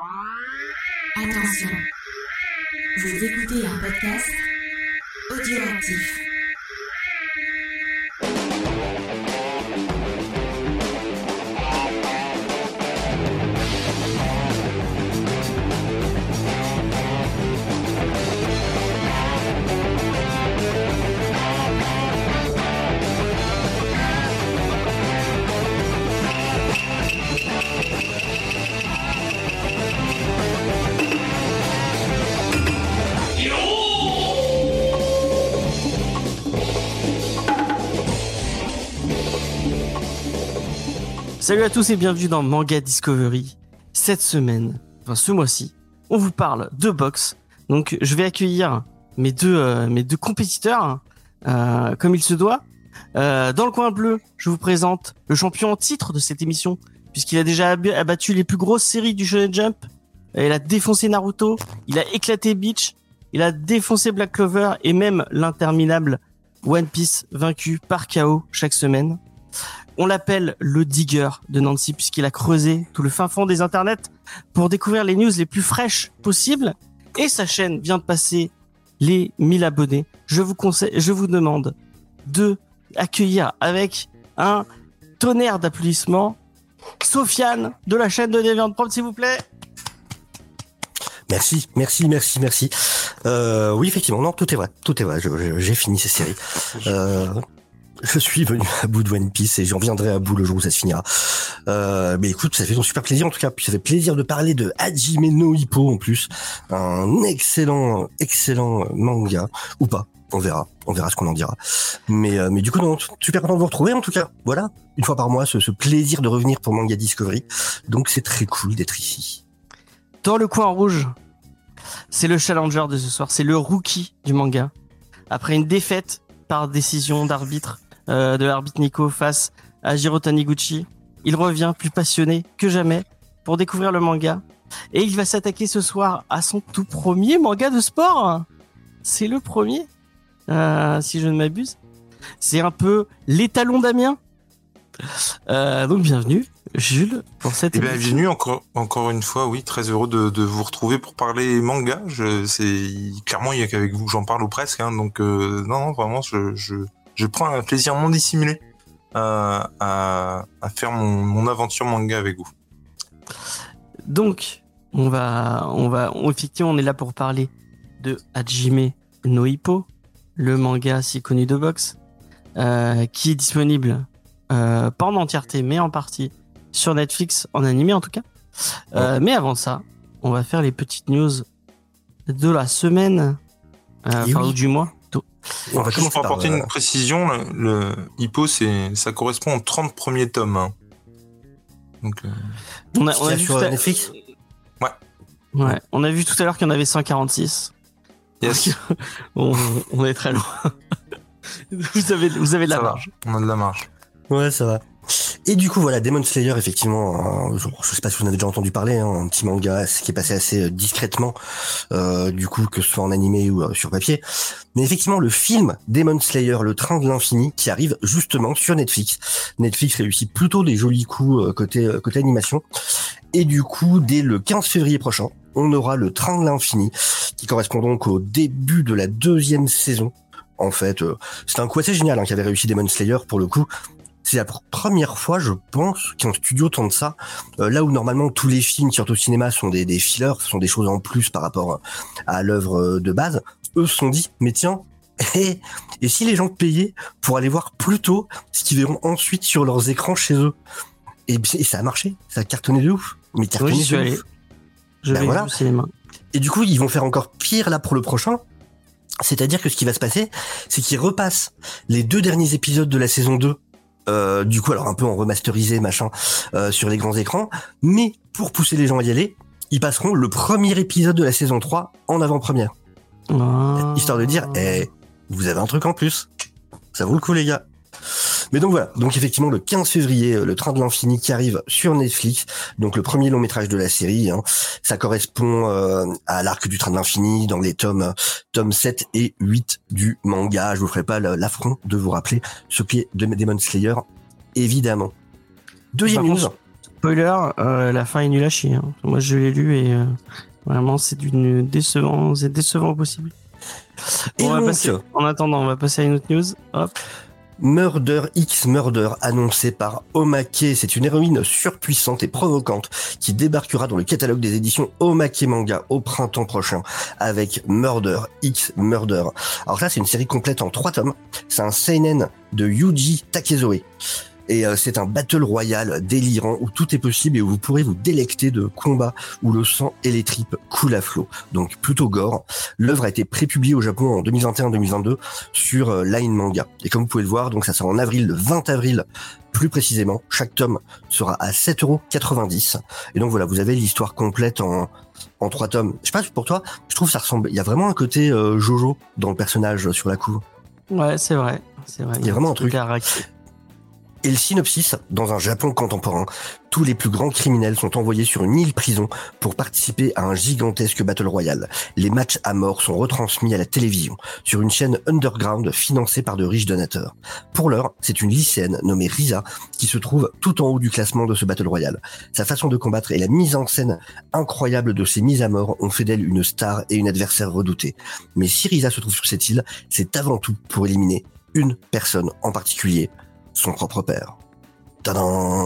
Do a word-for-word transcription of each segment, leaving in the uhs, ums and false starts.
Attention, vous écoutez un podcast audioactif. Salut à tous et bienvenue dans Manga Discovery. Cette semaine, enfin ce mois-ci, on vous parle de boxe. Donc je vais accueillir mes deux, euh, mes deux compétiteurs, euh, comme il se doit. Euh, dans le coin bleu, je vous présente le champion en titre de cette émission, puisqu'il a déjà ab- abattu les plus grosses séries du Shonen Jump. Il a défoncé Naruto, il a éclaté Bleach, il a défoncé Black Clover et même l'interminable One Piece vaincu par K O chaque semaine. On l'appelle le digger de Nancy puisqu'il a creusé tout le fin fond des internets pour découvrir les news les plus fraîches possibles. Et sa chaîne vient de passer les mille abonnés. Je vous conseille, je vous demande de accueillir avec un tonnerre d'applaudissements Sofiane de la chaîne de DeviantProd, s'il vous plaît. Merci, merci, merci, merci. Euh, oui, effectivement, non, tout est vrai, tout est vrai. Je, je, j'ai fini ces séries. Euh, je suis venu à bout de One Piece et j'en viendrai à bout le jour où ça se finira. Euh, mais écoute, ça fait ton super plaisir en tout cas. Puis ça fait plaisir de parler de Hajime no Ippo en plus, un excellent, excellent manga ou pas. On verra, on verra ce qu'on en dira. Mais, euh, mais du coup, non, super content de vous retrouver en tout cas. Voilà, une fois par mois, ce, ce plaisir de revenir pour Manga Discovery. Donc c'est très cool d'être ici. Dans le coin rouge, c'est le challenger de ce soir, c'est le rookie du manga. Après une défaite par décision d'arbitre, euh, de l'arbitre Nico face à Jiro Taniguchi, il revient plus passionné que jamais pour découvrir le manga. Et il va s'attaquer ce soir à son tout premier manga de sport. C'est le premier, euh, si je ne m'abuse. C'est un peu l'étalon d'Amiens. Euh, donc bienvenue Jules pour cette eh bien, émission. bienvenue encore encore une fois, oui, très heureux de, de vous retrouver pour parler manga. Je, c'est clairement il y a qu'avec vous que j'en parle ou presque, hein, donc euh, non non vraiment je je je prends un plaisir non dissimulé à à, à faire mon, mon aventure manga avec vous. Donc on va on va on, effectivement on est là pour parler de Hajime no Ippo, le manga si connu de boxe, euh, qui est disponible euh, pas en entièreté mais en partie sur Netflix, en animé en tout cas. Euh, mais avant ça, on va faire les petites news de la semaine, euh, enfin oui. ou du mois. On va Juste pour par, apporter euh... une précision, le, le Hippo, c'est ça correspond aux trente premiers tomes. Hein. Donc, euh... on a, on a vu sur à... Netflix. Ouais. Ouais. On a vu tout à l'heure qu'il y en avait cent quarante-six. Yes. on, on est très loin. vous avez, vous avez de la ça marge. Va. On a de la marge. Ouais, ça va. Et du coup, voilà, Demon Slayer, effectivement, euh, je, je sais pas si vous en avez déjà entendu parler, hein, un petit manga qui est passé assez euh, discrètement, euh, du coup, que ce soit en animé ou euh, sur papier. Mais effectivement, le film Demon Slayer, le train de l'infini, qui arrive justement sur Netflix. Netflix réussit plutôt des jolis coups euh, côté euh, côté animation. Et du coup, dès le quinze février prochain, on aura le train de l'infini, qui correspond donc au début de la deuxième saison. En fait, euh, c'est un coup assez génial hein, qui avait réussi Demon Slayer pour le coup. C'est la première fois, je pense, qu'un studio tente ça. Euh, là où normalement tous les films qui sortent au cinéma sont des, des fillers, sont des choses en plus par rapport à l'œuvre de base. Eux se sont dit, mais tiens, et, et si les gens payaient pour aller voir plus tôt ce qu'ils verront ensuite sur leurs écrans chez eux. Et, et ça a marché, ça a cartonné de ouf. Mais cartonné Oui, j'y suis de allé. ouf. Je Ben vais voilà. au cinéma. Et du coup, ils vont faire encore pire là pour le prochain. C'est-à-dire que ce qui va se passer, c'est qu'ils repassent les deux derniers épisodes de la saison deux. Euh, du coup, alors un peu en remasterisé, machin, euh, sur les grands écrans. Mais pour pousser les gens à y aller, ils passeront le premier épisode de la saison trois en avant-première. Oh. Histoire de dire, eh, vous avez un truc en plus. Ça vaut le coup, les gars. Mais donc voilà, donc effectivement le quinze février, le train de l'infini qui arrive sur Netflix, donc le premier long métrage de la série, hein. Ça correspond euh, à l'arc du train de l'infini dans les tomes tomes sept et huit du manga. Je vous ferai pas l'affront de vous rappeler ce qui est de Demon Slayer, évidemment. Deuxième Par news. contre, Spoiler, euh, la fin est nulle à chier. Hein. Moi, je l'ai lu et euh, vraiment, c'est d'une décevant, c'est décevant au possible. Et On va donc, passer, en attendant, on va passer à une autre news. Hop. Murder X Murder, annoncé par Omake. C'est une héroïne surpuissante et provocante qui débarquera dans le catalogue des éditions Omake Manga au printemps prochain avec Murder X Murder. Alors là, c'est une série complète en trois tomes. C'est un seinen de Yuji Takezoe. Et euh, c'est un battle royal délirant où tout est possible et où vous pourrez vous délecter de combats où le sang et les tripes coulent à flot. Donc plutôt gore. L'œuvre a été prépubliée au Japon en deux mille vingt et un deux mille vingt-deux sur euh, Line Manga. Et comme vous pouvez le voir, donc ça sort en avril, le vingt avril plus précisément. Chaque tome sera à sept euros quatre-vingt-dix. Et donc voilà, vous avez l'histoire complète en en trois tomes. Je sais pas, pour toi, je trouve que ça ressemble. Il y a vraiment un côté euh, Jojo dans le personnage sur la couve. Ouais, c'est vrai, c'est vrai. Il y a vraiment un truc. Carac. Et le synopsis, dans un Japon contemporain, tous les plus grands criminels sont envoyés sur une île prison pour participer à un gigantesque battle royal. Les matchs à mort sont retransmis à la télévision, sur une chaîne underground financée par de riches donateurs. Pour l'heure, c'est une lycéenne nommée Risa qui se trouve tout en haut du classement de ce battle royal. Sa façon de combattre et la mise en scène incroyable de ses mises à mort ont fait d'elle une star et une adversaire redoutée. Mais si Risa se trouve sur cette île, c'est avant tout pour éliminer une personne en particulier, son propre père. Tadam.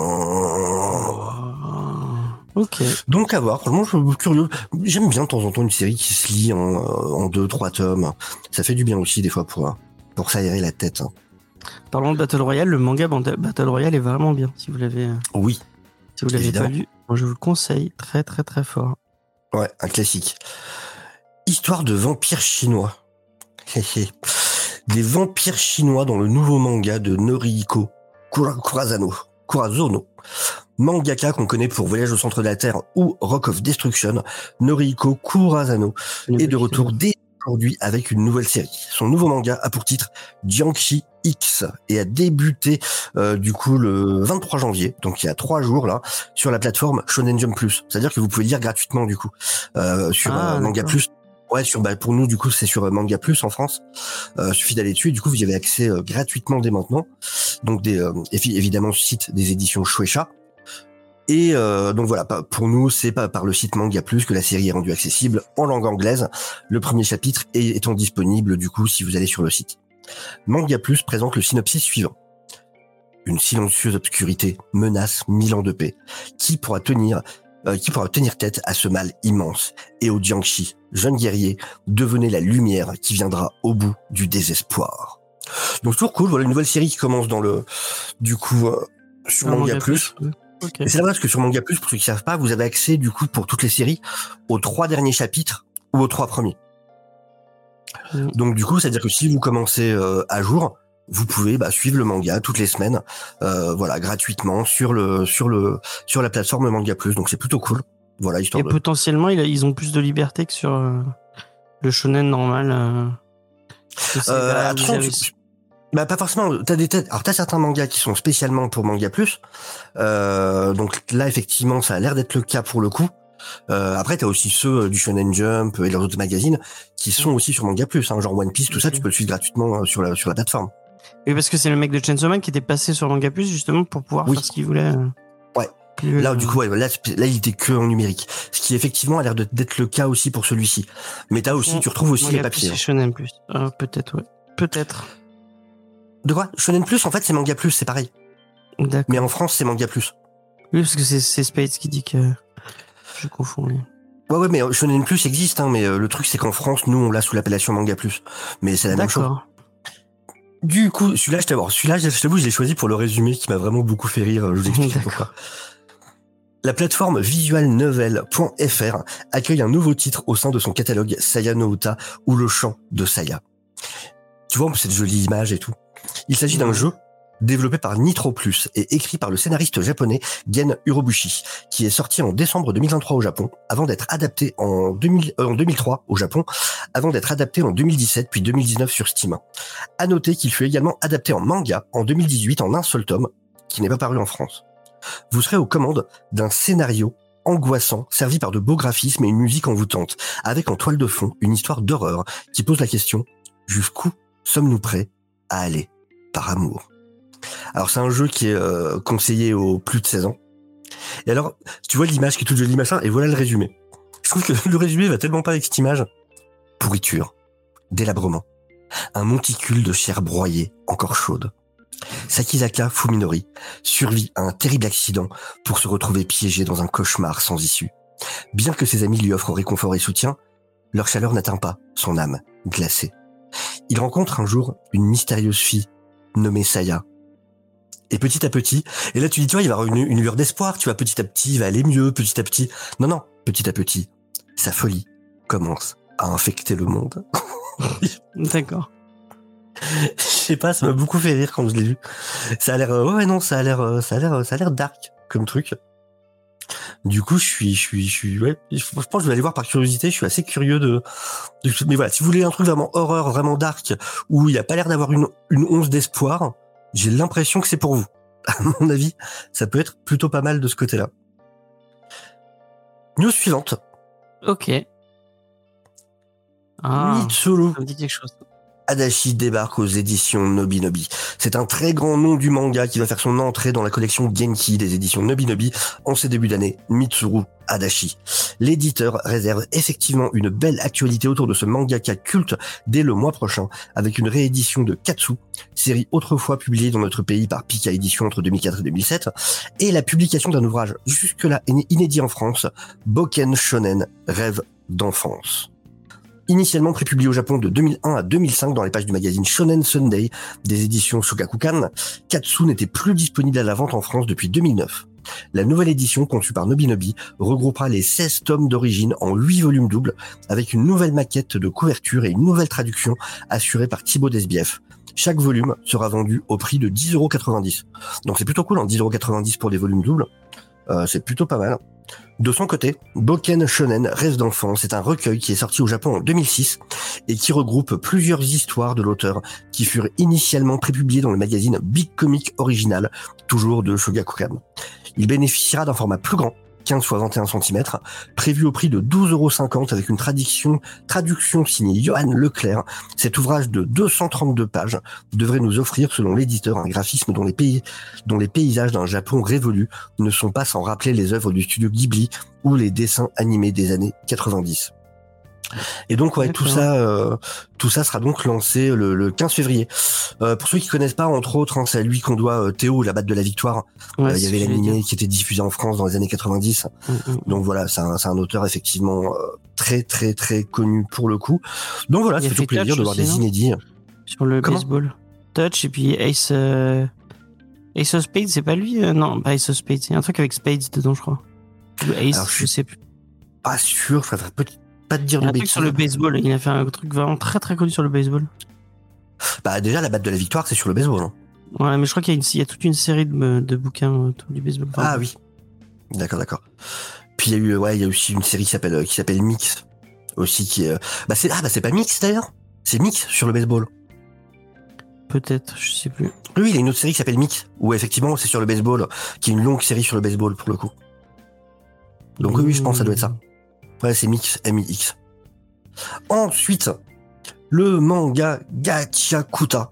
Ok. Donc à voir, franchement je suis curieux. J'aime bien de temps en temps une série qui se lit en, en deux, trois tomes. Ça fait du bien aussi des fois pour, pour s'aérer la tête. Parlons de Battle Royale, le manga Battle Royale est vraiment bien si vous l'avez. Oui. Si vous l'avez évidemment. pas lu, moi je vous le conseille très très très fort. Ouais, un classique. Histoire de vampires chinois. Des vampires chinois dans le nouveau manga de Norihiko Kurazano. Kurazono. Mangaka qu'on connaît pour Voyage au centre de la Terre ou Rock of Destruction, Norihiko Kurazano est de retour dès aujourd'hui avec une nouvelle série. Son nouveau manga a pour titre Jiangshi X et a débuté euh, du coup le vingt-trois janvier, donc il y a trois jours là, sur la plateforme Shonen Jump Plus. C'est-à-dire que vous pouvez lire gratuitement du coup euh, sur ah, euh, Manga Plus. Ouais, sur bah pour nous du coup c'est sur Manga Plus en France. Euh, suffit d'aller dessus et du coup vous y avez accès euh, gratuitement dès maintenant. Donc des euh, évidemment site des éditions Shueisha. Et euh, donc voilà, pour nous c'est pas par le site Manga Plus que la série est rendue accessible en langue anglaise. Le premier chapitre est, étant disponible du coup si vous allez sur le site. Manga Plus présente le synopsis suivant. Une silencieuse obscurité menace mille ans de paix. Qui pourra tenir Euh, qui pourra tenir tête à ce mal immense. Et au Jiangshi, jeune guerrier, devenez la lumière qui viendra au bout du désespoir. Donc toujours cool, voilà une nouvelle série qui commence dans le, du coup, euh, sur Manga, Manga Plus. Plus. Okay. Et c'est là parce que sur Manga Plus, pour ceux qui savent pas, vous avez accès du coup pour toutes les séries aux trois derniers chapitres ou aux trois premiers. Mmh. Donc du coup, c'est-à-dire que si vous commencez euh, à jour, vous pouvez bah, suivre le manga toutes les semaines, euh, voilà, gratuitement sur le sur le sur la plateforme Manga Plus. Donc c'est plutôt cool. Voilà, histoire et de... potentiellement, il a, ils ont plus de liberté que sur euh, le shonen normal. Euh, euh, attention, tu... bah pas forcément. T'as des têtes. Alors t'as certains mangas qui sont spécialement pour Manga Plus. Euh, donc là, effectivement, ça a l'air d'être le cas pour le coup. Euh, après, t'as aussi ceux du Shonen Jump et leurs autres magazines qui sont aussi sur Manga Plus, hein, genre One Piece, tout okay. ça, tu peux le suivre gratuitement sur la sur la plateforme. Oui, parce que c'est le mec de Chainsaw Man qui était passé sur Manga Plus justement pour pouvoir oui. faire ce qu'il voulait. Ouais. Plus, là, euh... du coup, ouais, là, là, il était que en numérique, ce qui effectivement a l'air d'être le cas aussi pour celui-ci. Mais t'as aussi, ouais. tu retrouves aussi Manga les papiers. Plus, c'est Shonen Plus. Euh, peut-être, ouais. Peut-être. De quoi? Shonen Plus, en fait, c'est Manga Plus, c'est pareil. D'accord. Mais en France, c'est Manga Plus. Oui, parce que c'est c'est Spades qui dit que je confonds les. Ouais, ouais, mais Shonen Plus existe, hein, mais euh, le truc, c'est qu'en France, nous, on l'a sous l'appellation Manga Plus. Mais c'est la même chose. D'accord. Du coup, celui-là, je t'avoue, celui-là, je t'avoue, je l'ai choisi pour le résumé qui m'a vraiment beaucoup fait rire. Je vous explique pourquoi. La plateforme visual novel point f r accueille un nouveau titre au sein de son catalogue Saya no Uta ou le chant de Saya. Tu vois, cette jolie image et tout. Il s'agit d'un jeu développé par Nitro Plus et écrit par le scénariste japonais Gen Urobuchi, qui est sorti en décembre deux mille vingt-trois au Japon, avant d'être adapté en, deux mille, euh, en deux mille trois au Japon, avant d'être adapté en deux mille dix-sept puis deux mille dix-neuf sur Steam. À noter qu'il fut également adapté en manga en deux mille dix-huit en un seul tome, qui n'est pas paru en France. Vous serez aux commandes d'un scénario angoissant, servi par de beaux graphismes et une musique envoûtante, avec en toile de fond une histoire d'horreur qui pose la question « Jusqu'où sommes-nous prêts à aller par amour ?» Alors c'est un jeu qui est euh, conseillé aux plus de seize ans. Et alors, tu vois l'image qui est toute jolie, machin, et voilà le résumé. Je trouve que le résumé va tellement pas avec cette image. Pourriture, délabrement, un monticule de chair broyée, encore chaude. Sakizaka Fuminori survit à un terrible accident pour se retrouver piégé dans un cauchemar sans issue. Bien que ses amis lui offrent réconfort et soutien, leur chaleur n'atteint pas son âme glacée. Il rencontre un jour une mystérieuse fille nommée Saya. Et petit à petit, et là tu dis, tu vois, il va avoir une, une lueur d'espoir, tu vois, petit à petit, il va aller mieux, petit à petit. Non, non, petit à petit, sa folie commence à infecter le monde. D'accord. Je sais pas, ça m'a beaucoup fait rire quand je l'ai vu. Ça a l'air, euh, ouais, non, ça a l'air, euh, ça a l'air, ça a l'air dark comme truc. Du coup, je suis, je suis, je suis, ouais, je pense que je vais aller voir par curiosité. Je suis assez curieux de, de mais voilà, si vous voulez un truc vraiment horreur, vraiment dark, où il y a pas l'air d'avoir une, une once d'espoir, j'ai l'impression que c'est pour vous. À mon avis, ça peut être plutôt pas mal de ce côté-là. News suivante. Ok. Ah, Mitsuru ça me dit quelque chose. Adachi débarque aux éditions Nobinobi. C'est un très grand nom du manga qui va faire son entrée dans la collection Genki des éditions Nobinobi en ces débuts d'année, Mitsuru Adachi. L'éditeur réserve effectivement une belle actualité autour de ce mangaka culte dès le mois prochain, avec une réédition de Katsu, série autrefois publiée dans notre pays par Pika Édition entre deux mille quatre et deux mille sept, et la publication d'un ouvrage jusque-là inédit en France, Boken Shonen, Rêve d'enfance. Initialement prépublié au Japon de deux mille un à deux mille cinq dans les pages du magazine Shonen Sunday des éditions Shogakukan, Katsu n'était plus disponible à la vente en France depuis deux mille neuf. La nouvelle édition conçue par Nobinobi regroupera les seize tomes d'origine en huit volumes doubles avec une nouvelle maquette de couverture et une nouvelle traduction assurée par Thibaut Desbief. Chaque volume sera vendu au prix de dix euros quatre-vingt-dix. Donc c'est plutôt cool, hein, dix euros quatre-vingt-dix pour des volumes doubles. Euh, c'est plutôt pas mal. De son côté, Boken Shonen Rêve d'enfance est un recueil qui est sorti au Japon en deux mille six et qui regroupe plusieurs histoires de l'auteur qui furent initialement prépubliées dans le magazine Big Comic Original, toujours de Shogakukan. Il bénéficiera d'un format plus grand, quinze fois vingt et un centimètres, prévu au prix de douze euros cinquante avec une traduction, traduction signée Johan Leclerc. Cet ouvrage de deux cent trente-deux pages devrait nous offrir, selon l'éditeur, un graphisme dont les pays, dont les paysages d'un Japon révolu ne sont pas sans rappeler les œuvres du studio Ghibli ou les dessins animés des années quatre-vingt-dix. Et donc ouais, tout ça, euh, tout ça sera donc lancé le, le quinze février. Euh, pour ceux qui connaissent pas, entre autres, hein, c'est à lui qu'on doit euh, Théo, la batte de la victoire. Il ouais, euh, y avait l'animé qui était diffusé en France dans les années quatre-vingt-dix. Mm-hmm. Donc voilà, c'est un, c'est un auteur effectivement euh, très très très connu pour le coup. Donc voilà, c'est toujours plaisir de voir des inédits. Sur le Comment baseball, Touch et puis Ace, euh... Ace of Spades, c'est pas lui euh, Non, pas Ace of Spades. Il y a un truc avec Spades dedans, je crois. Ace, Alors, je, je sais plus. Pas sûr, je préfère peut-être pas te dire de bêtises. bêtises. Sur le baseball, il a fait un truc vraiment très très connu sur le baseball. Bah déjà la batte de la victoire c'est sur le baseball. Hein. Ouais, mais je crois qu'il y a, une, il y a toute une série de, de bouquins autour du baseball. Ah exemple. Oui, d'accord, d'accord. Puis il y a eu, ouais, il y a aussi une série qui s'appelle qui s'appelle Mix aussi qui est, bah c'est ah bah c'est pas Mix d'ailleurs, c'est Mix sur le baseball. Peut-être, je sais plus. Oui, il y a une autre série qui s'appelle Mix où effectivement c'est sur le baseball, qui est une longue série sur le baseball pour le coup. Donc mmh. oui, je pense que ça doit être ça. Ouais, c'est Mix, M I X. Ensuite, le manga Gachiakuta,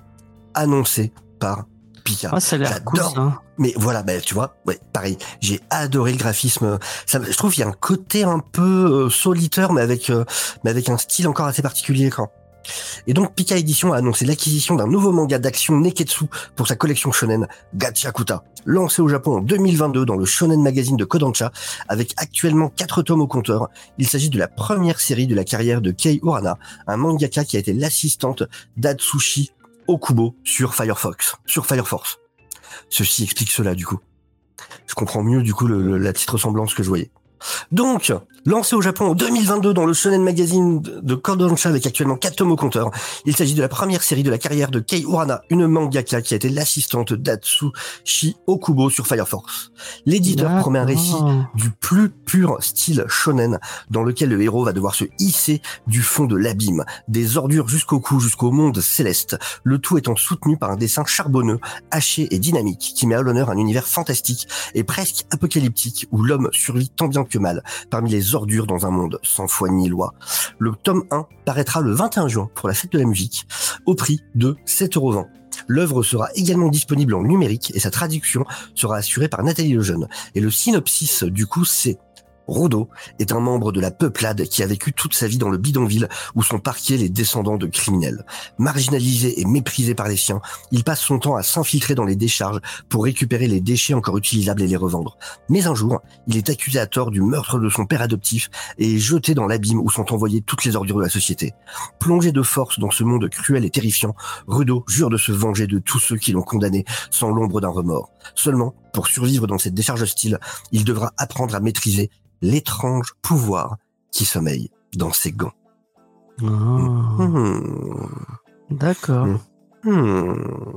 annoncé par Pika. Ah, ça a l'air cool, ça. Mais voilà, bah, tu vois, ouais, pareil, j'ai adoré le graphisme. Ça, je trouve qu'il y a un côté un peu euh, solitaire, mais avec, euh, mais avec un style encore assez particulier, quoi. Et donc Pika Édition a annoncé l'acquisition d'un nouveau manga d'action Neketsu pour sa collection shonen Gachiakuta, lancé au Japon en deux mille vingt-deux dans le Shonen Magazine de Kodansha, avec actuellement quatre tomes au compteur. Il s'agit de la première série de la carrière de Kei Urana, un mangaka qui a été l'assistante d'Atsushi Okubo sur Firefox, sur Fire Force. Ceci explique cela du coup. Je comprends mieux du coup le, le, la petite ressemblance que je voyais. Donc, lancé au Japon en deux mille vingt-deux dans le Shonen Magazine de Kodansha avec actuellement quatre tomes au compteur, il s'agit de la première série de la carrière de Kei Urana, une mangaka qui a été l'assistante d'Atsushi Okubo sur Fire Force. L'éditeur D'accord. promet un récit du plus pur style shonen dans lequel le héros va devoir se hisser du fond de l'abîme, des ordures jusqu'au cou, jusqu'au monde céleste, le tout étant soutenu par un dessin charbonneux, haché et dynamique qui met à l'honneur un univers fantastique et presque apocalyptique où l'homme survit tant bien que mal parmi les ordures dans un monde sans foi ni loi. Le tome un paraîtra le vingt et un juin pour la fête de la musique au prix de sept euros vingt. L'œuvre sera également disponible en numérique et sa traduction sera assurée par Nathalie Lejeune. Et le synopsis, du coup, c'est Rodo est un membre de la peuplade qui a vécu toute sa vie dans le bidonville où sont parqués les descendants de criminels. Marginalisé et méprisé par les siens, il passe son temps à s'infiltrer dans les décharges pour récupérer les déchets encore utilisables et les revendre. Mais un jour, il est accusé à tort du meurtre de son père adoptif et est jeté dans l'abîme où sont envoyées toutes les ordures de la société. Plongé de force dans ce monde cruel et terrifiant, Rodo jure de se venger de tous ceux qui l'ont condamné sans l'ombre d'un remords. Seulement, pour survivre dans cette décharge hostile, il devra apprendre à maîtriser l'étrange pouvoir qui sommeille dans ses gants. Oh. Mmh. D'accord. Mmh.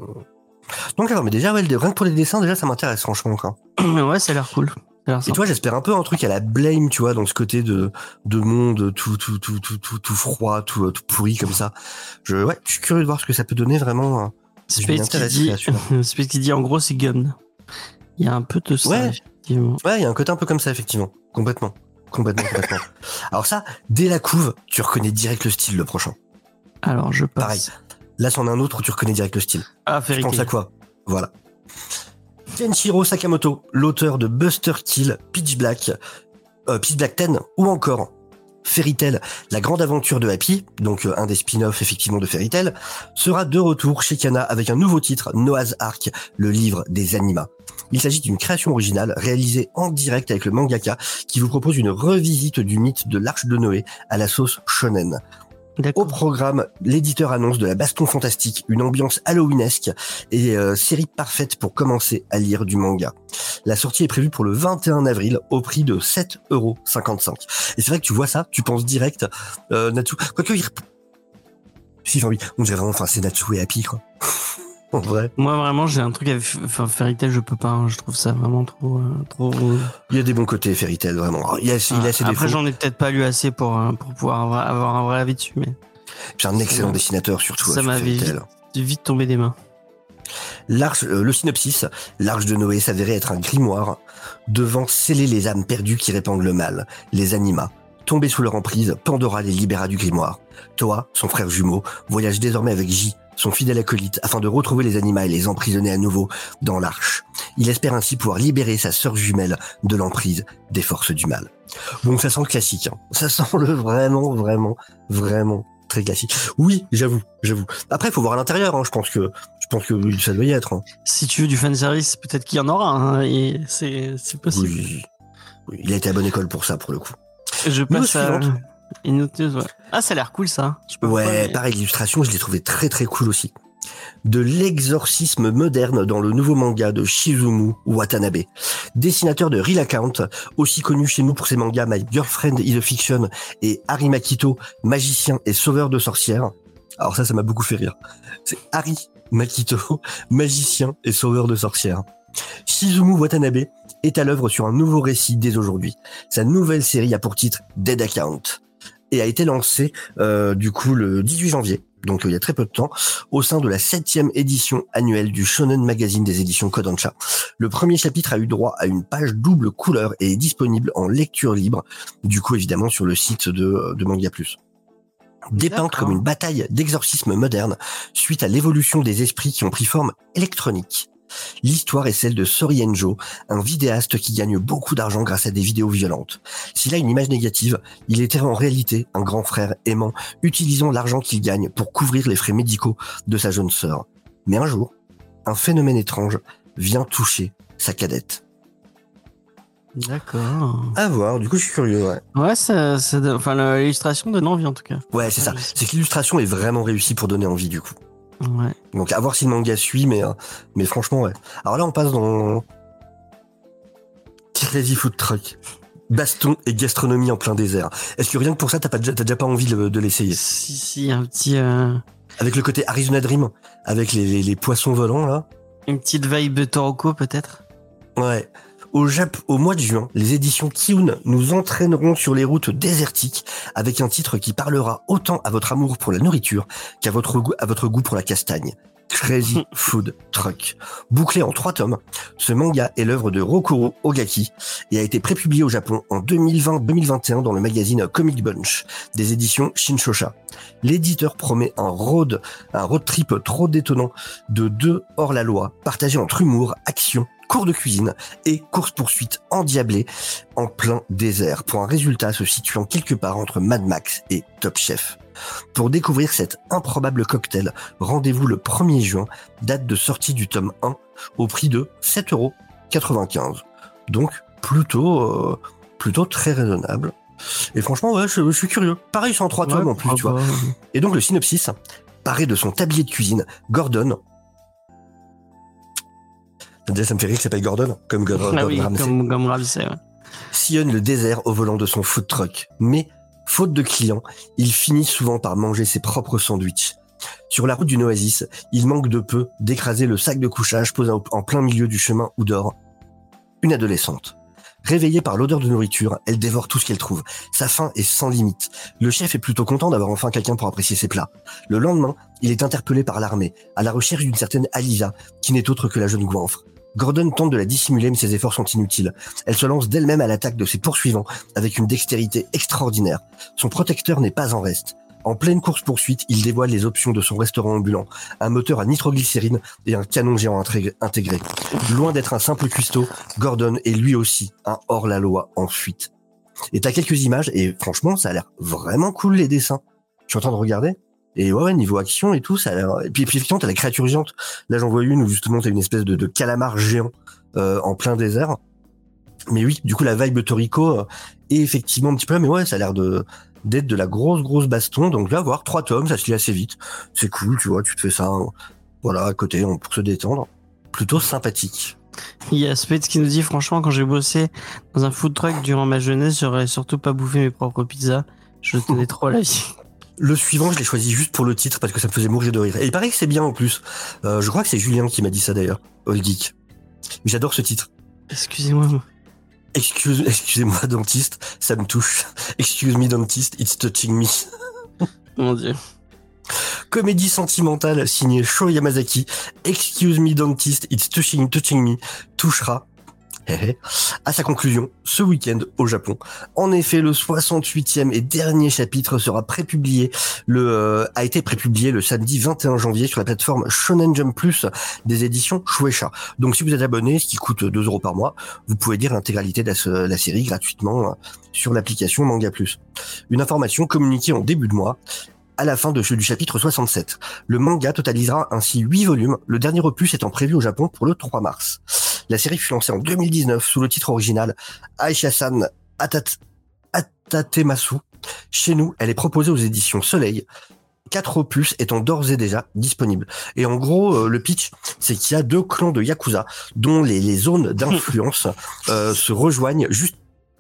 Donc alors, mais déjà, ouais, rien que pour les dessins, déjà, ça m'intéresse franchement. Quoi. Ouais, ça a l'air cool. Ça a l'air Et toi, j'espère un peu un truc à la Blame, tu vois, dans ce côté de de monde tout tout tout tout tout, tout froid, tout, tout pourri comme ça. Je ouais, je suis curieux de voir ce que ça peut donner vraiment. Space qui dit, Space qui dit en gros, c'est Gun. Il y a un peu de ça. Ouais. Effectivement. Ouais, il y a un côté un peu comme ça, effectivement. Complètement. Complètement, complètement. Alors ça, dès la couve, tu reconnais direct le style, le prochain. Alors, je passe. Pareil. Là, c'en est un autre où tu reconnais direct le style. Ah, Fairy Tu Tail. penses à quoi? Voilà. Kenshiro Sakamoto, l'auteur de Buster Kill, Pitch Black, euh, Pitch Black dix ou encore Fairy Tail, la grande aventure de Happy, donc euh, un des spin-offs effectivement de Fairy Tail, sera de retour chez Kana avec un nouveau titre, Noah's Ark, le livre des animas. Il s'agit d'une création originale réalisée en direct avec le mangaka qui vous propose une revisite du mythe de l'Arche de Noé à la sauce shonen. Au D'accord. programme, l'éditeur annonce de la baston fantastique, une ambiance halloweenesque et euh, série parfaite pour commencer à lire du manga. La sortie est prévue pour le vingt et un avril au prix de sept euros cinquante-cinq. Et c'est vrai que tu vois ça, tu penses direct euh, Natsu. Quoique, il... si, enfin oui, on dirait vraiment, enfin c'est Natsu et Happy quoi. En vrai. Moi, vraiment, j'ai un truc avec enfin, Fairy Tail, je peux pas. Hein, je trouve ça vraiment trop. Euh, trop... Il y a des bons côtés Fairy Tail, vraiment. Il y a, il a ses Après, défauts. j'en ai peut-être pas lu assez pour, euh, pour pouvoir avoir, avoir un vrai avis dessus, mais C'est un excellent Ça- dessinateur surtout. ça sur m'avait Fairy vite, Tail. vite tombé des mains. L'arche, euh, le synopsis, l'arche de Noé s'avérait être un grimoire devant sceller les âmes perdues qui répandent le mal, les animas. Tombés sous leur emprise, Pandora les libéra du grimoire. Toa, son frère jumeau, voyage désormais avec J, son fidèle acolyte, afin de retrouver les animaux et les emprisonner à nouveau dans l'arche. Il espère ainsi pouvoir libérer sa sœur jumelle de l'emprise des forces du mal. Bon, ça sent le classique, hein. Ça sent le vraiment, vraiment, vraiment très classique. Oui, j'avoue, j'avoue. Après, il faut voir à l'intérieur, hein. Je pense que, je pense que ça doit y être, hein. Si tu veux du fanservice, peut-être qu'il y en aura, hein, et c'est, c'est possible. Oui. Oui, il a été à bonne école pour ça, pour le coup. Je passe à suivante. une autre news, ouais. Ah, ça a l'air cool, ça. Je peux Ouais, pas, mais- pareil, l'illustration, je l'ai trouvé très très cool aussi. De l'exorcisme moderne dans le nouveau manga de Shizumu Watanabe. Dessinateur de Real Account, aussi connu chez nous pour ses mangas My Girlfriend is a Fiction et Harry Makito, magicien et sauveur de sorcières. Alors ça, ça m'a beaucoup fait rire. C'est Harry Makito, magicien et sauveur de sorcières. Shizumu Watanabe est à l'œuvre sur un nouveau récit dès aujourd'hui. Sa nouvelle série a pour titre Dead Account et a été lancée euh, du coup le dix-huit janvier, donc euh, il y a très peu de temps, au sein de la septième édition annuelle du Shonen Magazine des éditions Kodansha. Le premier chapitre a eu droit à une page double couleur et est disponible en lecture libre, du coup évidemment sur le site de, de Manga Plus. Dépeinte D'accord. comme une bataille d'exorcisme moderne suite à l'évolution des esprits qui ont pris forme électronique. L'histoire est celle de Sorienjo, un vidéaste qui gagne beaucoup d'argent grâce à des vidéos violentes. S'il a une image négative, il était en réalité un grand frère aimant, utilisant l'argent qu'il gagne pour couvrir les frais médicaux de sa jeune sœur. Mais un jour, un phénomène étrange vient toucher sa cadette. D'accord. À voir, du coup je suis curieux, ouais. Ouais, ça, ça, donne- enfin, l'illustration donne envie, en tout cas. Ouais, c'est ça. C'est que l'illustration est vraiment réussie pour donner envie, du coup. Ouais. Donc à voir si le manga suit, mais, euh, mais franchement, ouais. Alors là, on passe dans Crazy Food Truck. Baston et gastronomie en plein désert. Est-ce que rien que pour ça, t'as pas déjà, t'as déjà pas envie de, de l'essayer? Si, si, un petit, euh, Avec le côté Arizona Dream, avec les, les, les poissons volants, là. une petite vibe Toroko, peut-être. Ouais. Au Jap, au mois de juin, les éditions Kiun nous entraîneront sur les routes désertiques avec un titre qui parlera autant à votre amour pour la nourriture qu'à votre goût, à votre goût pour la castagne. Crazy Food Truck. Bouclé en trois tomes, ce manga est l'œuvre de Rokuro Ogaki et a été prépublié au Japon en deux mille vingt deux mille vingt et un dans le magazine Comic Bunch des éditions Shinshosha. L'éditeur promet un road, un road trip trop détonnant de deux hors-la-loi, partagé entre humour, action, cours de cuisine et course-poursuite endiablée en plein désert, pour un résultat se situant quelque part entre Mad Max et Top Chef. Pour découvrir cet improbable cocktail, rendez-vous le premier juin, date de sortie du tome un, au prix de sept euros quatre-vingt-quinze. Donc, plutôt, euh, plutôt très raisonnable. Et franchement, ouais, je, je suis curieux. Pareil, c'est en trois tomes Ouais, en plus, tu bah, vois. Et donc, le synopsis, paré de son tablier de cuisine, Gordon... Déjà, ça me fait rire qu'il s'appelle Gordon, comme Gordon, Ah Gordon oui, Ramsay. comme, comme Ramsay, ouais. Sillonne le désert au volant de son food truck. Mais, faute de clients, il finit souvent par manger ses propres sandwichs. Sur la route d'une oasis, il manque de peu d'écraser le sac de couchage posé en plein milieu du chemin où dort une adolescente. Réveillée par l'odeur de nourriture, elle dévore tout ce qu'elle trouve. Sa faim est sans limite. Le chef est plutôt content d'avoir enfin quelqu'un pour apprécier ses plats. Le lendemain, il est interpellé par l'armée, à la recherche d'une certaine Alisa, qui n'est autre que la jeune goinfre. Gordon tente de la dissimuler, mais ses efforts sont inutiles. Elle se lance d'elle-même à l'attaque de ses poursuivants avec une dextérité extraordinaire. Son protecteur n'est pas en reste. En pleine course-poursuite, il dévoile les options de son restaurant ambulant. Un moteur à nitroglycérine et un canon géant intégré. Loin d'être un simple cuistot, Gordon est lui aussi un hors-la-loi en fuite. Et t'as quelques images, et franchement, ça a l'air vraiment cool, les dessins. Je suis en train de regarder. Et ouais, niveau action et tout, ça a l'air... Et puis, puis effectivement, t'as la créature géante. Là, j'en vois une où justement, t'as une espèce de, de calamar géant euh, en plein désert. Mais oui, du coup, la vibe Toriko euh, est effectivement un petit peu là, mais ouais, ça a l'air de... d'être de la grosse grosse baston. Donc là, voir trois tomes, ça se lit assez vite, c'est cool, tu vois, tu te fais ça hein, voilà à côté pour se détendre, plutôt sympathique. Il y a Spades qui nous dit, franchement, quand j'ai bossé dans un food truck durant ma jeunesse, j'aurais surtout pas bouffé mes propres pizzas, je tenais trop à la vie. Le suivant, je l'ai choisi juste pour le titre parce que ça me faisait mourir de rire, et il paraît que c'est bien en plus. Euh, je crois que c'est Julien qui m'a dit ça d'ailleurs, Old Geek. Mais j'adore ce titre. Excusez-moi. Excuse, excusez-moi dentiste, ça me touche. Excuse me dentist, it's touching me. Mon dieu. Comédie sentimentale signée Sho Yamazaki. Excuse me dentist, it's touching, touching me. Touchera. À sa conclusion, ce week-end au Japon. En effet, le soixante-huitième et dernier chapitre sera prépublié, le, euh, a été prépublié le samedi vingt et un janvier sur la plateforme Shonen Jump Plus des éditions Shueisha. Donc si vous êtes abonné, ce qui coûte deux euros par mois, vous pouvez lire l'intégralité de la, la série gratuitement sur l'application Manga Plus. Une information communiquée en début de mois. À la fin de, du chapitre soixante-sept. Le manga totalisera ainsi huit volumes, le dernier opus étant prévu au Japon pour le trois mars. La série fut lancée en deux mille dix-neuf sous le titre original Aisha-san Atat- Atatemasu. Chez nous, elle est proposée aux éditions Soleil, quatre opus étant d'ores et déjà disponibles. Et en gros, euh, le pitch, c'est qu'il y a deux clans de Yakuza dont les, les zones d'influence euh, se rejoignent juste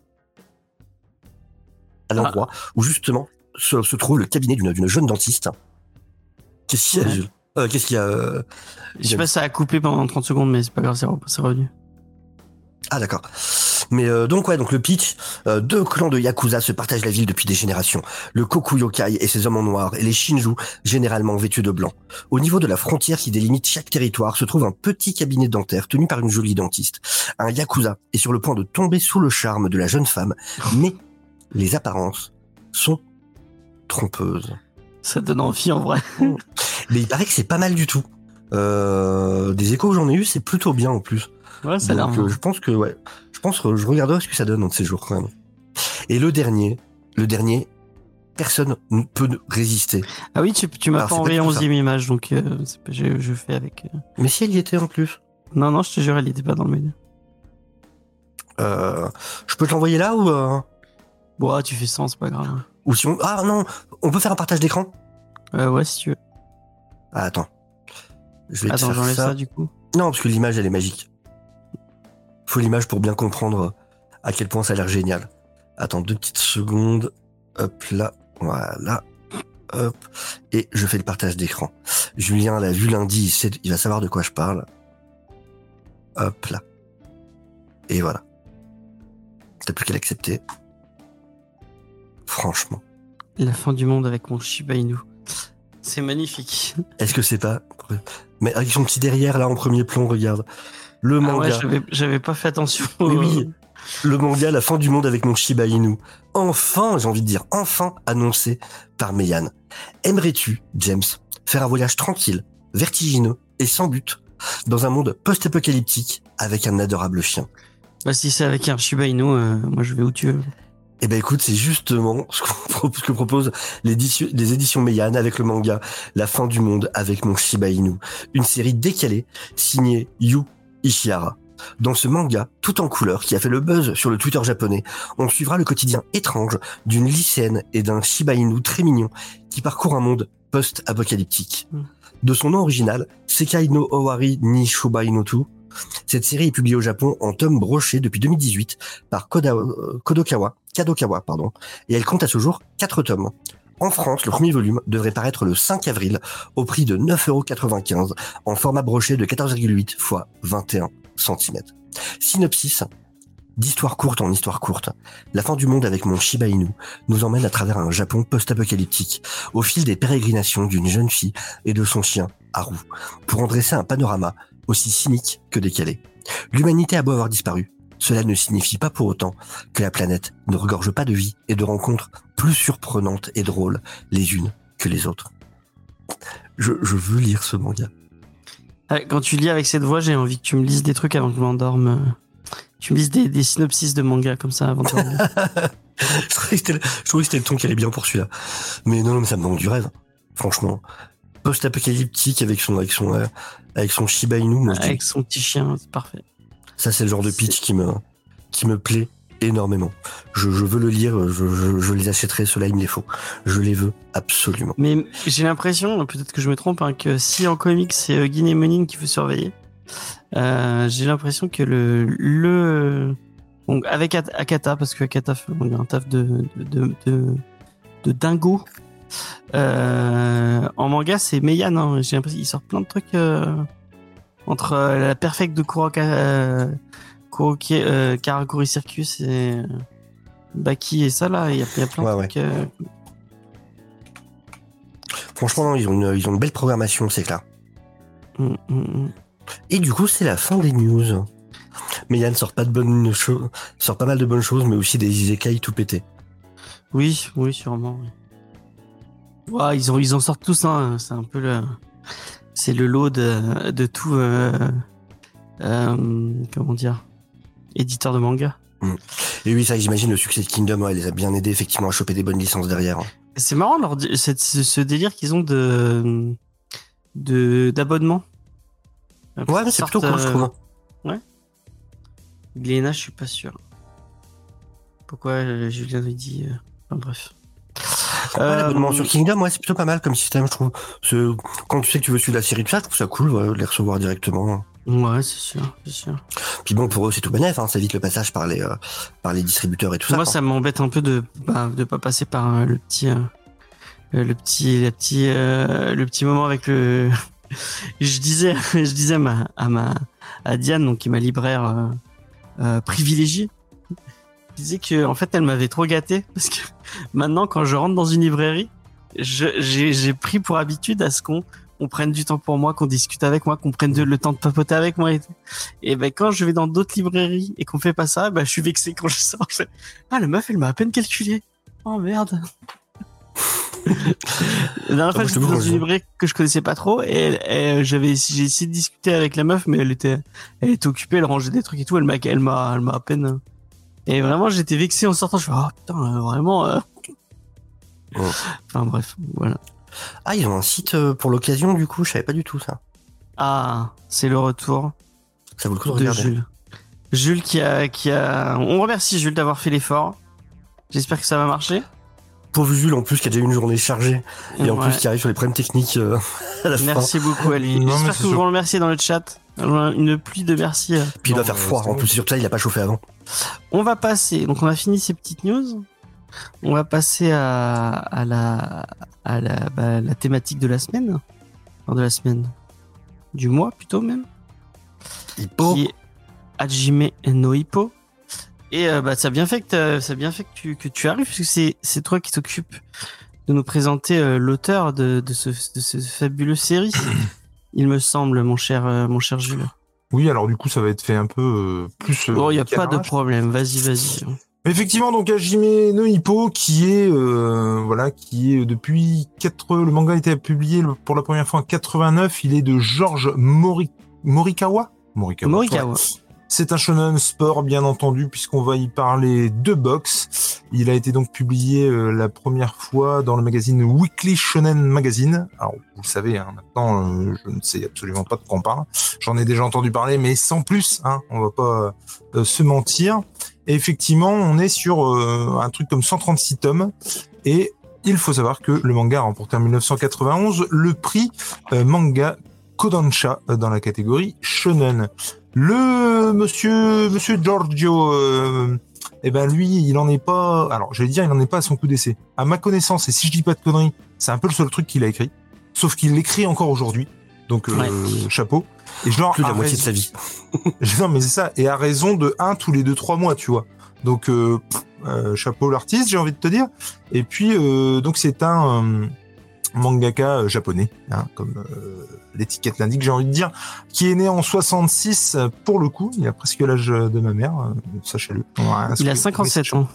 à l'endroit où justement Se, se trouve le cabinet d'une, d'une jeune dentiste. Qu'est-ce qu'il y a, ouais. Jules euh, Qu'est-ce qu'il y a euh, Je sais pas si ça a coupé pendant trente secondes, mais c'est pas grave, c'est, re- c'est revenu. Ah d'accord. Mais euh, donc ouais, donc le pitch, euh, deux clans de Yakuza se partagent la ville depuis des générations. Le Kokuyokai et ses hommes en noir, et les Shinju, généralement vêtus de blanc. Au niveau de la frontière qui délimite chaque territoire se trouve un petit cabinet dentaire tenu par une jolie dentiste. Un Yakuza est sur le point de tomber sous le charme de la jeune femme, mais les apparences sont trompeuse. Ça donne envie en vrai. Mais il paraît que c'est pas mal du tout. Euh, des échos que j'en ai eu, c'est plutôt bien en plus. Ouais, ça a l'air. Donc euh, je pense que ouais, je pense que je regarderai ce que ça donne dans ces jours quand même. Et le dernier, le dernier, personne ne peut résister. Ah oui, tu, tu m'as Alors, pas c'est pas envoyé du tout onzième image, donc euh, c'est pas- je, je fais avec. euh. Mais si elle y était en plus, Non, non, je te jure, elle était pas dans le menu. euh, je peux te l'envoyer là ou euh, Bon, ah, tu fais ça, c'est pas grave. ou si on ah non, on peut faire un partage d'écran. Euh, ouais, si tu veux. Ah attends, je vais te Attends, faire j'enlève ça. ça du coup. Non, parce que l'image elle est magique. Faut l'image pour bien comprendre à quel point ça a l'air génial. Attends deux petites secondes. Hop là, voilà. Hop. Et je fais le partage d'écran. Julien l'a vu lundi, il, sait, il va savoir de quoi je parle. Hop là. Et voilà. T'as plus qu'à l'accepter. Franchement. La fin du monde avec mon Shiba Inu. C'est magnifique. Est-ce que c'est pas... Mais avec son petit derrière, là, en premier plan, regarde. Le manga. Ah ouais, j'avais, j'avais pas fait attention. Oui, oui. Le manga La fin du monde avec mon Shiba Inu. Enfin, j'ai envie de dire, enfin annoncé par Meian. Aimerais-tu, James, faire un voyage tranquille, vertigineux et sans but dans un monde post-apocalyptique avec un adorable chien? Bah, si c'est avec un Shiba Inu, euh, moi je vais où tu veux. Eh ben écoute, c'est justement ce, qu'on, ce que propose l'édition, les éditions Meian avec le manga La fin du monde avec mon Shiba Inu. Une série décalée signée Yu Ishihara. Dans ce manga, tout en couleur, qui a fait le buzz sur le Twitter japonais, on suivra le quotidien étrange d'une lycéenne et d'un Shiba Inu très mignon qui parcourt un monde post-apocalyptique. Mm. De son nom original, Sekai no Owari ni Shiba Inu, cette série est publiée au Japon en tomes brochés depuis deux mille dix-huit par Koda, Kodokawa, Kadokawa, pardon, et elle compte à ce jour quatre tomes. En France, le premier volume devrait paraître le cinq avril au prix de neuf euros quatre-vingt-quinze en format broché de quatorze virgule huit fois vingt et un centimètres. Synopsis. D'histoire courte en histoire courte, la fin du monde avec mon Shiba Inu nous emmène à travers un Japon post-apocalyptique au fil des pérégrinations d'une jeune fille et de son chien, Haru, pour en dresser un panorama aussi cynique que décalé. L'humanité a beau avoir disparu, cela ne signifie pas pour autant que la planète ne regorge pas de vie et de rencontres plus surprenantes et drôles les unes que les autres. Je, je veux lire ce manga. Quand tu lis avec cette voix, j'ai envie que tu me lises des trucs avant que je m'endorme. Tu me lises des, des synopsis de manga comme ça avant de dormir. je, trouvais que c'était le, je trouvais que c'était le ton qui allait bien pour celui-là. Mais non, non, mais ça me manque du rêve. Franchement. Post-apocalyptique avec son, avec son, euh, avec son Shiba Inu. Moi, avec dis, son petit chien, c'est parfait. Ça, c'est le genre de pitch qui me, qui me plaît énormément. Je, je veux le lire, je, je, je les achèterai, ceux-là, il me les faut. Je les veux absolument. Mais j'ai l'impression, peut-être que je me trompe, hein, que si en comics c'est euh, Guin et Monin qu'il faut surveiller, euh, j'ai l'impression que le, le donc avec Akata, parce que Akata fait un taf de, de, de, de, de dingo. Euh, en manga, c'est Meian, hein. J'ai l'impression qu'il sort plein de trucs euh, entre euh, la perfecte de Kuroka, euh, Kuroki, euh, Karakuri Circus et euh, Baki et ça là. Il y, y a plein ouais, de trucs. Ouais. Euh... Franchement, non, ils ont une, ils ont une belle programmation, c'est clair. Mm, mm, et du coup, c'est la fin des news. Meian sort pas de bonnes choses, sort pas mal de bonnes choses, mais aussi des isekai tout pété. Oui, oui, sûrement. Oui. Ouais, ils, ont, ils en sortent tous, hein. C'est un peu le, c'est le lot de, de tout, euh, euh, comment dire, éditeur de manga. Mmh. Et oui, ça, j'imagine le succès de Kingdom, ouais, les a bien aidés effectivement à choper des bonnes licences derrière. C'est marrant leur, cette, ce délire qu'ils ont de, de d'abonnement. Ouais, c'est plutôt cool, euh, je trouve. Ouais. Glénat, je suis pas sûr. Pourquoi euh, Julien lui dit, euh, enfin, bref. Ouais, euh, l'abonnement sur Kingdom, ouais, c'est plutôt pas mal comme système, je trouve. C'est, quand tu sais que tu veux suivre la série de ça, je trouve ça cool, ouais, de les recevoir directement. Ouais, c'est sûr, c'est sûr. Puis bon, pour eux, c'est tout bénef, hein, ça évite le passage par les, euh, par les distributeurs et tout ça. Moi, quoi. ça m'embête un peu de, bah, de pas passer par euh, le petit, euh, le petit, la petit, euh, le petit moment avec le. je disais, je disais à ma, à ma, à Diane, donc qui est ma libraire euh, euh, privilégiée. Je disais que en fait elle m'avait trop gâté parce que maintenant quand je rentre dans une librairie, je, j'ai, j'ai pris pour habitude à ce qu'on on prenne du temps pour moi, qu'on discute avec moi, qu'on prenne de, le temps de papoter avec moi et tout. Et ben quand je vais dans d'autres librairies et qu'on fait pas ça, ben je suis vexé quand je sors. Je fais, ah la meuf elle m'a à peine calculé. Oh merde. La dernière fois j'étais dans une librairie que je connaissais pas trop et, elle, elle, j'avais j'ai essayé de discuter avec la meuf mais elle était elle était occupée, elle rangeait des trucs et tout, elle m'a elle m'a elle m'a à peine. Et vraiment, j'étais vexé en sortant. Je fais, oh putain, euh, vraiment. Euh... Oh. Enfin bref, voilà. Ah, ils ont un site pour l'occasion, du coup, je savais pas du tout ça. Ah, c'est le retour. Ça vaut le coup de, de regarder. Jules. Jules qui a, qui a. On remercie Jules d'avoir fait l'effort. J'espère que ça va marcher. Pauvre Jules, en plus, qui a déjà une journée chargée. Et en ouais. plus, qui arrive sur les problèmes techniques euh, à la Merci fin. Merci beaucoup à lui. Non, j'espère que vous le remerciez dans le chat. Une pluie de merci. Puis il non, va faire froid. En plus, c'est sûr que là, il a pas chauffé avant. On va passer. Donc, on a fini ces petites news. On va passer à, à la, à la, bah, la thématique de la semaine. Enfin, de la semaine. Du mois, plutôt, même. Hippo. Qui est Hajime no Ippo. Et euh, bah, ça a bien fait que, ça a bien fait que tu, que tu arrives, parce que c'est, c'est toi qui t'occupes de nous présenter euh, l'auteur de, de, ce, de ce fabuleux série, il me semble, mon cher, euh, mon cher Jules. Oui, alors du coup, ça va être fait un peu euh, plus... Euh, oh, il n'y a pas de problème, vas-y, vas-y. Effectivement, donc Hajime no Ippo, qui est euh, voilà, qui est depuis quatre, le manga a été publié pour la première fois en quatre-vingt-neuf. Il est de George Mori, Morikawa. Morikawa. Morikawa. Ouais. C'est un shonen sport, bien entendu, puisqu'on va y parler de boxe. Il a été donc publié euh, la première fois dans le magazine Weekly Shonen Magazine. Alors, vous le savez, hein, maintenant, euh, je ne sais absolument pas de quoi on parle. J'en ai déjà entendu parler, mais sans plus, hein, on va pas euh, se mentir. Et effectivement, on est sur euh, un truc comme cent trente-six tomes. Et il faut savoir que le manga a remporté en dix-neuf cent quatre-vingt-onze le prix euh, manga Kodansha euh, dans la catégorie shonen. Le monsieur, monsieur Giorgio, euh, eh ben lui, il en est pas. Alors, j'allais dire, il en est pas à son coup d'essai. À ma connaissance, et si je dis pas de conneries, c'est un peu le seul truc qu'il a écrit. Sauf qu'il l'écrit encore aujourd'hui. Donc, euh, ouais. chapeau. Et genre, plus de la moitié de sa vie. non, mais c'est ça. Et à raison de un tous les deux trois mois, tu vois. Donc, euh, euh, chapeau l'artiste, j'ai envie de te dire. Et puis, euh, donc, c'est un euh, mangaka japonais, hein, comme euh, l'étiquette l'indique, j'ai envie de dire, qui est né en soixante-six pour le coup. Il a presque l'âge de ma mère, euh, sachez-le. Il a cinquante-sept ans.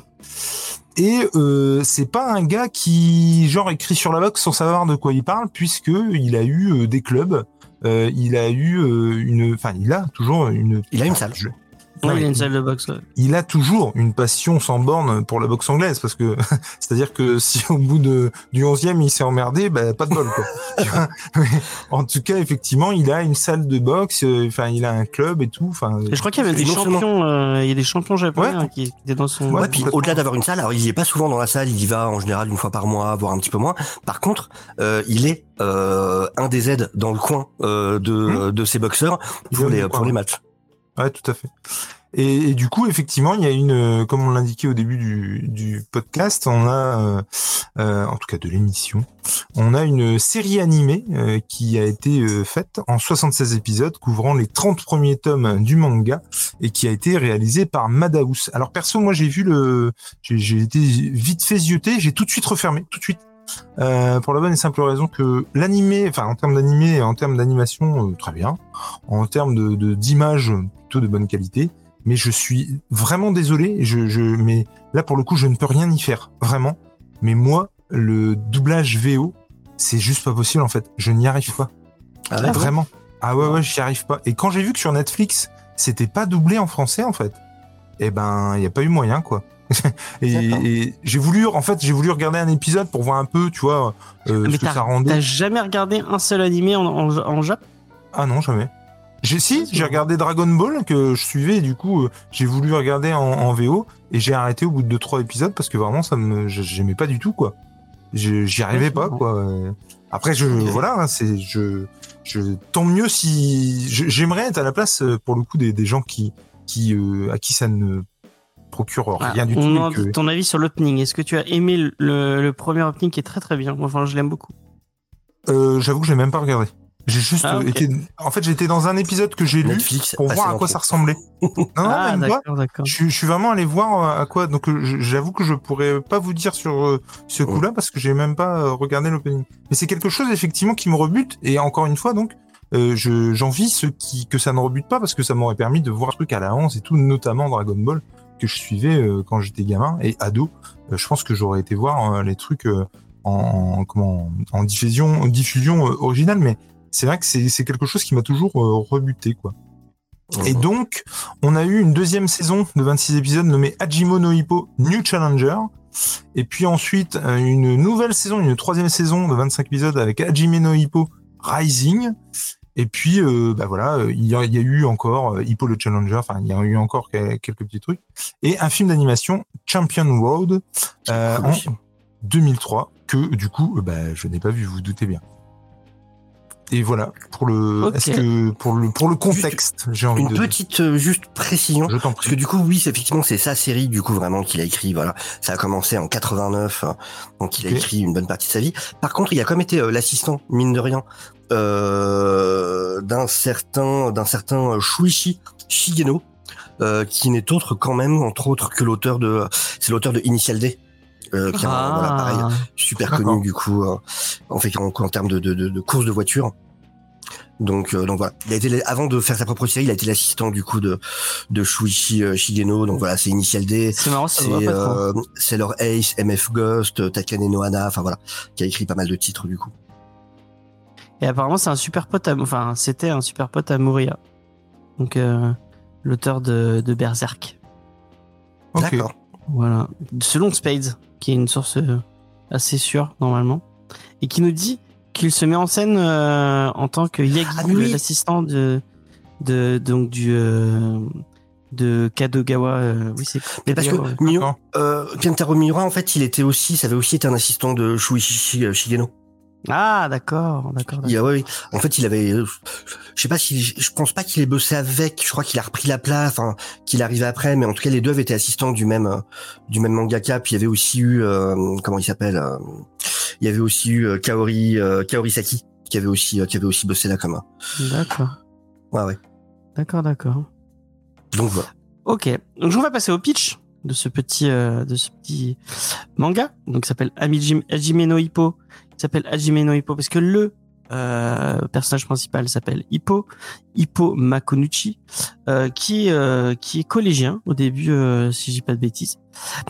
Et euh, c'est pas un gars qui genre écrit sur la boxe sans savoir de quoi il parle, puisque il a eu euh, des clubs, euh, il a eu euh, une, enfin il a toujours une, il a une salle. Je... Ouais, ouais, il a une salle de boxe. Ouais. Il a toujours une passion sans borne pour la boxe anglaise, parce que c'est-à-dire que si au bout de du onzième il s'est emmerdé, bah pas de bol quoi. En tout cas, effectivement, il a une salle de boxe, enfin euh, il a un club et tout. Enfin, je crois qu'il y avait des champions, euh, il y a des champions japonais ouais. hein, qui, qui étaient dans son. Ouais, puis au-delà d'avoir une salle, alors il y est pas souvent dans la salle, il y va en général une fois par mois, voire un petit peu moins. Par contre, euh, il est euh, un des aides dans le coin euh, de mmh. de ces boxeurs pour les pour les matchs. Ouais, tout à fait. Et, et du coup, effectivement, il y a une, comme on l'indiquait au début du, du podcast, on a, euh, en tout cas de l'émission, on a une série animée euh, qui a été euh, faite en soixante-seize épisodes, couvrant les trente premiers tomes du manga, et qui a été réalisée par Madhouse. Alors perso, moi j'ai vu le, j'ai, j'ai été vite fait zioter, j'ai tout de suite refermé, tout de suite. Euh, pour la bonne et simple raison que l'animé, enfin en termes d'animé et en termes d'animation, euh, très bien. En termes de, de d'image, plutôt de bonne qualité. Mais je suis vraiment désolé. Je, je, mais là pour le coup, je ne peux rien y faire, vraiment. Mais moi, le doublage V O, c'est juste pas possible en fait. Je n'y arrive pas. Ah, ouais, vraiment. Ah ouais ouais, j'y arrive pas. Et quand j'ai vu que sur Netflix, c'était pas doublé en français en fait, eh ben il y a pas eu moyen quoi. et, et j'ai voulu, en fait, j'ai voulu regarder un épisode pour voir un peu, tu vois, euh, ce que ça rendait. T'as jamais regardé un seul animé en, en, en Jap ? Ah non, jamais. J'ai, si, j'ai regardé Dragon Ball que je suivais et du coup, euh, j'ai voulu regarder en, en V O et j'ai arrêté au bout de deux trois épisodes parce que vraiment, ça me, j'aimais pas du tout, quoi. Je, j'y arrivais pas, quoi. Après, je, okay. voilà, hein, c'est, je, je, tant mieux si, je, j'aimerais être à la place, pour le coup, des, des gens qui, qui, euh, à qui ça ne procure rien ah, du tout. On que... Ton avis sur l'opening, est-ce que tu as aimé le, le, le premier opening qui est très très bien ? Enfin, je l'aime beaucoup. Euh, j'avoue que je l'ai même pas regardé. J'ai juste ah, okay. été. En fait, j'étais dans un épisode que j'ai lu Netflix, pour voir à quoi ça ressemblait. non, non, ah, même d'accord, pas. d'accord. Je, je suis vraiment allé voir à quoi. Donc, j'avoue que je pourrais pas vous dire sur euh, ce coup-là parce que j'ai même pas euh, regardé l'opening. Mais c'est quelque chose effectivement qui me rebute. Et encore une fois, donc, euh, je, j'envie ceux qui que ça ne rebute pas parce que ça m'aurait permis de voir un truc à la hanse et tout, notamment Dragon Ball que je suivais euh, quand j'étais gamin et ado. Euh, je pense que j'aurais été voir euh, les trucs euh, en, en comment en diffusion, en diffusion euh, originale, mais c'est vrai que c'est, c'est quelque chose qui m'a toujours euh, rebuté, quoi. Mmh. Et donc, on a eu une deuxième saison de vingt-six épisodes nommée Hajime no Ippo New Challenger. Et puis ensuite, euh, une nouvelle saison, une troisième saison de vingt-cinq épisodes avec Hajime no Ippo Rising. Et puis, euh, bah voilà, il y, a, il y a eu encore euh, Ippo le Challenger, enfin, il y a eu encore quelques petits trucs. Et un film d'animation, Champion Road, euh, en deux mille trois, que du coup, bah, je n'ai pas vu, vous vous doutez bien. Et voilà pour le okay. Est-ce que pour le pour le contexte, juste j'ai envie une de une petite euh, juste précision. Je t'en prie. Parce que du coup oui, c'est effectivement c'est sa série du coup vraiment qu'il a écrit, voilà. Ça a commencé en quatre-vingt-neuf, donc il okay. a écrit une bonne partie de sa vie. Par contre, il a comme été euh, l'assistant mine de rien euh, d'un certain d'un certain Shuichi Shigeno euh, qui n'est autre quand même entre autres que l'auteur de c'est l'auteur de Initial D. euh, qui est un, voilà, pareil, super D'accord. connu du coup, euh, en fait en, en termes de, de, de, de course de voiture. Donc, euh, donc voilà, il a été avant de faire sa propre série, il a été l'assistant du coup de de Shuichi euh, Shigeno. Donc voilà, c'est Initial D, C'est marrant, ça c'est se voit pas trop. euh, Sailor Ace, M F Ghost, Takane no Hana, enfin voilà, qui a écrit pas mal de titres du coup. Et apparemment, c'est un super pote à, enfin, c'était un super pote à Moria. Donc, euh, l'auteur de, de Berserk. Ok. D'accord. Voilà. Selon Spades, qui est une source euh, assez sûre, normalement. Et qui nous dit qu'il se met en scène euh, en tant que Yagi, Ah, mais oui. l'assistant de, de, donc, du, euh, de Kadogawa. Euh, oui, c'est Mais parce que Kadogawa, ouais. Miyu, D'accord. euh, Kentaro Miura, en fait, il était aussi, ça avait aussi été un assistant de Shuichi Shigeno. Ah, d'accord, d'accord. Il, ouais, oui. En fait, il avait, euh, je sais pas si, je pense pas qu'il ait bossé avec. Je crois qu'il a repris la place, enfin, qu'il arrivait après. Mais en tout cas, les deux avaient été assistants du même, euh, du même mangaka. Puis il y avait aussi eu, euh, comment il s'appelle euh, il y avait aussi eu euh, Kaori, euh, Kaori Saki, qui avait aussi, euh, qui avait aussi bossé là comme. euh, D'accord, Ouais, ouais. d'accord, d'accord. Donc voilà. Ok, donc on va passer au pitch de ce petit, euh, de ce petit manga. Donc, il s'appelle Amijim- Hajime no Hippo. Il s'appelle Hajime no Hippo parce que le euh, personnage principal s'appelle Hippo, Hippo Makonuchi, euh, qui euh, qui est collégien au début, euh, si je dis pas de bêtises,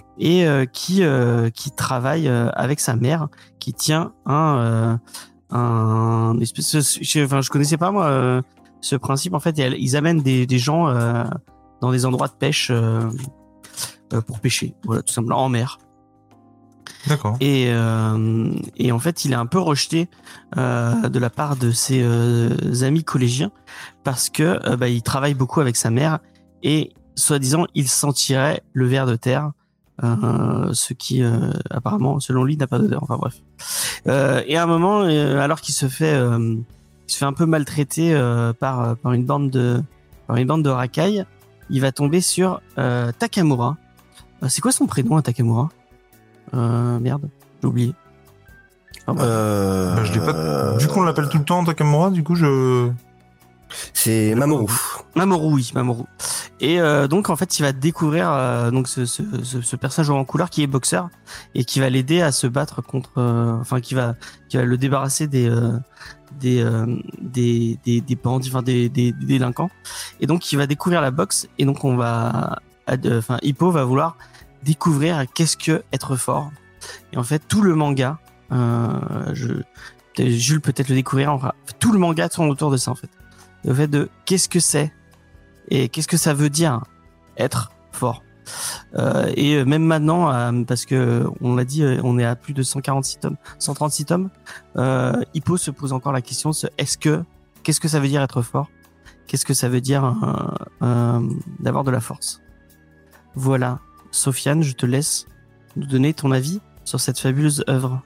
et euh, qui euh, qui travaille euh, avec sa mère, qui tient un euh, un espèce, de- je, enfin, je connaissais pas moi euh, ce principe. En fait, ils amènent des des gens euh, dans des endroits de pêche euh, euh, pour pêcher, voilà, tout simplement en mer. D'accord. Et, euh, et en fait, il est un peu rejeté euh, de la part de ses euh, amis collégiens parce que euh, bah, il travaille beaucoup avec sa mère et soi-disant il sentirait le ver de terre, euh, ce qui euh, apparemment, selon lui, n'a pas d'odeur. Enfin bref. Euh, et à un moment, euh, alors qu'il se fait, euh, il se fait un peu maltraiter euh, par par une bande de par une bande de racailles, il va tomber sur euh, Takamura. Euh, c'est quoi son prénom à Takamura? Euh, merde, j'ai oublié. Ah, bah. Euh, Bah, je l'ai pas. Vu qu'on l'appelle tout le temps Takamura, du coup, je. C'est Mamoru. Mamoru, oui, Mamoru. Et euh, donc en fait, il va découvrir euh, donc ce, ce, ce, ce personnage en couleur qui est boxeur et qui va l'aider à se battre contre, euh, enfin qui va qui va le débarrasser des euh, des, euh, des des des bandits, enfin des, des des délinquants. Et donc il va découvrir la boxe et donc on va, enfin Hippo va vouloir découvrir qu'est-ce que être fort. Et en fait, tout le manga, euh, je, Jules peut-être le découvrir, enfin, tout le manga tourne autour de ça en fait. Le fait de qu'est-ce que c'est et qu'est-ce que ça veut dire être fort. Euh, et même maintenant, euh, parce que on l'a dit, on est à plus de cent quarante-six tomes, cent trente-six tomes, euh, Hippo se pose encore la question, est-ce que, qu'est-ce que ça veut dire être fort? Qu'est-ce que ça veut dire euh, euh, d'avoir de la force? Voilà. Sofiane, je te laisse nous donner ton avis sur cette fabuleuse œuvre.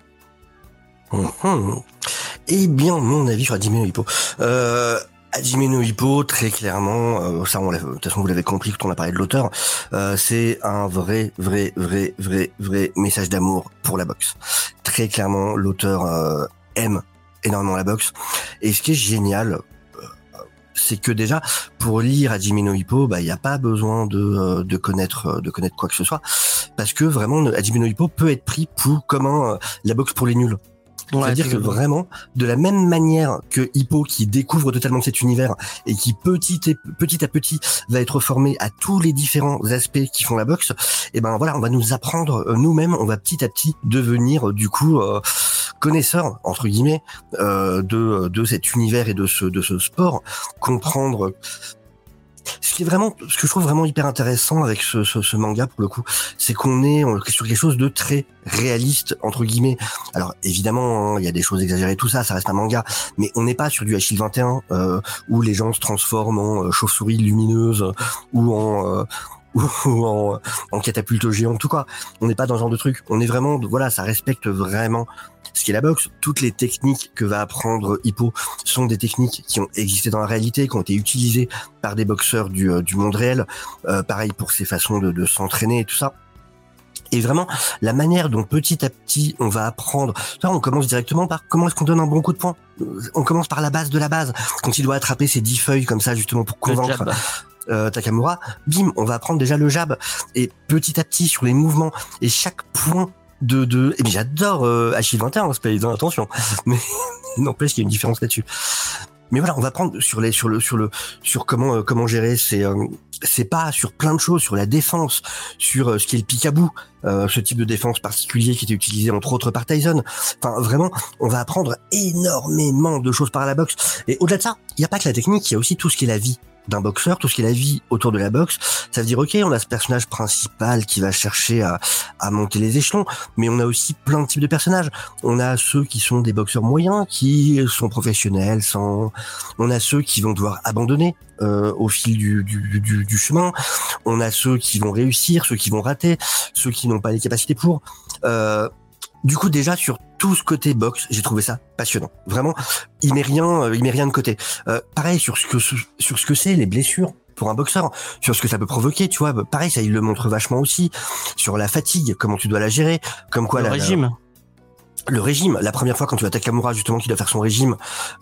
Mmh. Eh bien, mon avis sur Hajime no Hippo. Euh, Hajime no Hippo, très clairement, euh, ça, on l'a, de toute façon, vous l'avez compris quand on a parlé de l'auteur, euh, c'est un vrai, vrai, vrai, vrai, vrai message d'amour pour la boxe. Très clairement, l'auteur euh, aime énormément la boxe. Et ce qui est génial, c'est que déjà pour lire Hajime no Hippo, bah il y a pas besoin de de connaître de connaître quoi que ce soit, parce que vraiment Hajime no Hippo peut être pris pour comme un la boxe pour les nuls. Ouais, C'est-à-dire que vraiment, de la même manière que Hippo qui découvre totalement cet univers et qui petit et petit à petit va être formé à tous les différents aspects qui font la boxe, et ben voilà, on va nous apprendre euh, nous-mêmes, on va petit à petit devenir euh, du coup euh, connaisseurs entre guillemets euh, de de cet univers et de ce de ce sport, comprendre. Ce qui est vraiment, ce que je trouve vraiment hyper intéressant avec ce, ce, ce manga pour le coup, c'est qu'on est sur quelque chose de très réaliste entre guillemets. Alors évidemment, il hein, y a des choses exagérées, tout ça, ça reste un manga, mais on n'est pas sur du Achille vingt et un euh, où les gens se transforment en euh, chauve-souris lumineuse ou en euh, ou en, en catapulte géante, tout quoi. On n'est pas dans ce genre de truc. On est vraiment, voilà, ça respecte vraiment ce qui est la boxe. Toutes les techniques que va apprendre Hippo sont des techniques qui ont existé dans la réalité, qui ont été utilisées par des boxeurs du, du monde réel. Euh, pareil pour ses façons de, de s'entraîner et tout ça. Et vraiment, la manière dont petit à petit on va apprendre, ça, on commence directement par comment est-ce qu'on donne un bon coup de poing. On commence par la base de la base, quand il doit attraper ses dix feuilles comme ça justement pour convaincre euh, Takamura. Bim, on va apprendre déjà le jab et petit à petit sur les mouvements et chaque point de de et bien j'adore euh, Achille vingt et un, c'est pas évident, attention, mais n'empêche qu'il y a une différence là-dessus. Mais voilà, on va prendre sur les sur le sur le sur comment euh, comment gérer c'est euh, c'est pas sur plein de choses, sur la défense, sur euh, ce qui est le picaboo, euh, ce type de défense particulier qui était utilisé entre autres par Tyson. Enfin vraiment, on va apprendre énormément de choses par la boxe. Et au-delà de ça, il y a pas que la technique, il y a aussi tout ce qui est la vie d'un boxeur, tout ce qui est la vie autour de la boxe. Ça veut dire, ok, on a ce personnage principal qui va chercher à, à monter les échelons, mais on a aussi plein de types de personnages. On a ceux qui sont des boxeurs moyens, qui sont professionnels, sans... on a ceux qui vont devoir abandonner euh, au fil du, du, du, du chemin. On a ceux qui vont réussir, ceux qui vont rater, ceux qui n'ont pas les capacités pour... Euh, Du coup, déjà, sur tout ce côté boxe, j'ai trouvé ça passionnant. Vraiment, il met rien, euh, il met rien de côté. Euh, pareil, sur ce que, sur ce que c'est, les blessures pour un boxeur, sur ce que ça peut provoquer, tu vois, pareil, ça, il le montre vachement aussi. Sur la fatigue, comment tu dois la gérer, comme quoi le la, régime. La, le régime, la première fois quand tu attaques Kamura, justement, qui doit faire son régime,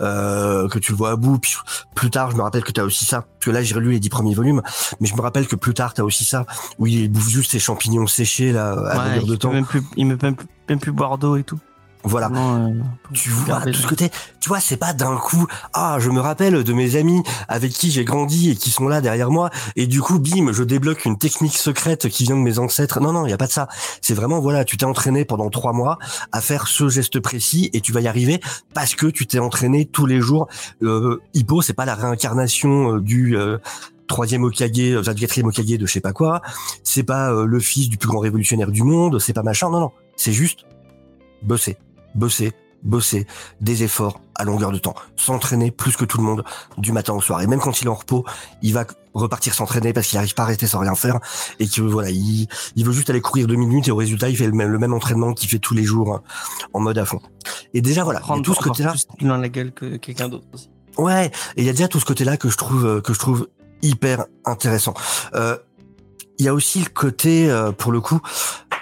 euh, que tu le vois à bout, puis plus tard, je me rappelle que t'as aussi ça, parce que là, j'ai relu les dix premiers volumes, mais je me rappelle que plus tard, t'as aussi ça, où il bouffe juste ses champignons séchés, là, à Ouais, longueur de il temps. peut même plus, il peut même plus, même plus boire d'eau et tout. Voilà. Non, euh, tu vois, tout ce côté, tu vois, c'est pas d'un coup, ah, je me rappelle de mes amis avec qui j'ai grandi et qui sont là derrière moi, et du coup, bim, je débloque une technique secrète qui vient de mes ancêtres. Non, non, il y a pas de ça. C'est vraiment, voilà, tu t'es entraîné pendant trois mois à faire ce geste précis et tu vas y arriver parce que tu t'es entraîné tous les jours. Euh, Hippo, c'est pas la réincarnation euh, du, euh, troisième Hokage, enfin, du quatrième Hokage de je sais pas quoi. C'est pas euh, le fils du plus grand révolutionnaire du monde. C'est pas machin. Non, non. C'est juste bosser. Bosser, bosser, des efforts à longueur de temps, s'entraîner plus que tout le monde du matin au soir. Et même quand il est en repos, il va repartir s'entraîner parce qu'il n'arrive pas à rester sans rien faire et que voilà, il, il veut juste aller courir deux minutes et au résultat, il fait le même, le même entraînement qu'il fait tous les jours hein, en mode à fond. Et déjà voilà, il y a tout ce côté-là. Plus dans la gueule que quelqu'un d'autre aussi. Ouais, et il y a déjà tout ce côté-là que je trouve que je trouve hyper intéressant. Euh, il y a aussi le côté, euh, pour le coup,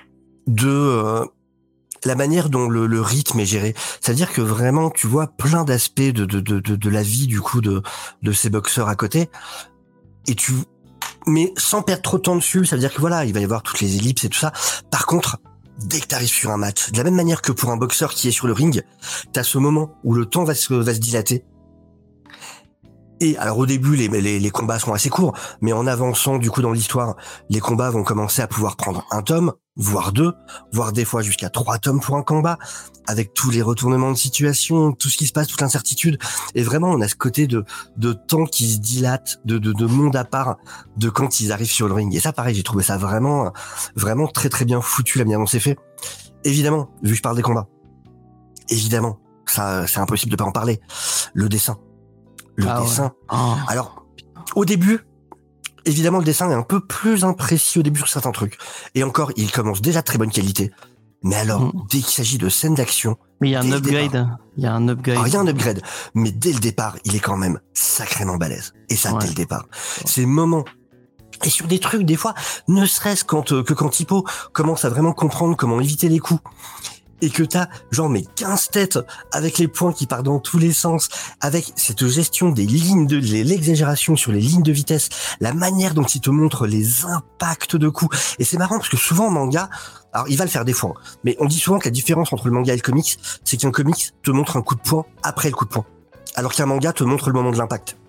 de euh, la manière dont le, le rythme est géré. C'est-à-dire que vraiment, tu vois plein d'aspects de, de, de, de, de la vie, du coup, de, de ces boxeurs à côté. Et tu, mais sans perdre trop de temps dessus, ça veut dire que voilà, il va y avoir toutes les ellipses et tout ça. Par contre, dès que t'arrives sur un match, de la même manière que pour un boxeur qui est sur le ring, t'as ce moment où le temps va se, va se dilater. Et alors au début les, les les combats sont assez courts, mais en avançant du coup dans l'histoire, les combats vont commencer à pouvoir prendre un tome, voire deux, voire des fois jusqu'à trois tomes pour un combat, avec tous les retournements de situation, tout ce qui se passe, toute l'incertitude. Et vraiment on a ce côté de de temps qui se dilate, de de de monde à part de quand ils arrivent sur le ring. Et ça pareil, j'ai trouvé ça vraiment vraiment très très bien foutu la manière dont c'est fait. Évidemment, vu que je parle des combats, évidemment, ça c'est impossible de pas en parler. Le dessin. Le ah dessin. Ouais. Oh. Alors, au début, évidemment, le dessin est un peu plus imprécis au début sur certains trucs. Et encore, il commence déjà de très bonne qualité. Mais alors, mm. dès qu'il s'agit de scènes d'action... Mais il y a un upgrade. Il y a un upgrade. Alors, il y a un upgrade. Mais dès le départ, il est quand même sacrément balèze. Et ça, ouais. dès le départ. Ouais. Ces moments... Et sur des trucs, des fois, ne serait-ce quand, euh, que quand Hippo commence à vraiment comprendre comment éviter les coups... et que t'as genre mais quinze têtes avec les points qui partent dans tous les sens, avec cette gestion des lignes de l'exagération sur les lignes de vitesse, la manière dont il te montre les impacts de coups. Et c'est marrant parce que souvent en manga, alors il va le faire des fois, mais on dit souvent que la différence entre le manga et le comics, c'est qu'un comics te montre un coup de poing après le coup de poing, alors qu'un manga te montre le moment de l'impact.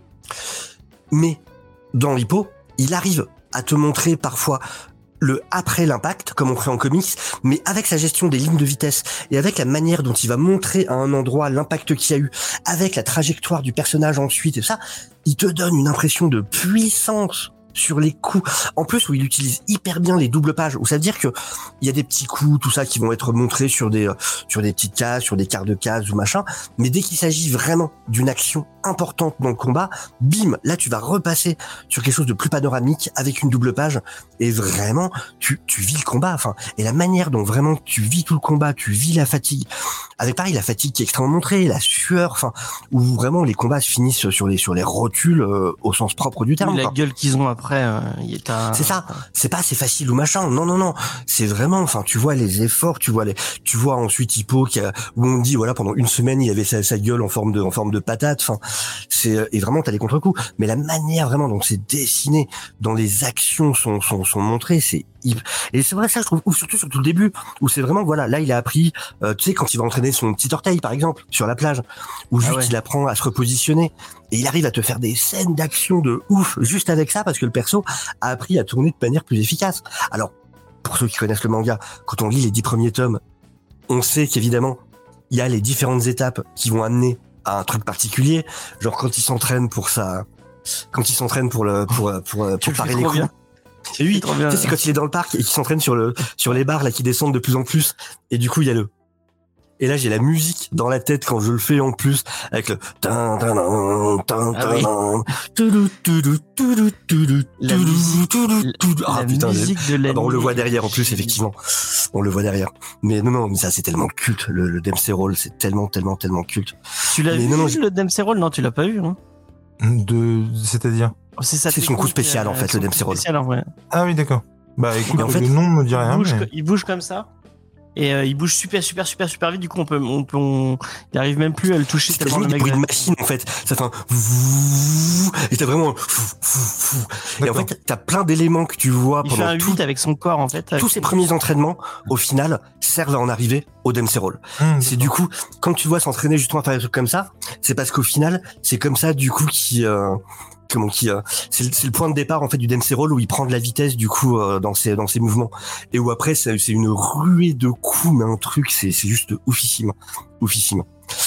Mais dans Hippo, il arrive à te montrer parfois le après l'impact, comme on fait en comics, mais avec sa gestion des lignes de vitesse et avec la manière dont il va montrer à un endroit l'impact qu'il y a eu, avec la trajectoire du personnage ensuite et ça, il te donne une impression de puissance sur les coups. En plus, où il utilise hyper bien les doubles pages, où ça veut dire que il y a des petits coups, tout ça, qui vont être montrés sur des, sur des petites cases, sur des quarts de cases ou machin. Mais dès qu'il s'agit vraiment d'une action importante dans le combat, bim, là, tu vas repasser sur quelque chose de plus panoramique avec une double page. Et vraiment, tu, tu vis le combat. Enfin, et la manière dont vraiment tu vis tout le combat, tu vis la fatigue. Avec pareil, la fatigue qui est extrêmement montrée, la sueur, enfin, où vraiment les combats se finissent sur les, sur les rotules, euh, au sens propre du terme. Oui, la quoi. gueule qu'ils ont après. Après, euh, il est un... C'est ça. C'est pas c'est facile ou machin. Non, non, non. C'est vraiment. Enfin, tu vois les efforts. Tu vois les. Tu vois ensuite Hippo qui a, où on dit voilà pendant une semaine il avait sa, sa gueule en forme de en forme de patate. Enfin, c'est et vraiment t'as les contre-coups. Mais la manière vraiment dont c'est dessiné, dont les actions sont sont sont montrées, c'est hyper... et c'est vrai ça je trouve, ou surtout sur tout le début où c'est vraiment voilà, là il a appris, euh, tu sais quand il va entraîner son petit orteil par exemple sur la plage, où juste ah ouais. il apprend à se repositionner et il arrive à te faire des scènes d'action de ouf juste avec ça parce que le perso a appris à tourner de manière plus efficace. Alors pour ceux qui connaissent le manga, quand on lit les dix premiers tomes, on sait qu'évidemment il y a les différentes étapes qui vont amener à un truc particulier, genre quand il s'entraîne pour sa quand il s'entraîne pour le pour pour pour, pour parer les coups. Bien. Et oui, tu sais, c'est quand il est dans le parc et qu'il s'entraîne sur le sur les barres là qui descendent de plus en plus et du coup il y a le et là j'ai la musique dans la tête quand je le fais en plus avec le tin tin tin tin la musique ah putain de on le voit derrière en plus effectivement on le voit derrière mais non non mais ça c'est tellement culte le, le Dempsey Roll c'est tellement tellement tellement culte. Tu l'as mais vu non, non, le Dempsey Roll? Non tu l'as pas vu hein. De c'est-à-dire c'est, ça c'est son coup spécial en fait le Dempsey Roll. Ah oui d'accord. Bah écoute, en fait, le nom me dit rien. Il bouge, mais... il bouge comme ça. Et euh, il bouge super super super super vite. Du coup, on peut, on peut, on... il arrive même plus à le toucher. C'est tellement le mec. Des bruits de machine en fait. Ça fait un et t'as vraiment et en fait t'as plein d'éléments que tu vois il pendant fait un tout huit avec son corps en fait. Tous ces premiers entraînements, au final, servent à en arriver au Dempsey Roll. Mmh, c'est du coup quand tu vois s'entraîner justement à faire des trucs comme ça, c'est parce qu'au final, c'est comme ça du coup qui euh, comment qui euh, c'est, le, c'est le point de départ en fait du Dempsey Roll où il prend de la vitesse du coup euh, dans ses dans ses mouvements et où après c'est, c'est une ruée de coups mais un truc c'est c'est juste oufissime oufissime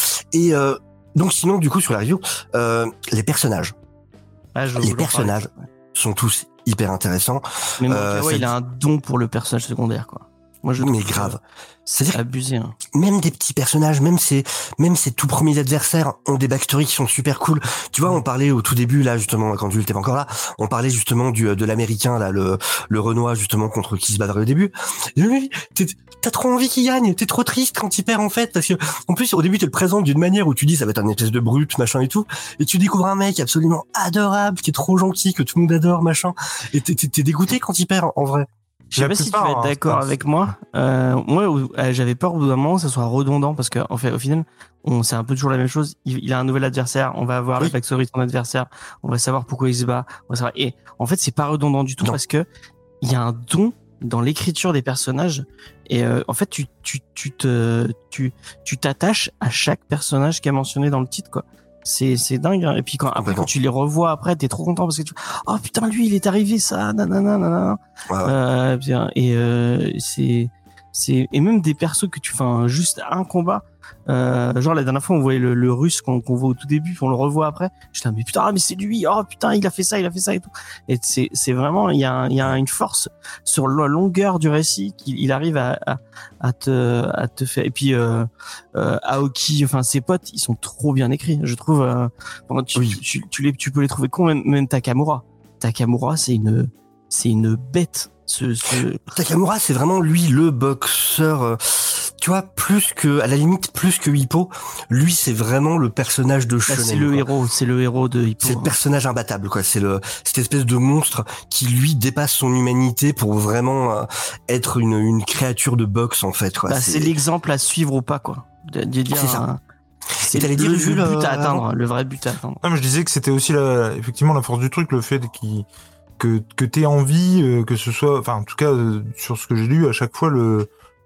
et euh, donc sinon du coup sur la review euh, les personnages ah, je, les je personnages parle, ouais. sont tous hyper intéressants mais moi, euh, ouais, il a un don pour le personnage secondaire quoi. Moi, je mais grave. C'est abusé. Hein. Même des petits personnages, même ces, même ces tout premiers adversaires ont des backstories qui sont super cool. Tu vois, on parlait au tout début, là, justement, quand Jules était pas encore là, on parlait justement du, de l'américain, là, le, le Renoir, justement, contre qui se battrait au début. Et lui, t'es, t'as trop envie qu'il gagne. T'es trop triste quand il perd, en fait, parce que, en plus, au début, tu le présentes d'une manière où tu dis, ça va être un espèce de brute, machin et tout. Et tu découvres un mec absolument adorable, qui est trop gentil, que tout le monde adore, machin. Et t'es, t'es, t'es dégoûté quand il perd, en vrai. Je sais pas si tu vas être d'accord hein, avec moi. Euh, moi, euh, j'avais peur au bout d'un moment que ça soit redondant parce que, en fait, au final, on, c'est un peu toujours la même chose. Il, il a un nouvel adversaire. On va avoir oui. la backstory de son adversaire. On va savoir pourquoi il se bat. On va savoir. Et en fait, c'est pas redondant du tout non. parce que il y a un don dans l'écriture des personnages. Et euh, en fait, tu, tu, tu te, tu, tu t'attaches à chaque personnage qui est mentionné dans le titre, quoi. C'est, c'est dingue. Hein. Et puis quand, après, quand tu les revois après, t'es trop content parce que tu, oh putain, lui, il est arrivé ça, nanana, nanana. Ouais, ouais. Euh, bien, et, euh, c'est, c'est, et même des persos que tu fais un, juste un combat, euh, genre la dernière fois, on voyait le, le russe qu'on, qu'on voit au tout début, puis on le revoit après. J'étais là, mais putain, mais c'est lui, oh putain, il a fait ça, il a fait ça et tout. Et c'est, c'est vraiment, il y a, il y a une force sur la longueur du récit qu'il il arrive à, à, à te, à te faire. Et puis, euh, euh, Aoki, enfin, ses potes, ils sont trop bien écrits, je trouve. Euh, tu, oui. tu, tu, tu, les, tu peux les trouver con, même, même Takamura. Takamura, c'est une, c'est une bête. Ce, ce... Takamura, c'est vraiment lui le boxeur. Euh, tu vois, plus que, à la limite, plus que Hippo, lui, c'est vraiment le personnage de shonen. Bah, c'est le quoi. héros, c'est le héros de Hippo. C'est hein. le personnage imbattable, quoi. C'est le, cette espèce de monstre qui lui dépasse son humanité pour vraiment euh, être une, une créature de boxe, en fait, quoi. Bah, c'est... c'est l'exemple à suivre ou pas, quoi. De, de dire, c'est ça. Euh... C'est le, dire, le Jules, but euh, à atteindre, avant. le vrai but à atteindre. Non, mais je disais que c'était aussi la, effectivement la force du truc, le fait qu'il, que, que t'aies envie, euh, que ce soit, enfin, en tout cas, euh, sur ce que j'ai lu, à chaque fois, le,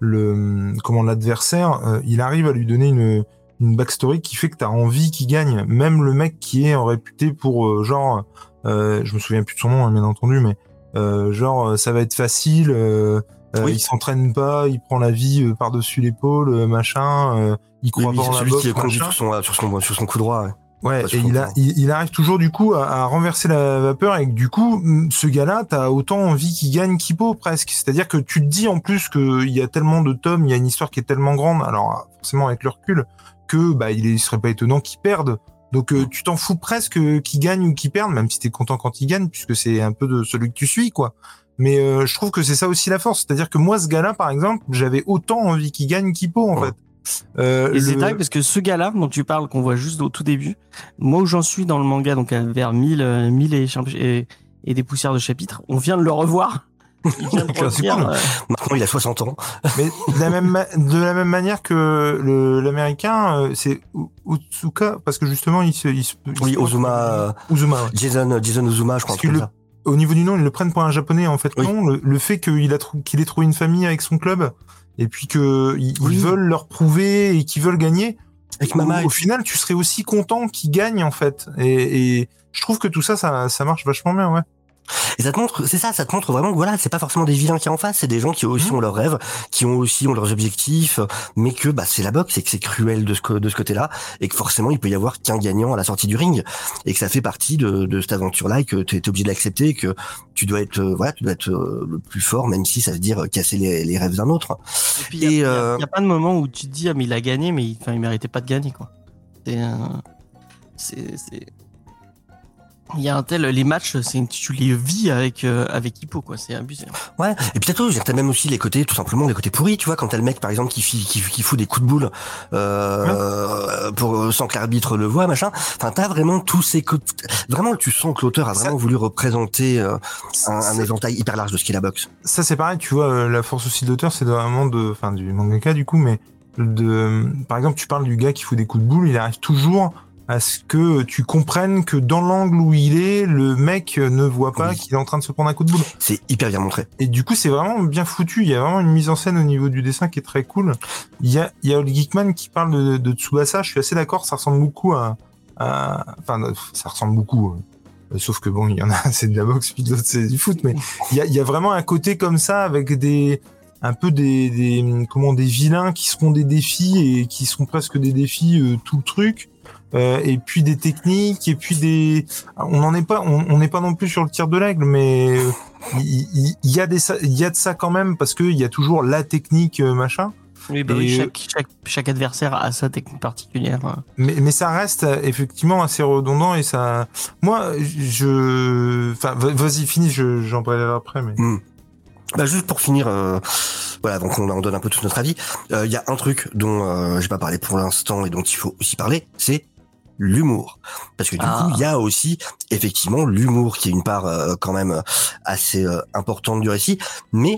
le, comment l'adversaire, euh, il arrive à lui donner une, une backstory qui fait que t'as envie qu'il gagne. Même le mec qui est réputé pour, euh, genre, euh, je me souviens plus de son nom, hein, bien entendu, mais, euh, genre, ça va être facile, euh, oui. euh, il s'entraîne pas, il prend la vie euh, par-dessus l'épaule, euh, machin, euh, il croit oui, pas en la celui boxe, qui est conduit sur son, sur son, sur son coup droit, ouais. Ouais, et il, a, il, il arrive toujours du coup à, à renverser la vapeur et que du coup, ce gars-là, t'as autant envie qu'il gagne qu'Hippo presque. C'est-à-dire que tu te dis en plus qu'il y a tellement de tomes, il y a une histoire qui est tellement grande, alors forcément avec le recul, que bah il, est, il serait pas étonnant qu'il perde. Donc euh, tu t'en fous presque qu'il gagne ou qu'il perde, même si t'es content quand il gagne, puisque c'est un peu de celui que tu suis, quoi. Mais euh, je trouve que c'est ça aussi la force. C'est-à-dire que moi, ce gars-là, par exemple, j'avais autant envie qu'il gagne qu'Hippo, en ouais. fait. Euh, et le... c'est dingue parce que ce gars-là dont tu parles, qu'on voit juste au tout début, moi où j'en suis dans le manga, donc vers mille, mille et, et, et des poussières de chapitres, on vient de le revoir. Il vient de revenir, cool. euh... Maintenant, il a soixante ans. Mais de la même, ma- de la même manière que le, l'américain, euh, c'est Otsuka, parce que justement, il se, il se, il oui, se... Ozuma, Uzuma, ouais. Jason, Jason Ozuma, je crois. Parce que le, au niveau du nom, ils le prennent pour un japonais, en fait, Oui. non. Le, le fait qu'il a trou- qu'il ait trouvé une famille avec son club, et puis que ils, Oui. ils veulent leur prouver et qu'ils veulent gagner. Avec Au, Mama. au final, tu serais aussi content qu'ils gagnent, en fait. Et, et je trouve que tout ça, ça, ça marche vachement bien, ouais. Et ça te montre, c'est ça, ça te montre vraiment que voilà, c'est pas forcément des vilains qui en face, c'est des gens qui aussi Mmh. ont leurs rêves, qui ont aussi ont leurs objectifs, mais que bah c'est la boxe et que c'est cruel de ce co- de ce côté-là et que forcément il peut y avoir qu'un gagnant à la sortie du ring et que ça fait partie de, de cette aventure-là et que tu es obligé de l'accepter, que tu dois être euh, voilà, tu dois être euh, le plus fort même si ça veut dire casser les, les rêves d'un autre. Et puis, il Et, n'y a, euh, y a pas de moment où tu te dis, ah, mais il a gagné, mais il, enfin, il méritait pas de gagner, quoi. C'est. euh, c'est. c'est- Il y a un tel. Les matchs, c'est, tu les vis avec, euh, avec Hippo, quoi. C'est abusé. Ouais, et puis t'as tout, je veux dire, t'as même aussi les côtés, tout simplement, les côtés pourris, tu vois, quand t'as le mec, par exemple, qui, fi- qui, qui fout des coups de boule, euh, pour, sans que l'arbitre le voit, machin. Enfin, t'as vraiment tous ces côtés, vraiment, tu sens que l'auteur a Ça- vraiment voulu représenter euh, un, un Ça- éventail hyper large de ce qu'est la boxe. Ça, c'est pareil, tu vois, euh, la force aussi de l'auteur, c'est vraiment de, enfin, du mangaka, du coup, mais de, par exemple, tu parles du gars qui fout des coups de boule, il arrive toujours à ce que tu comprennes que dans l'angle où il est, le mec ne voit pas Oui. qu'il est en train de se prendre un coup de boule. C'est hyper bien montré. Et du coup, c'est vraiment bien foutu. Il y a vraiment une mise en scène au niveau du dessin qui est très cool. Il y a, il y a Old Geekman qui parle de, de Tsubasa. Je suis assez d'accord. Ça ressemble beaucoup à, à, enfin, ça ressemble beaucoup. euh, Sauf que bon, il y en a, c'est de la boxe, puis d'autres, c'est du foot. Mais il y a, il y a vraiment un côté comme ça avec des, un peu des, des, comment, des vilains qui seront des défis et qui seront presque des défis, euh, tout le truc. Euh, et puis des techniques, et puis des, on n'en est pas, on on n'est pas non plus sur le tir de l'aigle, mais euh, il il- il y a des, ça- il y a de ça quand même parce que il y a toujours la technique euh, machin. Oui, bah Et, oui, euh, chaque, chaque, chaque adversaire a sa technique particulière. Mais, mais ça reste euh, effectivement assez redondant et ça, moi, je, enfin, va- vas-y, finis, je, j'en parlerai après, mais. Mm. Bah juste pour finir, euh, voilà, donc on en donne un peu tout notre avis. Il euh, y a un truc dont euh, j'ai pas parlé pour l'instant et dont il faut aussi parler, c'est l'humour. Parce que du Ah. coup, il y a aussi effectivement l'humour qui est une part euh, quand même assez euh, importante du récit, mais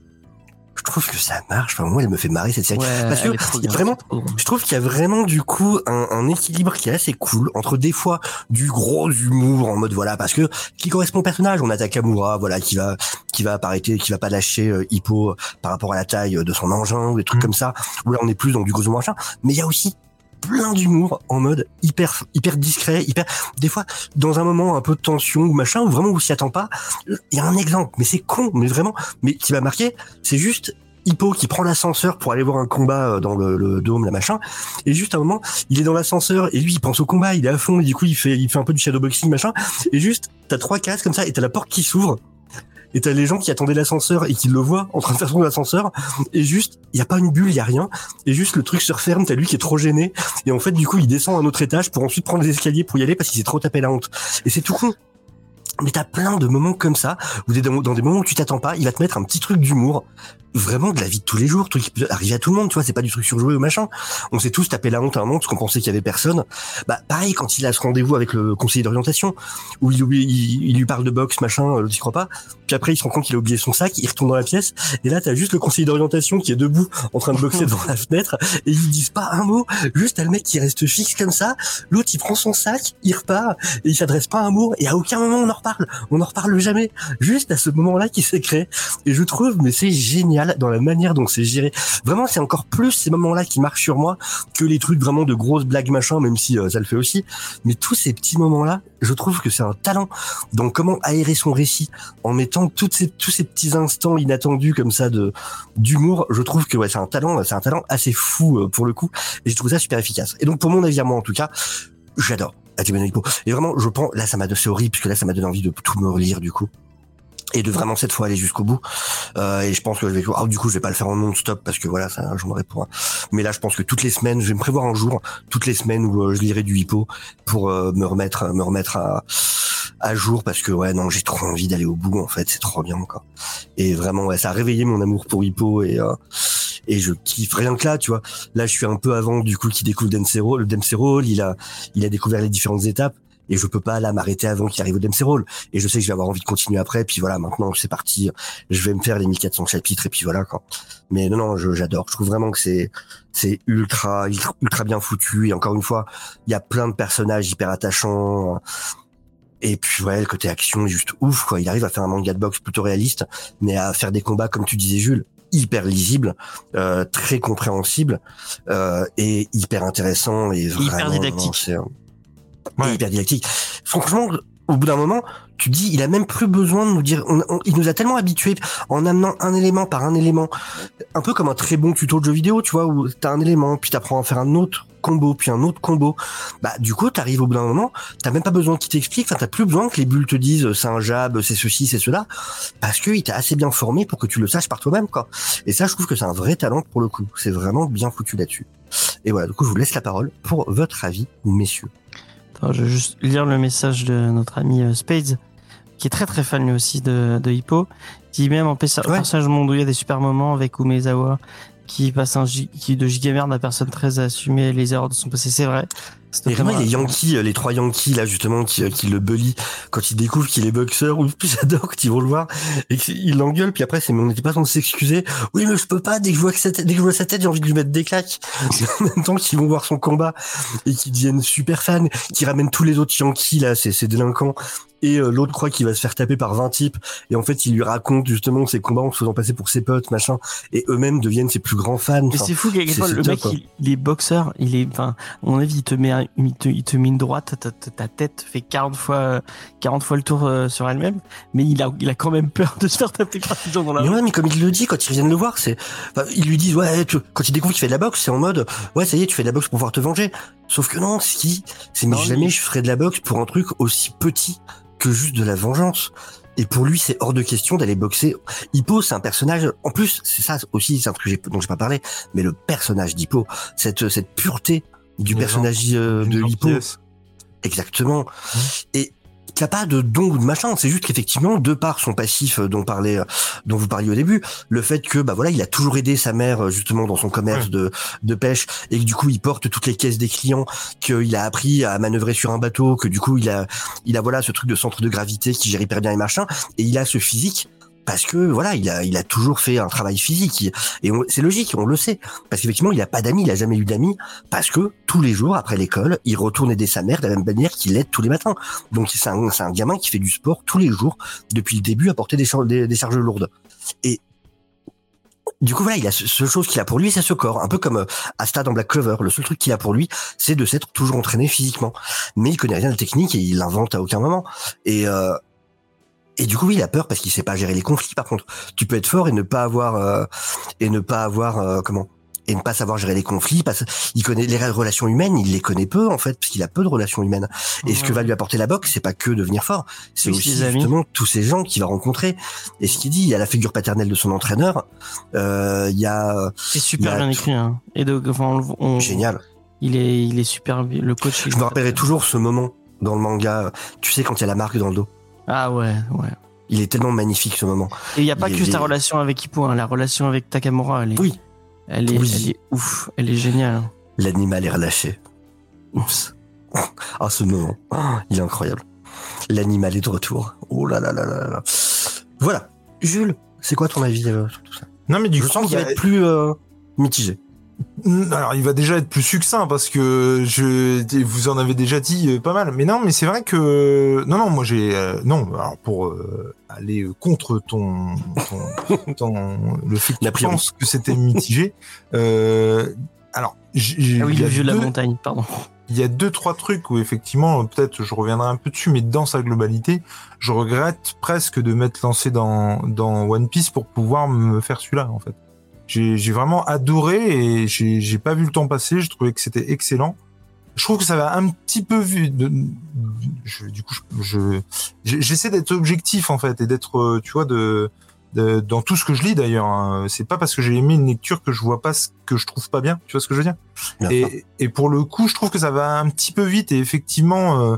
je trouve que ça marche. Enfin, moi, elle me fait marrer cette série. Parce que elle est trop bien, vraiment, c'est trop drôle. je trouve qu'il y a vraiment du coup un, un équilibre qui est assez cool entre des fois du gros humour en mode voilà parce que qui correspond au personnage. On a Takamura voilà qui va qui va apparaître, qui va pas lâcher euh, Hippo euh, par rapport à la taille de son engin ou des trucs Mm. comme ça. Où là on est plus dans du gros humour machin. Mais il y a aussi plein d'humour en mode hyper hyper discret, hyper des fois dans un moment un peu de tension ou machin où vraiment on s'y attend pas. Il y a un exemple, mais c'est con, mais vraiment, mais qui m'a marqué, c'est juste Hippo qui prend l'ascenseur pour aller voir un combat dans le, le dôme, la machin, et juste à un moment, il est dans l'ascenseur et lui il pense au combat, il est à fond et du coup il fait il fait un peu du shadowboxing machin, et juste t'as trois cases comme ça et t'as la porte qui s'ouvre. Et t'as les gens qui attendaient l'ascenseur et qui le voient en train de faire son ascenseur. Et juste, il y a pas une bulle, il y a rien. Et juste, le truc se referme, t'as lui qui est trop gêné. Et en fait, du coup, il descend à un autre étage pour ensuite prendre les escaliers pour y aller parce qu'il s'est trop tapé la honte. Et c'est tout con. Mais t'as plein de moments comme ça, où dans dans des moments où tu t'attends pas, il va te mettre un petit truc d'humour, vraiment de la vie de tous les jours, truc qui peut arriver à tout le monde, tu vois, c'est pas du truc surjoué ou machin. On s'est tous tapé la honte à un moment parce qu'on pensait qu'il y avait personne. Bah, pareil, quand il a ce rendez-vous avec le conseiller d'orientation, où il, oublie, il, il lui parle de boxe, machin, l'autre il croit pas. Puis après, il se rend compte qu'il a oublié son sac, il retourne dans la pièce, et là, t'as juste le conseiller d'orientation qui est debout, en train de boxer devant la fenêtre, et ils disent pas un mot, juste t'as le mec qui reste fixe comme ça, l'autre il prend son sac, il repart, et il s'adresse pas un mot, et à aucun moment on en reparle, on en reparle jamais, juste à ce moment-là qui s'est créé. Et je trouve, mais c'est génial dans la manière dont c'est géré. Vraiment, c'est encore plus ces moments-là qui marchent sur moi que les trucs vraiment de grosses blagues machin, même si euh, ça le fait aussi. Mais tous ces petits moments-là, je trouve que c'est un talent dans comment aérer son récit en mettant toutes ces, tous ces petits instants inattendus comme ça de d'humour. Je trouve que ouais, c'est un talent, c'est un talent assez fou euh, pour le coup. Et je trouve ça super efficace. Et donc pour mon avis à moi en tout cas, j'adore Hajime no Ippo. Et vraiment, je pense, là ça m'a c'est horrible puisque là ça m'a donné envie de tout me relire du coup. Et de vraiment cette fois aller jusqu'au bout. Euh, et je pense que je vais, ah, du coup, je vais pas le faire en non-stop parce que voilà, ça, j'en aurai pour un. Mais là, je pense que toutes les semaines, je vais me prévoir un jour, toutes les semaines où euh, je lirai du Hippo pour euh, me remettre, me remettre à, à jour parce que ouais, non, j'ai trop envie d'aller au bout en fait, c'est trop bien quoi. Et vraiment, ouais, ça a réveillé mon amour pour Hippo et euh, et je kiffe rien que là, tu vois. Là, je suis un peu avant du coup qui découvre Dempsey Roll, le Dempsey Roll, il a, il a découvert les différentes étapes. Et je peux pas là m'arrêter avant qu'il arrive au Dempsey Roll. Et je sais que je vais avoir envie de continuer après. Puis voilà, maintenant c'est parti. Je vais me faire les mille quatre cents chapitres et puis voilà quoi. Mais non non, je, j'adore. Je trouve vraiment que c'est c'est ultra ultra, ultra bien foutu. Et encore une fois, il y a plein de personnages hyper attachants. Et puis ouais, le côté action est juste ouf, quoi. Il arrive à faire un manga de boxe plutôt réaliste, mais à faire des combats, comme tu disais Jules, hyper lisibles, euh, très compréhensibles, euh, et hyper intéressant et vraiment, hyper didactique. C'est, euh, ouais. hyper didactique. Franchement, au bout d'un moment, tu te dis, il a même plus besoin de nous dire, on, on, il nous a tellement habitués en amenant un élément par un élément, un peu comme un très bon tuto de jeu vidéo, tu vois, où t'as un élément, puis t'apprends à faire un autre combo, puis un autre combo. Bah, du coup, t'arrives au bout d'un moment, t'as même pas besoin qu'il t'explique, enfin, t'as plus besoin que les bulles te disent, c'est un jab, c'est ceci, c'est cela, parce qu'il t'a assez bien formé pour que tu le saches par toi-même, quoi. Et ça, je trouve que c'est un vrai talent pour le coup. C'est vraiment bien foutu là-dessus. Et voilà, du coup, je vous laisse la parole pour votre avis, messieurs. Attends, je vais juste lire le message de notre ami euh, Spades, qui est très très fan lui aussi de, de Hippo, qui même en ouais. personnage monde où il y a des super moments avec Umezawa, qui passe un qui de gigamerde à personne très assumée les erreurs de son passé, c'est vrai. Et vraiment, les Yankees, les trois Yankees, là, justement, qui, qui le bully quand ils découvrent qu'il est boxeur, ou plus j'adore quand ils vont le voir, et qu'ils l'engueulent, puis après, c'est, mais on n'était pas censé s'excuser. Oui, mais je peux pas, dès que je vois que sa tête, dès que je vois sa tête, j'ai envie de lui mettre des claques. En même temps qu'ils vont voir son combat, et qu'ils deviennent super fans, qui ramènent tous les autres Yankees, là, ces, ces délinquants. Et euh, l'autre croit qu'il va se faire taper par vingt types, et en fait il lui raconte justement ses combats en se faisant passer pour ses potes, machin, et eux-mêmes deviennent ses plus grands fans. Mais c'est fou quelquefois le mec il, il est boxeur, il est, enfin, à mon avis il te met, un, il, te, il te met une droite, ta, ta, ta tête fait quarante fois, quarante fois le tour euh, sur elle-même, mais il a, il a quand même peur de se faire taper par des gens dans la rue. Mais ouais, mais comme il le dit quand ils viennent le voir, c'est, enfin, ils lui disent ouais, tu, quand il découvre qu'il fait de la boxe, c'est en mode ouais ça y est tu fais de la boxe pour pouvoir te venger. Sauf que non, si, c'est mais non, jamais mais... je ferais de la boxe pour un truc aussi petit que juste de la vengeance. Et pour lui, c'est hors de question d'aller boxer. Hippo, c'est un personnage, en plus, c'est ça aussi, c'est un truc dont j'ai pas parlé, mais le personnage d'Hippo, cette, cette pureté du personnage euh, de Hippo. Exactement. Mmh. Et qu'il n'y a pas de don ou de machin, c'est juste qu'effectivement, de par son passif dont parlait, dont vous parliez au début, le fait que, bah voilà, il a toujours aidé sa mère, justement, dans son commerce ouais. de, de pêche, et que du coup, il porte toutes les caisses des clients, qu'il a appris à manœuvrer sur un bateau, que du coup, il a, il a, voilà, ce truc de centre de gravité qui gère hyper bien les machins, et il a ce physique, parce que voilà, il a, il a toujours fait un travail physique et on, c'est logique, on le sait, parce qu'effectivement, il a pas d'amis, il a jamais eu d'amis, parce que tous les jours après l'école, il retourne aider sa mère de la même manière qu'il l'aide tous les matins. Donc c'est un, c'est un gamin qui fait du sport tous les jours depuis le début à porter des, char- des, des charges lourdes. Et du coup voilà, il a ce, ce chose qu'il a pour lui, c'est ce corps, un peu comme euh, Asta dans Black Clover. Le seul truc qu'il a pour lui, c'est de s'être toujours entraîné physiquement, mais il connaît rien de technique et il l'invente à aucun moment. Et euh, Et du coup, oui, il a peur parce qu'il sait pas gérer les conflits. Par contre, tu peux être fort et ne pas avoir euh, et ne pas avoir euh, comment et ne pas savoir gérer les conflits. Parce il connaît les relations humaines, il les connaît peu en fait, parce qu'il a peu de relations humaines. Et ouais. ce que va lui apporter la boxe, c'est pas que devenir fort, c'est oui, aussi justement tous ces gens qu'il va rencontrer. Et ce qu'il dit, il y a la figure paternelle de son entraîneur. Euh, il y a. C'est super bien écrit. Hein. Et de, enfin, on, on, génial. Il est, il est super. Le coach. Je me rappellerai toujours ce moment dans le manga. Tu sais quand il y a la marque dans le dos. Ah ouais, ouais. Il est tellement magnifique ce moment. Et il n'y a pas il que est... sa relation avec Hippo, hein. La relation avec Takamura, elle est, oui. elle est, oui. elle est ouf, elle est géniale. L'animal est relâché. Oups. Ah, ce moment, oh, il est incroyable. L'animal est de retour. Oh là là là là là. Voilà. Jules, c'est quoi ton avis euh, sur tout ça? Non mais du Je coup, sens qu'il va être plus euh, mitigé. Alors, il va déjà être plus succinct parce que je vous en avez déjà dit euh, pas mal. Mais non, mais c'est vrai que non, non, moi j'ai euh, non. Alors pour euh, aller contre ton, ton, ton le fait que tu penses que c'était mitigé. Euh, alors, j'ai, ah oui, le vieux de la montagne, pardon. Il y a deux trois trucs où effectivement, peut-être je reviendrai un peu dessus, mais dans sa globalité, je regrette presque de m'être lancé dans dans One Piece pour pouvoir me faire celui-là en fait. J'ai, j'ai vraiment adoré et j'ai, j'ai pas vu le temps passer. Je trouvais que c'était excellent. Je trouve que ça va un petit peu vu. De, je, du coup, je, je, j'essaie d'être objectif en fait et d'être, tu vois, de, de dans tout ce que je lis d'ailleurs. Hein. C'est pas parce que j'ai aimé une lecture que je vois pas ce que je trouve pas bien. Tu vois ce que je veux dire? Et, et pour le coup, je trouve que ça va un petit peu vite et effectivement. Euh,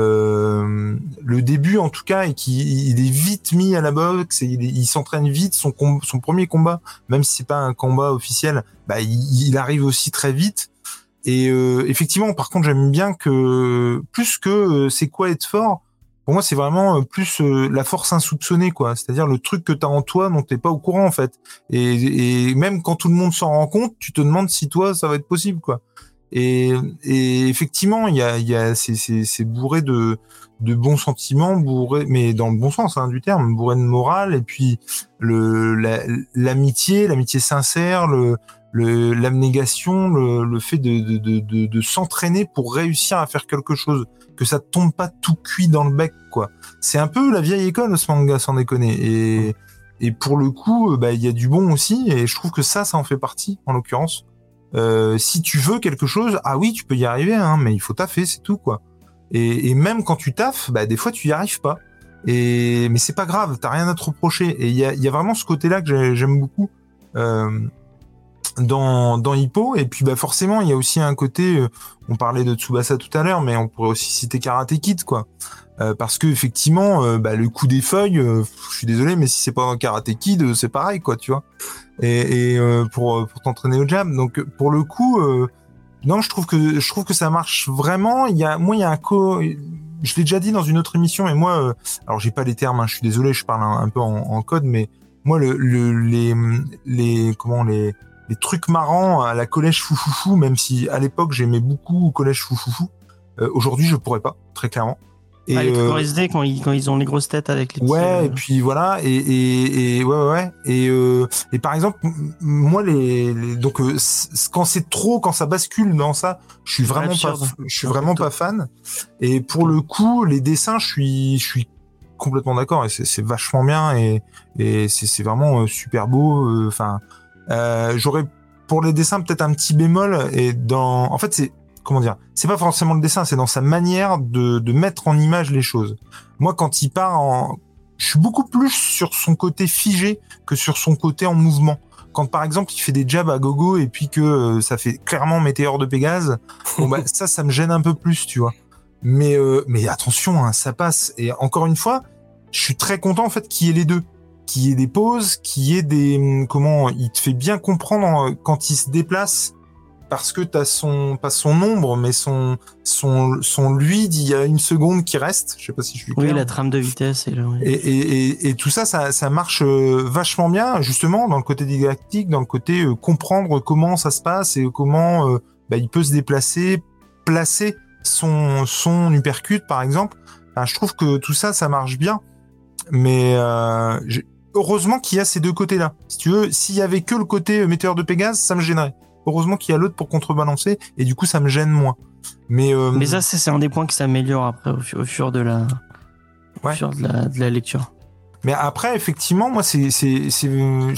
Euh, le début en tout cas et qu'il il est vite mis à la boxe et il, il s'entraîne vite son com- son premier combat même si c'est pas un combat officiel bah il, il arrive aussi très vite et euh, effectivement par contre j'aime bien que plus que euh, c'est quoi être fort pour moi c'est vraiment plus euh, la force insoupçonnée quoi c'est-à-dire le truc que t'as en toi dont t'es pas au courant en fait et, et même quand tout le monde s'en rend compte tu te demandes si toi ça va être possible quoi Et, et effectivement, il y a, il y a, c'est, c'est, c'est bourré de, de bons sentiments, bourré, mais dans le bon sens hein, du terme, bourré de morale, et puis le, la, l'amitié, l'amitié sincère, le, le, l'abnégation, le, le fait de, de, de, de, de s'entraîner pour réussir à faire quelque chose, que ça tombe pas tout cuit dans le bec, quoi. C'est un peu la vieille école, ce manga, sans déconner. Et, et pour le coup, bah, il y a du bon aussi, et je trouve que ça, ça en fait partie, en l'occurrence. Euh, si tu veux quelque chose, ah oui, tu peux y arriver, hein, mais il faut taffer, c'est tout, quoi. Et, et même quand tu taffes, bah, des fois, tu y arrives pas. Et, mais c'est pas grave, t'as rien à te reprocher. Et il y a, y a vraiment ce côté-là que j'aime beaucoup, euh, dans, dans Hippo. Et puis, bah, forcément, il y a aussi un côté, euh, on parlait de Tsubasa tout à l'heure, mais on pourrait aussi citer Karate Kid, quoi. Euh, parce que effectivement, euh, bah, le coup des feuilles, euh, je suis désolé, mais si c'est pas dans Karate Kid, euh, c'est pareil, quoi, tu vois. Et, et euh, pour pour t'entraîner au jab. Donc pour le coup, euh, non, je trouve que je trouve que ça marche vraiment. Il y a, moi, il y a un co. Je l'ai déjà dit dans une autre émission, et moi, euh, alors j'ai pas les termes, hein, je suis désolé, je parle un, un peu en, en code, mais moi, le, le les les comment les les trucs marrants à la collège foufoufou, même si à l'époque j'aimais beaucoup collège foufoufou, euh, aujourd'hui je pourrais pas, très clairement. Et ah, les trucs euh, en S D quand ils, quand ils ont les grosses têtes avec les petits, ouais euh... et puis voilà et et, et ouais ouais, ouais. et euh, et par exemple moi les, les donc euh, quand c'est trop, quand ça bascule dans ça, je suis vraiment absurde. pas je suis vraiment pas fan. Et pour le coup les dessins, je suis je suis complètement d'accord, et c'est c'est vachement bien, et et c'est c'est vraiment super beau. Enfin euh, euh, j'aurais pour les dessins peut-être un petit bémol, et dans en fait c'est comment dire, c'est pas forcément le dessin, c'est dans sa manière de, de mettre en image les choses. Moi, quand il part en, je suis beaucoup plus sur son côté figé que sur son côté en mouvement. Quand par exemple il fait des jabs à gogo et puis que euh, ça fait clairement Météore de Pégase, bon bah ça, ça me gêne un peu plus, tu vois. Mais euh, mais attention, hein, ça passe. Et encore une fois, je suis très content en fait qu'il y ait les deux, qu'il y ait des pauses, qu'il y ait des comment, il te fait bien comprendre quand il se déplace. Parce que t'as son, pas son ombre, mais son, son, son lui d'il y a une seconde qui reste. Je sais pas si je suis clair. Oui, la trame de vitesse et là, oui. Et, et, et, et tout ça, ça, ça marche vachement bien, justement, dans le côté didactique, dans le côté euh, comprendre comment ça se passe et comment, euh, bah, il peut se déplacer, placer son, son uppercut, par exemple. Enfin, je trouve que tout ça, ça marche bien. Mais, euh, heureusement qu'il y a ces deux côtés-là. Si tu veux, s'il y avait que le côté Météore de Pégase, ça me gênerait. Heureusement qu'il y a l'autre pour contrebalancer, et du coup ça me gêne moins. Mais, euh... mais ça c'est, c'est un des points qui s'améliore après au, au fur de la, ouais. au fur de la, de la lecture. Mais après effectivement moi c'est c'est c'est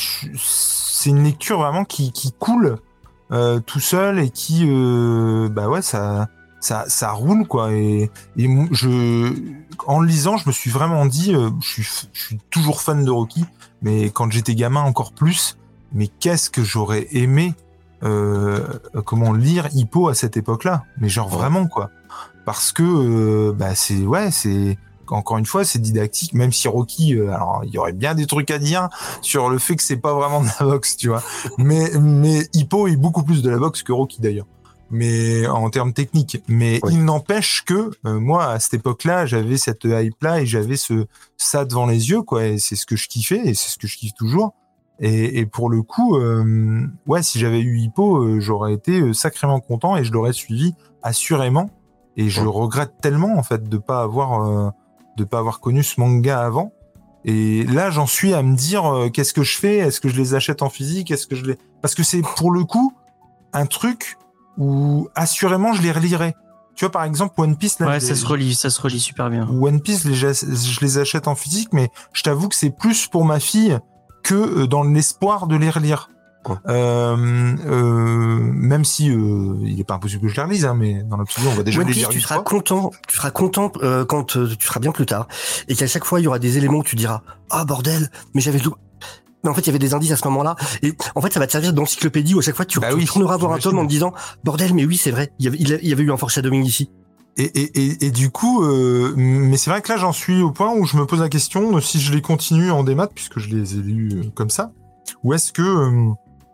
c'est une lecture vraiment qui qui coule euh, tout seul, et qui euh, bah ouais ça ça ça roule, quoi. Et et je en le lisant je me suis vraiment dit euh, je suis je suis toujours fan de Rocky, mais quand j'étais gamin encore plus. Mais qu'est-ce que j'aurais aimé Euh, comment lire Hippo à cette époque-là, mais genre vraiment, quoi, parce que euh, bah c'est ouais c'est encore une fois c'est didactique, même si Rocky euh, alors il y aurait bien des trucs à dire sur le fait que c'est pas vraiment de la boxe, tu vois, mais mais Hippo est beaucoup plus de la boxe que Rocky d'ailleurs, mais en termes techniques, mais oui. Il n'empêche que euh, moi à cette époque-là j'avais cette hype-là et j'avais ce ça devant les yeux, quoi, et c'est ce que je kiffais et c'est ce que je kiffe toujours. Et, et pour le coup, euh, ouais, si j'avais eu Hippo, euh, j'aurais été sacrément content et je l'aurais suivi assurément. Et je ouais. regrette tellement en fait de pas avoir euh, de pas avoir connu ce manga avant. Et là, j'en suis à me dire euh, qu'est-ce que je fais ? Est-ce que je les achète en physique ? Est-ce que je les parce que c'est pour le coup un truc où assurément je les relirai. Tu vois, par exemple, One Piece, là, ouais, ça se relie, ça se relie super bien. One Piece, les, je les achète en physique, mais je t'avoue que c'est plus pour ma fille que dans l'espoir de les relire. Ouais. Euh, euh, même si euh, il est pas impossible que je les relise, hein, mais dans l'absolu, on va déjà One les Piece, lire. Tu une seras fois. content, tu seras content euh, quand euh, tu seras bien plus tard, et qu'à chaque fois il y aura des éléments où tu diras ah oh, bordel, mais j'avais tout. Mais en fait, il y avait des indices à ce moment-là, et en fait, ça va te servir d'encyclopédie où à chaque fois tu bah retourneras oui, voir un tome en te disant bordel, mais oui, c'est vrai, il y avait, il y avait eu un foreshadowing ici. Et, et, et, et du coup, euh, mais c'est vrai que là, j'en suis au point où je me pose la question si je les continue en démat, puisque je les ai lus comme ça, ou est-ce que euh,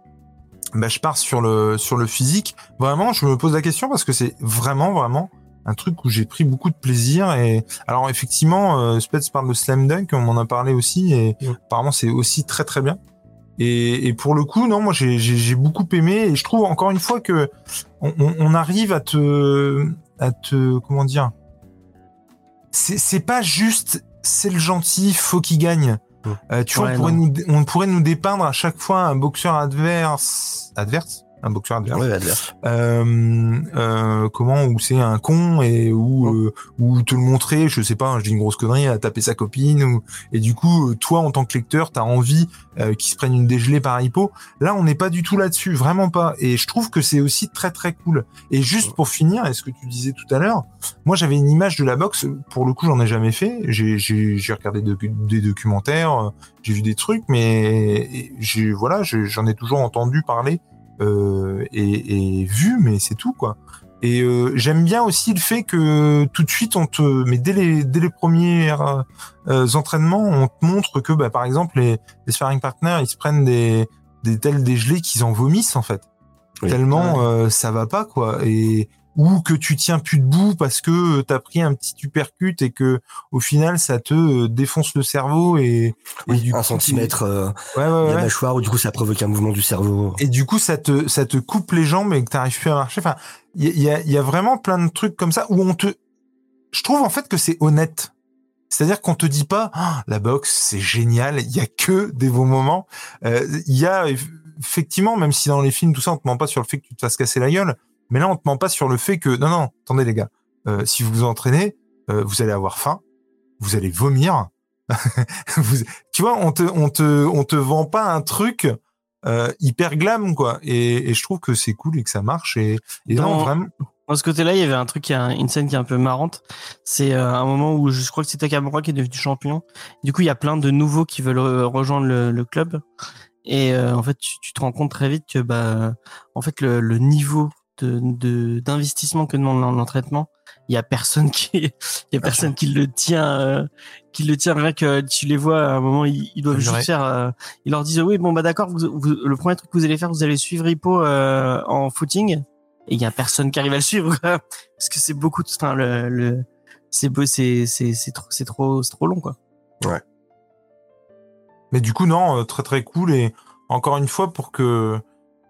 bah, je pars sur le sur le physique. Vraiment, je me pose la question parce que c'est vraiment vraiment un truc où j'ai pris beaucoup de plaisir. Et alors effectivement, euh, Spets parle de Slam Dunk, on m'en a parlé aussi, et mmh. apparemment c'est aussi très très bien. Et, et pour le coup, non, moi j'ai, j'ai, j'ai beaucoup aimé et je trouve encore une fois que on, on, on arrive à te, à te, comment dire, c'est, c'est pas juste, c'est le gentil, faut qu'il gagne. Euh, tu vois, ouais, on pourrait nous, on pourrait nous dépeindre à chaque fois un boxeur adverse, adverse. Un boxeur adverse. Ouais, adverse. Euh, euh, comment, où c'est un con et où, euh, où te le montrer, je sais pas, je dis une grosse connerie, à taper sa copine, ou, et du coup, toi, en tant que lecteur, t'as envie euh, qu'il se prenne une dégelée par Hippo. Là, on n'est pas du tout là-dessus, vraiment pas. Et je trouve que c'est aussi très très cool. Et juste pour finir, est-ce que tu disais tout à l'heure, moi j'avais une image de la boxe, pour le coup, j'en ai jamais fait. J'ai, j'ai, j'ai regardé de, des documentaires, j'ai vu des trucs, mais j'ai, voilà, j'ai, j'en ai toujours entendu parler. Euh, et, et vu, mais c'est tout quoi. Et euh, j'aime bien aussi le fait que tout de suite on te, mais dès les dès les premiers euh, entraînements, on te montre que bah par exemple les, les sparring partners ils se prennent des des tels dégelés qu'ils en vomissent en fait. Oui. Tellement ouais. euh, ça va pas quoi. Et ou que tu tiens plus debout parce que t'as pris un petit uppercut et que au final ça te défonce le cerveau et, oui, et du un coup, centimètre euh, ouais, ouais, ouais. de la mâchoire ou du coup ça provoque un mouvement du cerveau et du coup ça te ça te coupe les jambes et que t'arrives plus à marcher. Enfin il y a il y a vraiment plein de trucs comme ça où on te je trouve en fait que c'est honnête. C'est-à-dire qu'on te dit pas oh, la boxe c'est génial, il y a que des beaux moments. Il euh, y a effectivement, même si dans les films tout ça on te ment pas sur le fait que tu te fasses casser la gueule. Mais là, on te ment pas sur le fait que non, non, attendez les gars, euh, si vous vous entraînez, euh, vous allez avoir faim, vous allez vomir. vous, tu vois, on te, on te, on te vend pas un truc euh, hyper glam quoi. Et, et je trouve que c'est cool et que ça marche. Et, et dans, non, vraiment. Dans ce côté-là, il y avait un truc, qui a une scène qui est un peu marrante. C'est euh, un moment où je crois que c'est Takamura qui est devenu champion. Du coup, il y a plein de nouveaux qui veulent rejoindre le, le club. Et euh, en fait, tu, tu te rends compte très vite que bah, en fait, le, le niveau De, de d'investissement que demande l'entraînement, il y a personne qui il y a personne qui le tient euh, qui le tient rien que tu les vois à un moment ils, ils doivent juste faire euh, ils leur disent oui bon bah d'accord vous, vous, le premier truc que vous allez faire vous allez suivre Hippo euh, en footing et il y a personne qui arrive à le suivre quoi, parce que c'est beaucoup de enfin le, le c'est beau c'est c'est c'est trop c'est trop c'est trop long quoi. Ouais. Mais du coup non très très cool et encore une fois pour que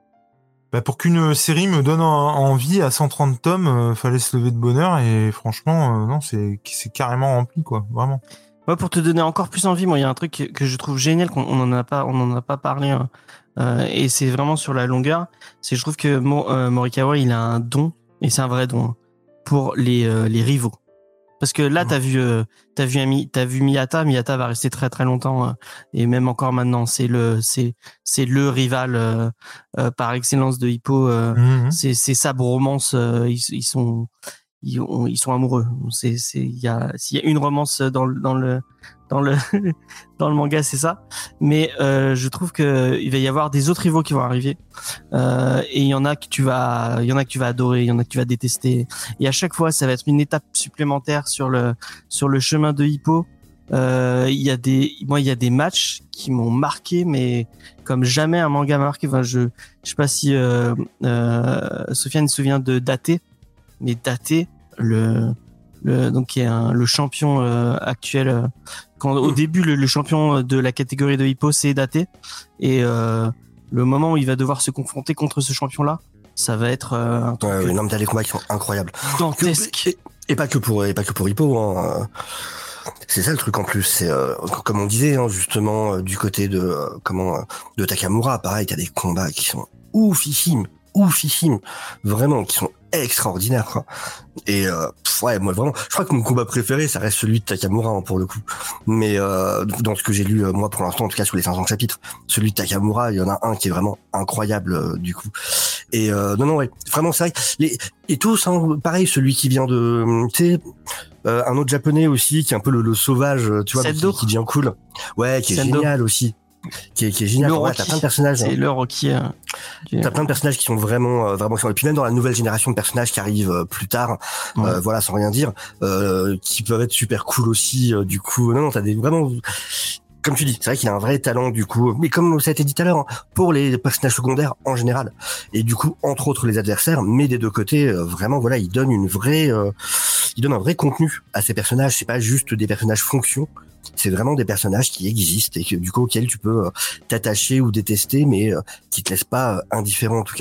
Bah pour qu'une série me donne envie à cent trente tomes, euh, fallait se lever de bonheur et franchement, euh, non, c'est, c'est carrément rempli, quoi, vraiment. Ouais, pour te donner encore plus envie, moi, il y a un truc que, que je trouve génial, qu'on on en a pas, on en a pas parlé, hein, euh, et c'est vraiment sur la longueur. C'est, je trouve que Mo, euh, Morikawa, il a un don, et c'est un vrai don, hein, pour les, euh, les rivaux. Parce que là, t'as vu, euh, t'as vu, Ami, t'as vu Miyata. Miyata va rester très très longtemps euh, et même encore maintenant, c'est le, c'est, c'est le rival euh, euh, par excellence de Hippo. Euh, mm-hmm. C'est, c'est sa bromance. Euh, ils, ils sont, ils, ont, ils sont amoureux. C'est, c'est, il y a, s'il y a une romance dans le, dans le, dans le, dans le manga, c'est ça. Mais euh, je trouve que il va y avoir des autres rivaux qui vont arriver. Euh, et il y en a que tu vas, il y en a que tu vas adorer, il y en a que tu vas détester. Et à chaque fois, ça va être une étape supplémentaire sur le, sur le chemin de Hippo. Euh, il y a des, moi, il y a des matchs qui m'ont marqué, mais comme jamais un manga m'a marqué. Enfin, je, je sais pas si euh, euh, Sofiane se souvient de Date, mais Date, le Le, donc qui est un, le champion euh, actuel. Euh, quand au mmh. début le, le champion de la catégorie de Hippo c'est Date et euh, le moment où il va devoir se confronter contre ce champion-là, ça va être euh, un truc. Ouais, ouais, non, mais t'as des combats qui sont incroyables. Dantesques. Et, et pas que pour et pas que pour Hippo. Hein. C'est ça le truc en plus. C'est euh, comme on disait hein, justement euh, du côté de euh, comment euh, de Takamura. Pareil, t'as des combats qui sont oufissimes, oufissimes, vraiment qui sont extraordinaire quoi. Et euh, pff, ouais moi vraiment je crois que mon combat préféré ça reste celui de Takamura hein, pour le coup, mais euh, dans ce que j'ai lu euh, moi pour l'instant en tout cas sur les cinq cents chapitres, celui de Takamura il y en a un qui est vraiment incroyable euh, du coup. Et euh, non non ouais vraiment c'est vrai les et tous hein, pareil celui qui vient de tu sais euh, un autre japonais aussi qui est un peu le, le sauvage tu vois qui, qui devient cool ouais qui est Sendo. Génial aussi qui est, qui est génial. Ouais, t'as plein de personnages. C'est hein. le Rocky. Euh, qui... T'as plein de personnages qui sont vraiment, euh, vraiment. Et puis même dans la nouvelle génération de personnages qui arrivent euh, plus tard, ouais. euh, voilà, sans rien dire, euh, qui peuvent être super cool aussi. Euh, du coup, non, non, t'as des vraiment. Comme tu dis, c'est vrai qu'il a un vrai talent du coup, mais comme ça a été dit tout à l'heure, hein, pour les personnages secondaires en général, et du coup entre autres les adversaires, mais des deux côtés, euh, vraiment voilà, il donne une vraie, euh, il donne un vrai contenu à ces personnages. C'est pas juste des personnages fonction. C'est vraiment des personnages qui existent et que, du coup, auxquels tu peux euh, t'attacher ou détester, mais euh, qui te laissent pas euh, indifférent en tout cas.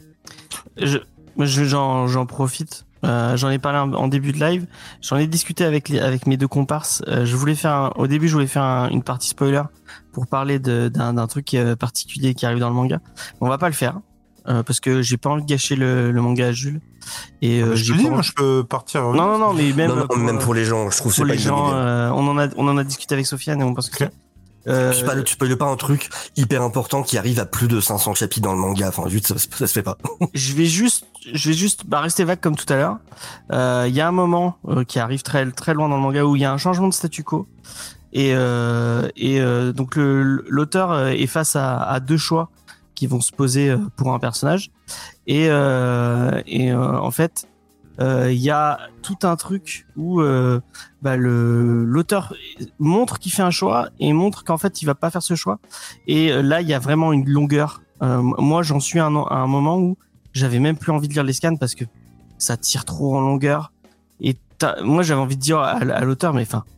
Je, je j'en, j'en profite. Euh, j'en ai parlé en, en début de live. J'en ai discuté avec les, avec mes deux comparses. Euh, je voulais faire, un, au début, je voulais faire un, une partie spoiler pour parler de, d'un, d'un truc euh, particulier qui arrive dans le manga. On va pas le faire. Euh, parce que j'ai pas envie de gâcher le, le manga à Jules. Et euh, je j'ai te dis, pas... moi je peux partir. Non, non, non, mais même, non, non, pour, même pour les gens, je trouve que c'est pour pas les une bonne gens, idée. euh, on en a, on en a discuté avec Sofiane et on pense que Ok. c'est. Euh, Tu spoil, tu spoil pas un truc hyper important qui arrive à plus de cinq cents chapitres dans le manga. Enfin, juste, ça, ça se fait pas. je vais juste, je vais juste, bah, rester vague comme tout à l'heure. Il euh, y a un moment euh, qui arrive très, très loin dans le manga où il y a un changement de statu quo. Et, euh, et euh, donc le, l'auteur est face à, à deux choix qui vont se poser pour un personnage. Et, euh, et euh, en fait, il euh, y a tout un truc où euh, bah, le, l'auteur montre qu'il fait un choix et montre qu'en fait il va pas faire ce choix. Et euh, là, il y a vraiment une longueur. Euh, moi, j'en suis à un, à un moment où j'avais même plus envie de lire les scans parce que ça tire trop en longueur. Et moi, j'avais envie de dire à, à l'auteur, mais enfin,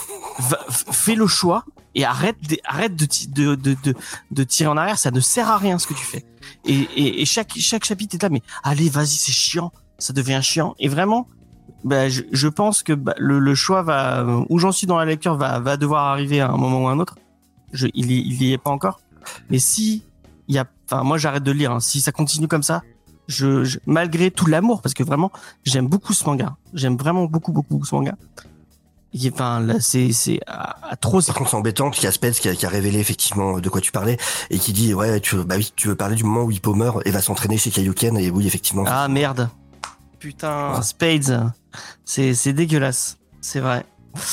fais le choix et arrête de, arrête de, de, de, de, de tirer en arrière. Ça ne sert à rien ce que tu fais. Et, et, et chaque, chaque chapitre est là, mais allez, vas-y, c'est chiant. Ça devient chiant. Et vraiment, bah, je, je pense que bah, le, le choix va, où j'en suis dans la lecture va, va devoir arriver à un moment ou à un autre. Je, il, y, il y est pas encore. Mais si il y a, enfin, moi, j'arrête de lire. Hein. Si ça continue comme ça, je, je, malgré tout l'amour, parce que vraiment, j'aime beaucoup ce manga. J'aime vraiment beaucoup, beaucoup ce manga. Et, enfin, là, c'est, c'est à, à trop. Par contre, c'est embêtant parce qu'il y a Spence qui a, qui a révélé effectivement de quoi tu parlais et qui dit ouais, tu, bah oui, tu veux parler du moment où Hippo meurt et va s'entraîner chez Kaioken et oui, effectivement. Ah merde. Putain, ouais. Spades, c'est c'est dégueulasse, c'est vrai.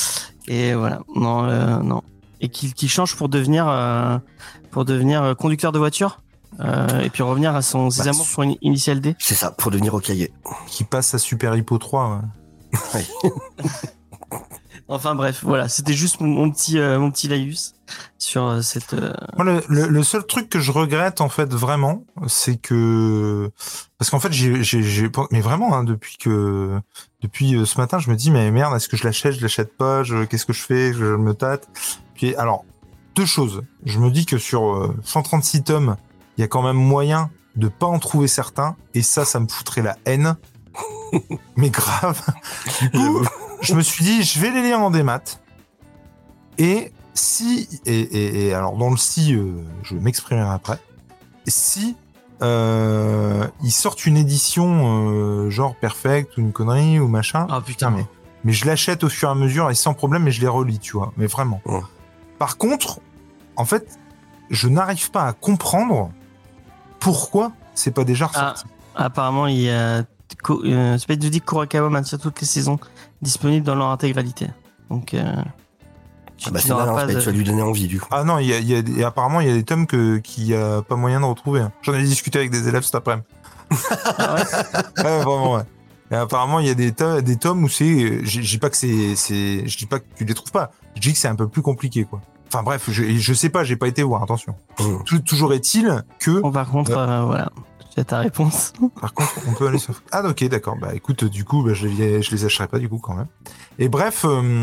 Et voilà, non, euh, non. Et qu'il qu'il change pour devenir euh, pour devenir conducteur de voiture euh, et puis revenir à son ses bah, amours pour une initiale D. C'est ça, pour devenir Hokage. Qui passe à Super Hippo trois. Ouais. Ouais. Enfin bref, voilà, c'était juste mon, mon petit euh, mon petit laïus sur euh, cette. Euh... Moi, le, le, le seul truc que je regrette en fait vraiment, c'est que parce qu'en fait j'ai j'ai, j'ai... mais vraiment hein, depuis que depuis euh, ce matin, je me dis mais merde, est-ce que je l'achète, je l'achète pas, je... qu'est-ce que je fais, je me tâte. Puis alors deux choses, je me dis que sur euh, cent trente-six tomes, il y a quand même moyen de pas en trouver certains et ça, ça me foutrait la haine. Mais grave. Du coup, je me suis dit, je vais les lire en démat. Et si, et, et, et alors dans le si, euh, je m'exprimerai après. Si euh, ils sortent une édition euh, genre perfect ou une connerie ou machin. Ah putain, mais mais je l'achète au fur et à mesure et sans problème, et je les relis, tu vois. Mais vraiment. Ouais. Par contre, en fait, je n'arrive pas à comprendre pourquoi c'est pas déjà ressorti. Ah, apparemment, il y a Euh, Spade nous dit que Kurakawa maintient toutes les saisons disponibles dans leur intégralité. Donc, euh, ah bah c'est mal, hein, de... tu vas lui donner envie du coup. Ah non, il y a, il y a, et apparemment il y a des tomes que qu'il y a pas moyen de retrouver. Hein. J'en ai discuté avec des élèves cet après-midi. Ah ouais, ouais, vraiment ouais. Et apparemment il y a des, to- des tomes où c'est, je dis pas que c'est, c'est, je dis pas que tu les trouves pas. Je dis que c'est un peu plus compliqué quoi. Enfin bref, je, je sais pas, j'ai pas été voir. Attention. Mmh. Tout, toujours est-il que. Bon, par contre, euh, euh, voilà. J'ai ta réponse. Par contre, on peut aller sur... Ah ok, d'accord. Bah écoute, du coup, bah, je, les, je les achèterai pas du coup quand même. Et bref, euh,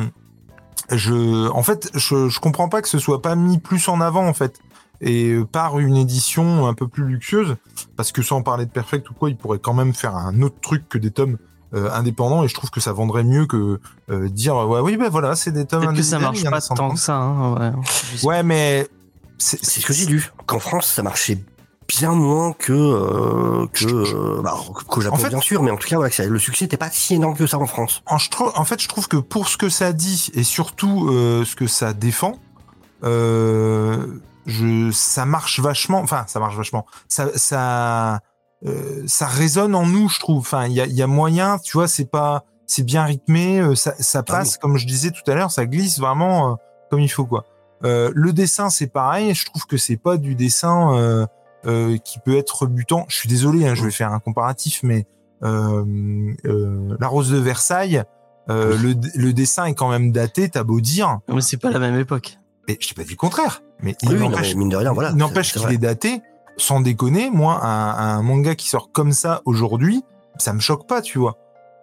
je, en fait, je, je comprends pas que ce soit pas mis plus en avant en fait, et par une édition un peu plus luxueuse, parce que sans parler de Perfect ou quoi, ils pourraient quand même faire un autre truc que des tomes euh, indépendants, et je trouve que ça vendrait mieux que euh, dire ouais, oui, ben bah, voilà, c'est des tomes Peut-être indépendants. Que ça marche pas tant que ça. Hein, ouais, ouais mais c'est, c'est ce que j'ai lu. Qu'en France, ça marchait bien moins que euh, que euh, bah, qu'au Japon en fait, bien sûr, mais en tout cas voilà, le succès n'était pas si énorme que ça en France. En, je trouve, en fait, je trouve que pour ce que ça dit et surtout euh, ce que ça défend, euh, je, ça marche vachement. Enfin, ça marche vachement. Ça, ça, euh, ça résonne en nous, je trouve. Enfin, il y a, il y a moyen, tu vois, c'est pas, c'est bien rythmé, euh, ça, ça passe, ah oui. Comme je disais tout à l'heure, ça glisse vraiment euh, comme il faut, quoi. Euh, le dessin, c'est pareil. Je trouve que c'est pas du dessin. Euh, Euh, qui peut être rebutant. Je suis désolé, hein, je vais faire un comparatif, mais euh, euh, La Rose de Versailles, euh, le, le dessin est quand même daté, t'as beau dire. Mais c'est pas la même époque. Mais je t'ai pas dit le contraire. Mais oui, il oui, n'empêche, non, mine de rien, voilà. Il n'empêche qu'il est daté, sans déconner. Moi, un, un manga qui sort comme ça aujourd'hui, ça me choque pas, tu vois.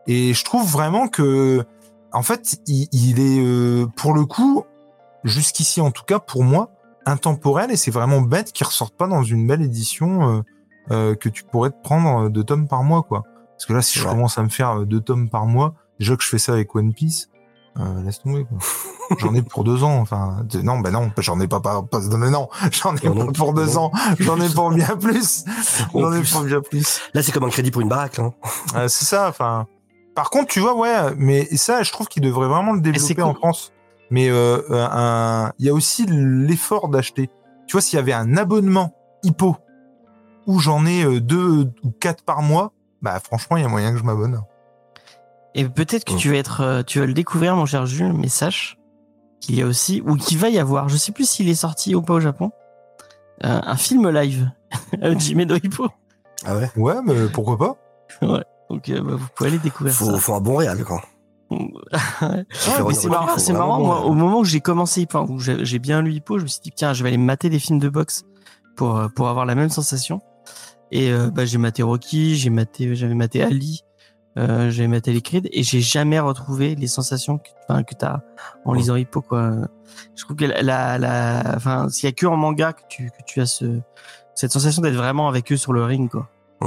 Et je trouve vraiment que, en fait, il, il est, euh, pour le coup, jusqu'ici en tout cas, pour moi, intemporel, et c'est vraiment bête qu'il ressorte pas dans une belle édition euh, euh, que tu pourrais te prendre deux tomes par mois, quoi. Parce que là, si je Ouais. commence à me faire deux tomes par mois, déjà que je fais ça avec One Piece, euh, laisse tomber, quoi. J'en ai pour deux ans, enfin, de, non, bah non, j'en ai pas, pas, pas mais non, j'en ai Non, pas non, pour deux non. ans, j'en ai pour bien plus, En j'en ai plus. pour bien plus. Là, c'est comme un crédit pour une baraque, là. Euh, c'est ça, enfin. Par contre, tu vois, ouais, mais ça, je trouve qu'il devrait vraiment le c'est développer cool. en France. Mais euh, euh, un... il y a aussi l'effort d'acheter. Tu vois, s'il y avait un abonnement Hippo où j'en ai euh, deux ou quatre par mois, bah franchement, il y a moyen que je m'abonne. Et peut-être que Mm. tu vas être, euh, tu vas le découvrir, mon cher Jules, mais sache qu'il y a aussi, ou qu'il va y avoir, je sais plus s'il est sorti ou pas au Japon, euh, un film live, Hajime no Ippo. Ah ouais. Ouais, mais pourquoi pas? Ouais. Donc, euh, bah, vous pouvez aller découvrir Faut, ça. faut un bon réal, quoi. Ouais, Faire mais une c'est recul, marrant, faut c'est vraiment marrant. bon Moi, réal. au moment où j'ai commencé, enfin, où j'ai j'ai bien lu Hippo, je me suis dit, tiens, je vais aller mater des films de boxe pour, euh, pour avoir la même sensation. Et euh, bah, j'ai maté Rocky, j'ai maté, j'avais maté Ali, euh, j'avais maté les Creed, et j'ai jamais retrouvé les sensations que, enfin, que t'as en lisant Hippo, quoi. Je trouve que la, la, la enfin, s'il y a que en manga que tu, que tu as ce, cette sensation d'être vraiment avec eux sur le ring, quoi.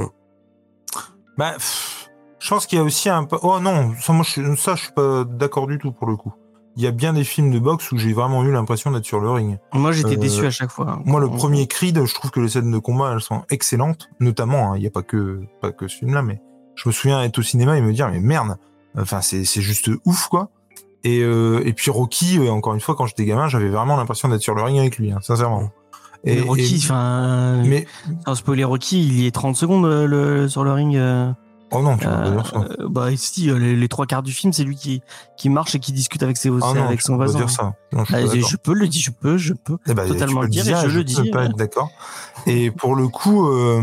Bah, pff, je pense qu'il y a aussi un peu... Oh non, ça, moi, je, ça, je suis pas d'accord du tout, pour le coup. Il y a bien des films de boxe où j'ai vraiment eu l'impression d'être sur le ring. Moi, j'étais Euh, déçu à chaque fois. hein. Moi, le On- premier Creed, je trouve que les scènes de combat, elles sont excellentes. Notamment, hein, il n'y a pas que, pas que ce film-là, mais je me souviens être au cinéma et me dire, mais merde, enfin, c'est, c'est juste ouf, quoi. Et, euh, et puis Rocky, euh, encore une fois, quand j'étais gamin, j'avais vraiment l'impression d'être sur le ring avec lui, hein, sincèrement. Mais Rocky, et- enfin, mais, sans spoiler Rocky, il y est trente secondes euh, le, sur le ring. Euh, oh non, tu vas pas euh, dire ça. euh, bah, si, euh, les, les trois quarts du film, c'est lui qui, qui marche et qui discute avec ses, Ah non, avec tu son peux pas voisin. dire ça. Non, je suis Ah, pas je, d'accord. je peux le dire, je peux, je peux Eh ben, totalement tu le peux dire et je le dis. peux pas être d'accord. Et pour le coup, euh,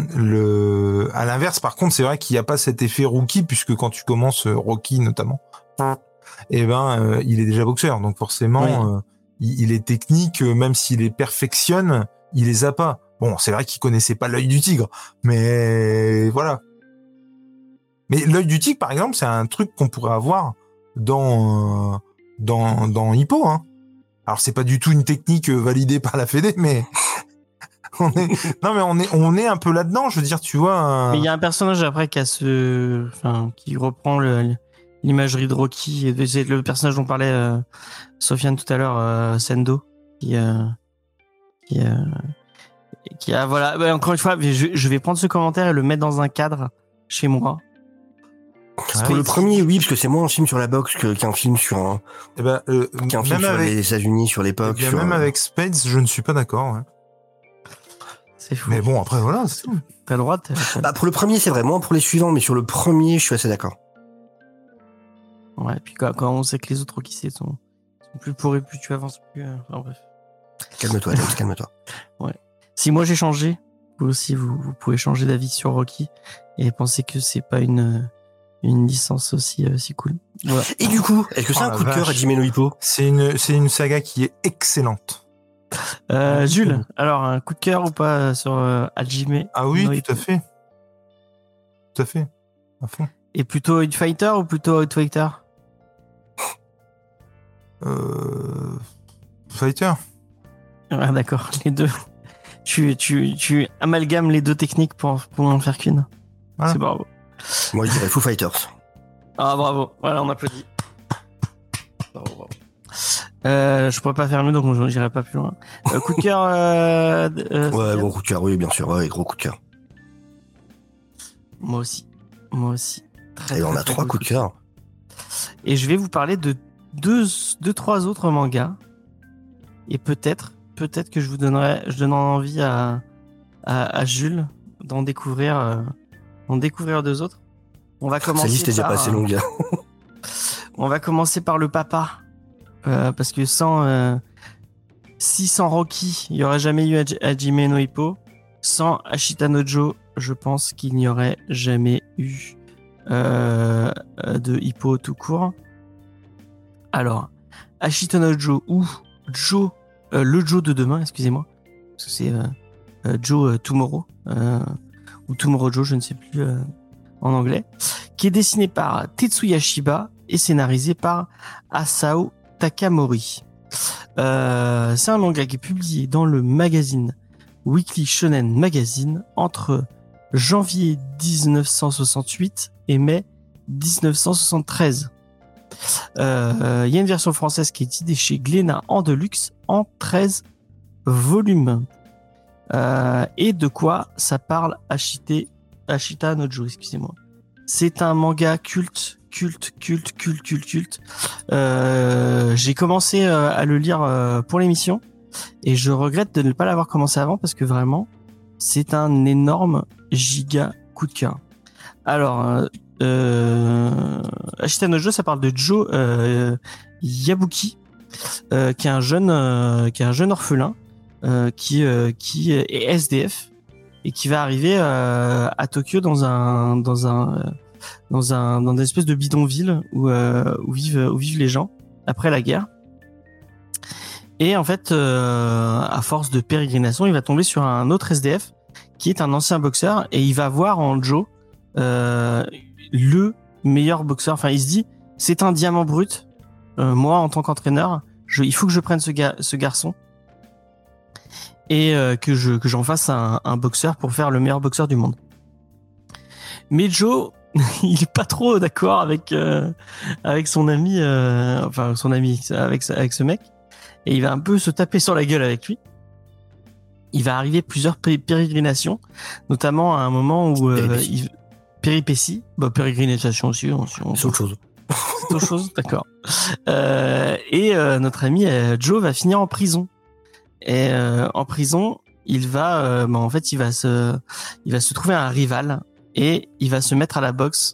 le, à l'inverse, par contre, c'est vrai qu'il n'y a pas cet effet rookie, puisque quand tu commences euh, Rocky notamment, eh ben, euh, il est déjà boxeur, donc forcément, Oui. euh, il, il est technique, euh, même s'il les perfectionne, il les a pas. Bon, c'est vrai qu'il connaissait pas l'œil du tigre, mais voilà. Mais l'œil du tigre, par exemple, c'est un truc qu'on pourrait avoir dans euh, dans dans Hippo, hein. Alors c'est pas du tout une technique euh, validée par la Fédé, mais on est non mais on est on est un peu là-dedans. Je veux dire, tu vois. Un... Mais il y a un personnage après qui a ce, enfin, qui reprend le, l'imagerie de Rocky. C'est le personnage dont parlait euh, Sofiane tout à l'heure, euh, Sendo, qui, euh, qui, euh, qui a, voilà. Bah, encore une fois, je, je vais prendre ce commentaire et le mettre dans un cadre chez moi. Ouais. Pour le premier, oui, parce que c'est moins un film sur la boxe que, qu'un film sur un, Eh ben, euh, qu'un film même sur avec, les États-Unis, sur eh l'époque. bien, sur, même euh, avec Spades, je ne suis pas d'accord. Ouais. C'est fou. Mais bon, après voilà, c'est tout. T'as le droit. t'as- t'as- Bah, pour le premier, c'est vrai, moins pour les suivants, mais sur le premier, je suis assez d'accord. Ouais. Et puis quand, quand on sait que les autres Rocky c'est sont, sont plus pourris, plus tu avances, plus. euh, enfin, bref. Calme-toi, James, calme-toi. Si moi j'ai changé, vous aussi vous, vous pouvez changer d'avis sur Rocky et penser que c'est pas une une licence aussi euh, si cool. Voilà. Et du coup, est-ce que c'est Oh un la coup de cœur à vache. Hajime no Ippo? C'est une, c'est une saga qui est excellente. Euh, Jules, alors un coup de cœur ou pas sur euh, Hajime Ah oui, no tout Ippo à fait. Tout à fait. À fond. Et plutôt une fighter ou plutôt outfighter? Euh... Fighter. Ah, d'accord, les deux. Tu, tu, tu amalgames les deux techniques pour, pour en faire qu'une. Voilà. C'est bravo. Moi, je dirais Foo Fighters. Ah bravo, voilà on applaudit. Bravo, bravo. Euh, je pourrais pas faire mieux donc je n'irai pas plus loin. Euh, coup de cœur. Euh, euh, Ouais, gros coup de cœur, oui, bien sûr, ouais, gros coup de cœur. Moi aussi, moi aussi. Très, Et on très, a très trois beau. coups de cœur. Et je vais vous parler de deux, deux trois autres mangas. Et peut-être, peut-être que je vous donnerai, je donnerai envie à, à, à Jules d'en découvrir, euh, d'en découvrir deux autres. On va Sa commencer. liste est déjà par, pas assez longue. On va commencer par le papa. Euh, parce que sans, euh, si sans Rocky, il n'y aurait jamais eu Haj- Hajime no Ippo. Sans Ashita no Joe, je pense qu'il n'y aurait jamais eu euh, de Hippo tout court. Alors, Ashita no Joe ou Joe, euh, le Joe de demain, excusez-moi. Parce que c'est euh, euh, Joe euh, Tomorrow. Euh, ou Tomorrow Joe, je ne sais plus euh, en anglais. qui est dessiné par Tetsuya Shiba et scénarisé par Asao Takamori. Euh, c'est un manga qui est publié dans le magazine Weekly Shonen Magazine entre janvier dix-neuf cent soixante-huit et mai dix-neuf cent soixante-treize. Il euh, y a une version française qui est éditée chez Glénat en Deluxe en treize volumes. Euh, et de quoi ça parle Ashite, Ashita no Joe, excusez-moi. C'est un manga culte, culte, culte, culte, culte, culte. Euh, j'ai commencé euh, à le lire euh, pour l'émission et je regrette de ne pas l'avoir commencé avant parce que vraiment, c'est un énorme giga coup de cœur. Alors, euh, euh, Ashita no Joe, ça parle de Joe euh, Yabuki, euh, qui est un jeune, euh, qui est un jeune orphelin, euh, qui, euh, qui est S D F et qui va arriver euh, à Tokyo dans un, dans un, dans un, dans une espèce de bidonville où, euh, où vivent, où vivent les gens après la guerre. Et en fait, euh, à force de pérégrination, il va tomber sur un autre S D F qui est un ancien boxeur et il va voir en Joe euh, le meilleur boxeur. Enfin, il se dit, c'est un diamant brut. Euh, moi, en tant qu'entraîneur, je, il faut que je prenne ce, ga- ce garçon et euh, que je que j'en fasse un, un boxeur pour faire le meilleur boxeur du monde. Mais Joe, il est pas trop d'accord avec euh, avec son ami, euh, enfin son ami avec avec ce mec, et il va un peu se taper sur la gueule avec lui. Il va arriver plusieurs pé- pérégrinations, notamment à un moment où euh, Péripéties. il péripéties, bah pérégrination aussi, on, on, C'est autre chose. c'est autre chose, d'accord. Euh, et euh, notre ami euh, Joe va finir en prison. Et euh, en prison, il va, euh, bah, en fait, il va se, il va se trouver un rival et il va se mettre à la boxe.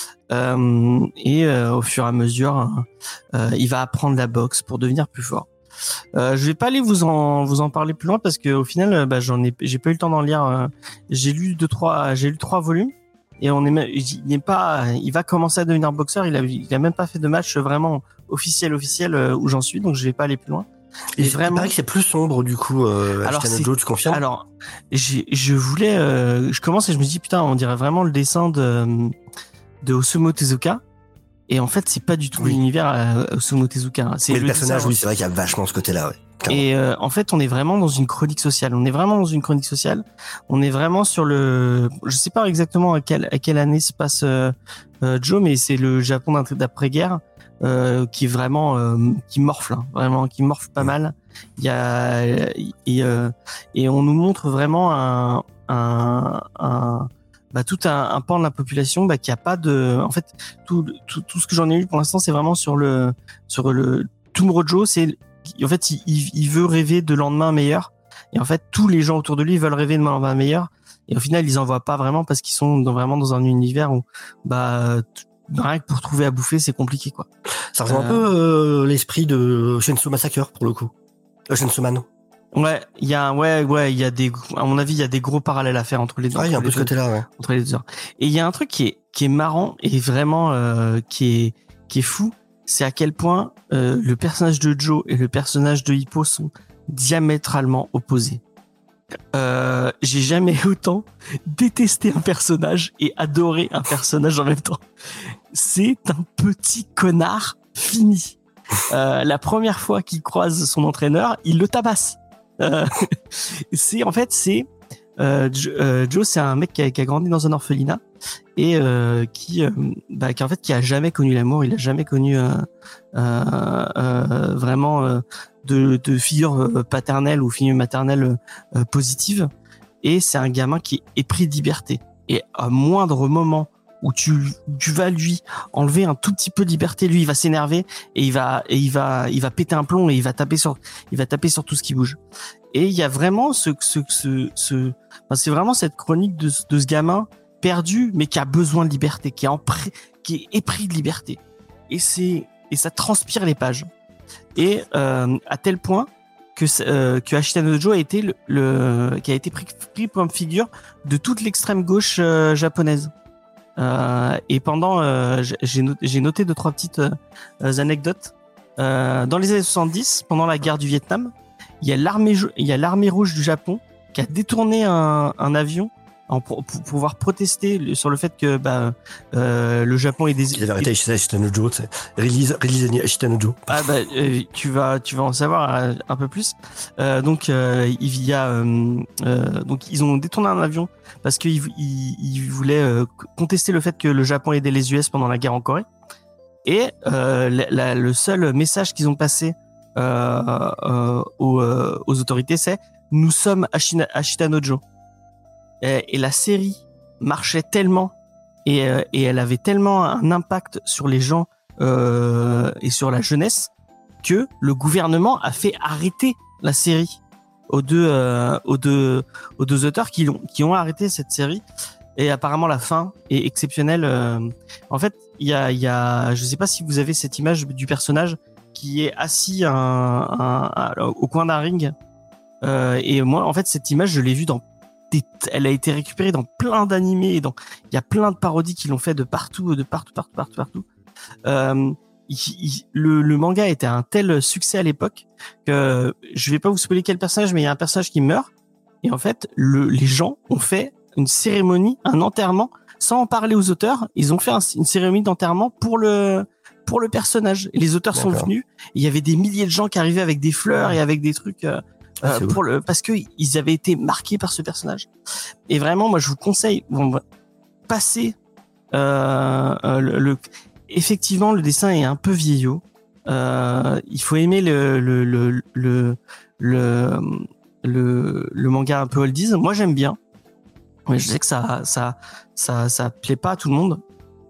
Euh, et euh, au fur et à mesure, euh, il va apprendre la boxe pour devenir plus fort. Euh, je vais pas aller vous en vous en parler plus loin parce que au final, bah, j'en ai, j'ai pas eu le temps d'en lire. Euh, j'ai lu deux trois, j'ai lu trois volumes. Et on est même, il n'est pas, il va commencer à devenir boxeur. Il a, il a même pas fait de match vraiment officiel, officiel euh, où j'en suis, donc je vais pas aller plus loin. Et Et vraiment, il vraiment, paraît que c'est plus sombre du coup. Euh, Alors, Ashita no c'est- Joe, tu confirmes? alors, j'ai, je voulais, euh, je commence et je me dis putain, on dirait vraiment le dessin de de Osamu Tezuka. Et en fait, c'est pas du tout Oui. l'univers euh, Osamu Tezuka. C'est Mais le le personnage, dessin. oui, c'est vrai qu'il y a vachement ce côté-là. Ouais. Clairement. Et euh, en fait, on est vraiment dans une chronique sociale. On est vraiment dans une chronique sociale. On est vraiment sur le. Je sais pas exactement à quelle à quelle année se passe euh, euh, Joe, mais c'est le Japon d'int- d'après-guerre euh, qui est vraiment euh, qui morfle, hein, vraiment qui morfle pas mal. Il y a et euh, et on nous montre vraiment un un, un bah, tout un, un pan de la population bah, qui a pas de. En fait, tout tout tout ce que j'en ai eu pour l'instant, c'est vraiment sur le sur le Tomorrow Joe, c'est en fait, il, il veut rêver de lendemain meilleur. Et en fait, tous les gens autour de lui veulent rêver de lendemain meilleur. Et au final, ils en voient pas vraiment parce qu'ils sont dans, vraiment dans un univers où, bah, t- rien que pour trouver à bouffer, c'est compliqué, quoi. Ça rejoint Euh, un peu euh, l'esprit de Chainsaw Massacre pour le coup. Euh, Chainsaw Man. Ouais, il y a, ouais, ouais, il y a des, à mon avis, il y a des gros parallèles à faire entre les deux. Ouais, il y a un entre peu les ce deux. côté-là, ouais. entre les deux heures. Et il y a un truc qui est qui est marrant et vraiment euh, qui est qui est fou, c'est à quel point euh, le personnage de Joe et le personnage de Hippo sont diamétralement opposés. Euh, j'ai jamais autant détesté un personnage et adoré un personnage en même temps. C'est un petit connard fini. Euh, la première fois qu'il croise son entraîneur, il le tabasse. Euh, c'est en fait c'est Euh, Jo- euh, Joe, c'est un mec qui a, qui a grandi dans un orphelinat et euh, qui, euh, bah, qui en fait qui a jamais connu l'amour, il a jamais connu euh, euh, euh, vraiment euh, de, de figure euh, paternelle ou figure maternelle euh, positive. Et c'est un gamin qui est épris de liberté. Et à moindre moment où tu, tu vas lui enlever un tout petit peu de liberté, lui il va s'énerver et il va et il va il va péter un plomb et il va taper sur il va taper sur tout ce qui bouge. Et il y a vraiment ce ce ce, ce enfin, c'est vraiment cette chronique de, ce- de ce gamin perdu mais qui a besoin de liberté, qui est en pré- qui est épris de liberté. Et c'est et ça transpire les pages. Et euh, à tel point que euh, que Ashita no Joe a été le, le qui a été pris, pris comme figure de toute l'extrême gauche euh, japonaise. Euh, et pendant, euh, j'ai noté, j'ai noté deux trois petites euh, anecdotes. Euh, dans les années soixante-dix, pendant la guerre du Vietnam, il y a l'armée, il y a l'armée rouge du Japon qui a détourné un, un avion en, pour, pour pouvoir protester sur le fait que bah, euh, le Japon est des. Il avait arrêté Ashitanojo, c'est release, release Ashitanojo. Ah bah euh, tu vas tu vas en savoir un, un peu plus. Euh, donc euh, il y a euh, euh, donc ils ont détourné un avion parce qu'ils ils, ils voulaient euh, contester le fait que le Japon aidait les U S pendant la guerre en Corée. Et euh, la, la, le seul message qu'ils ont passé euh, euh, aux, euh, aux autorités, c'est nous sommes Ashina, Ashitanojo. Et, et la série marchait tellement et, euh, et elle avait tellement un impact sur les gens euh, et sur la jeunesse que le gouvernement a fait arrêter la série aux deux euh, aux deux aux deux auteurs qui ont qui ont arrêté cette série. Et apparemment la fin est exceptionnelle. Euh, en fait, il y a il y a je sais pas si vous avez cette image du personnage qui est assis un, un, un, au coin d'un ring. Euh, et moi, en fait, cette image, je l'ai vue dans des, elle a été récupérée dans plein d'animés et dans, il y a plein de parodies qui l'ont fait de partout, de partout, partout, partout, partout. Euh, il, il, le, le manga était un tel succès à l'époque que je vais pas vous spoiler quel personnage, mais il y a un personnage qui meurt et en fait, le, les gens ont fait une cérémonie, un enterrement, sans en parler aux auteurs. Ils ont fait un, une cérémonie d'enterrement pour le pour le personnage. Et les auteurs D'accord. sont venus. Il y avait des milliers de gens qui arrivaient avec des fleurs et avec des trucs. Euh, Euh, pour le, parce que ils avaient été marqués par ce personnage. Et vraiment, moi, je vous conseille, bon, passer euh, euh, le, le. Effectivement, le dessin est un peu vieillot. Euh, il faut aimer le le le le le le, le manga un peu oldies. Moi, j'aime bien. Mais je sais que ça ça ça ça plaît pas à tout le monde.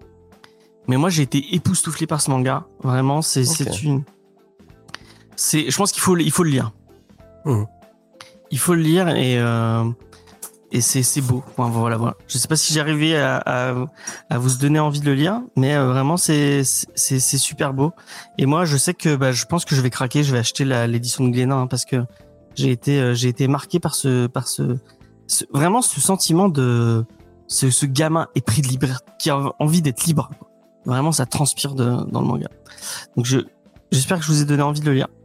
Mais moi, j'ai été époustouflé par ce manga. Vraiment, c'est okay. c'est une. C'est. Je pense qu'il faut il faut le lire. Mmh. Il faut le lire et euh, et c'est c'est beau. Enfin, voilà, voilà. Je sais pas si j'ai arrivé à, à à vous donner envie de le lire, mais euh, vraiment c'est c'est c'est super beau. Et moi, je sais que bah je pense que je vais craquer. Je vais acheter la, l'édition de Glénat hein, parce que j'ai été euh, j'ai été marqué par ce par ce, ce vraiment ce sentiment de ce ce gamin épris de liberté qui a envie d'être libre. Vraiment, ça transpire de, dans le manga. Donc je j'espère que je vous ai donné envie de le lire.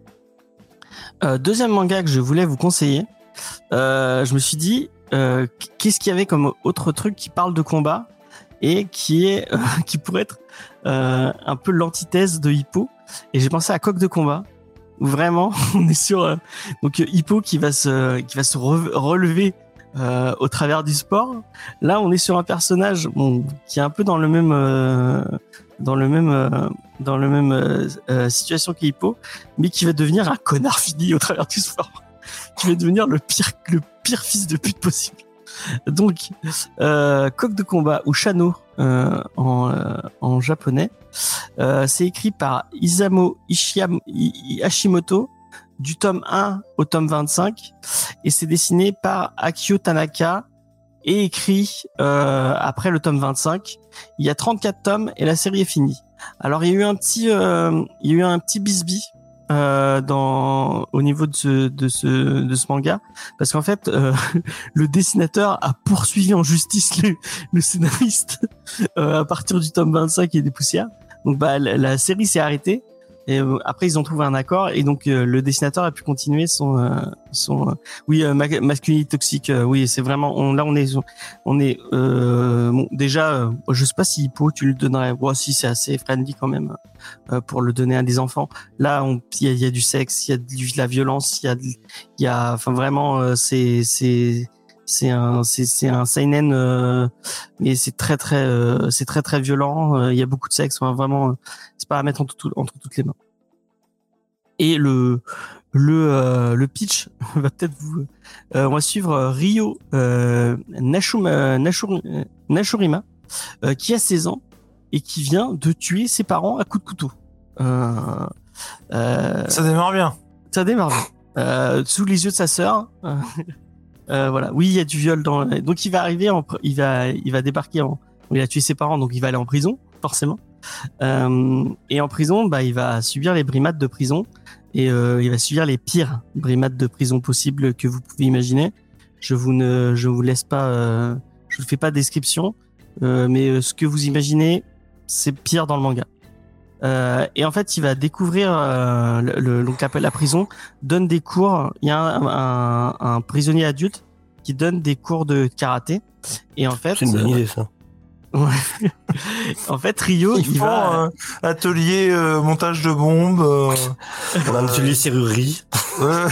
Euh, deuxième manga que je voulais vous conseiller, euh, je me suis dit euh, qu'est-ce qu'il y avait comme autre truc qui parle de combat et qui est euh, qui pourrait être euh, un peu l'antithèse de Hippo. Et j'ai pensé à Coq de combat où vraiment on est sur euh, donc Hippo qui va se qui va se re- relever euh, au travers du sport. Là, on est sur un personnage bon, qui est un peu dans le même euh, dans le même euh, dans le même euh, euh, situation qu'Hippo, mais qui va devenir un connard fini au travers du sport, qui va devenir le pire le pire fils de pute possible. Donc euh, Coq de combat ou Shano euh, en euh, en japonais, euh, c'est écrit par Isamu Ishiyam, Hashimoto du tome un au tome vingt-cinq et c'est dessiné par Akio Tanaka et écrit euh, après le tome vingt-cinq. Il y a trente-quatre tomes et la série est finie. Alors il y a eu un petit, euh, il y a eu un petit bisbis euh, dans au niveau de ce de ce de ce manga parce qu'en fait euh, le dessinateur a poursuivi en justice le, le scénariste euh, à partir du tome vingt-cinq et des poussières. Donc bah la, la série s'est arrêtée. Et euh, après ils ont trouvé un accord et donc euh, le dessinateur a pu continuer son euh, son euh, oui euh, ma- masculinité toxique euh, oui c'est vraiment on, là on est on est euh, bon, déjà euh, je sais pas si Hippo tu le donnerais bon si c'est assez friendly quand même euh, pour le donner à des enfants. Là on il y a, y a du sexe, il y a de la violence, il y a il y a enfin vraiment euh, c'est c'est c'est un c'est c'est un seinen euh, mais c'est très très euh, c'est très très violent, il euh, y a beaucoup de sexe, enfin, vraiment euh, c'est pas à mettre entre, tout, entre toutes les mains. Et le le euh, le pitch va peut-être vous euh, on va suivre Ryo euh, Nashuma, Nashur, Nashurima euh, qui a seize ans et qui vient de tuer ses parents à coups de couteau. Euh, euh, ça démarre bien. Ça démarre bien. Euh, sous les yeux de sa sœur. Euh, Euh, voilà, oui, il y a du viol dans. Donc il va arriver, en... il va, il va débarquer en. Il a tué ses parents, donc il va aller en prison, forcément. Euh... Et en prison, bah, il va subir les brimades de prison et euh, il va subir les pires brimades de prison possibles que vous pouvez imaginer. Je vous ne, je vous laisse pas, euh... je vous fais pas de description, euh, mais ce que vous imaginez, c'est pire dans le manga. Euh, et en fait, il va découvrir euh, le, le, donc la, la prison donne des cours. Il y a un, un, un prisonnier adulte qui donne des cours de karaté. Et en fait, C'est une bonne euh, idée, ça. ouais. En fait, Ryo, Ils il font va. euh, atelier euh, montage de bombes. Euh, On a un atelier serrurerie. euh,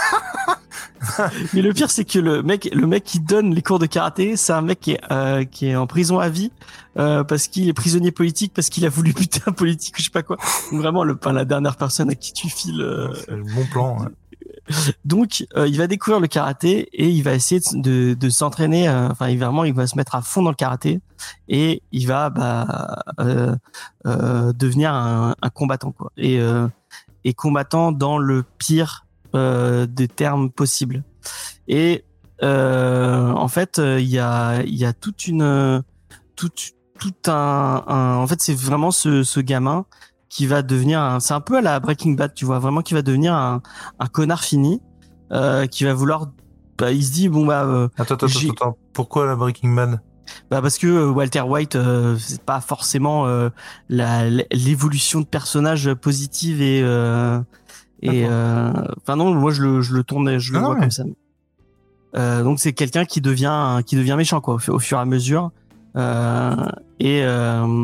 Mais le pire, c'est que le mec, le mec qui donne les cours de karaté, c'est un mec qui est, euh, qui est en prison à vie euh, parce qu'il est prisonnier politique, parce qu'il a voulu buter un politique, ou je sais pas quoi. Donc vraiment, le, enfin, la dernière personne à qui tu files. euh, c'est le bon plan. Ouais. Donc, euh, il va découvrir le karaté et il va essayer de, de, de s'entraîner. euh, Enfin, il, vraiment, il va se mettre à fond dans le karaté et il va bah, euh, euh, devenir un, un combattant, quoi. Et, euh, et combattant dans le pire euh, des termes possibles. Et euh, en fait, il euh, y a, il y a toute une, toute, tout un, un. En fait, c'est vraiment ce, ce gamin qui va devenir, un, c'est un peu à la Breaking Bad, tu vois, vraiment qui va devenir un, un connard fini, euh, qui va vouloir, bah, il se dit bon bah, euh, Attends, attends, j'ai- attends, attends. Pourquoi la Breaking Bad? bah parce que euh, Walter White, euh, c'est pas forcément euh, la, l'évolution de personnage positive et euh, et, D'accord. euh, enfin non, moi je le, je le tourne, je le Ah non, vois mais- comme ça. Euh, donc c'est quelqu'un qui devient, qui devient méchant quoi, au, fu- au fur et à mesure. Euh, et euh,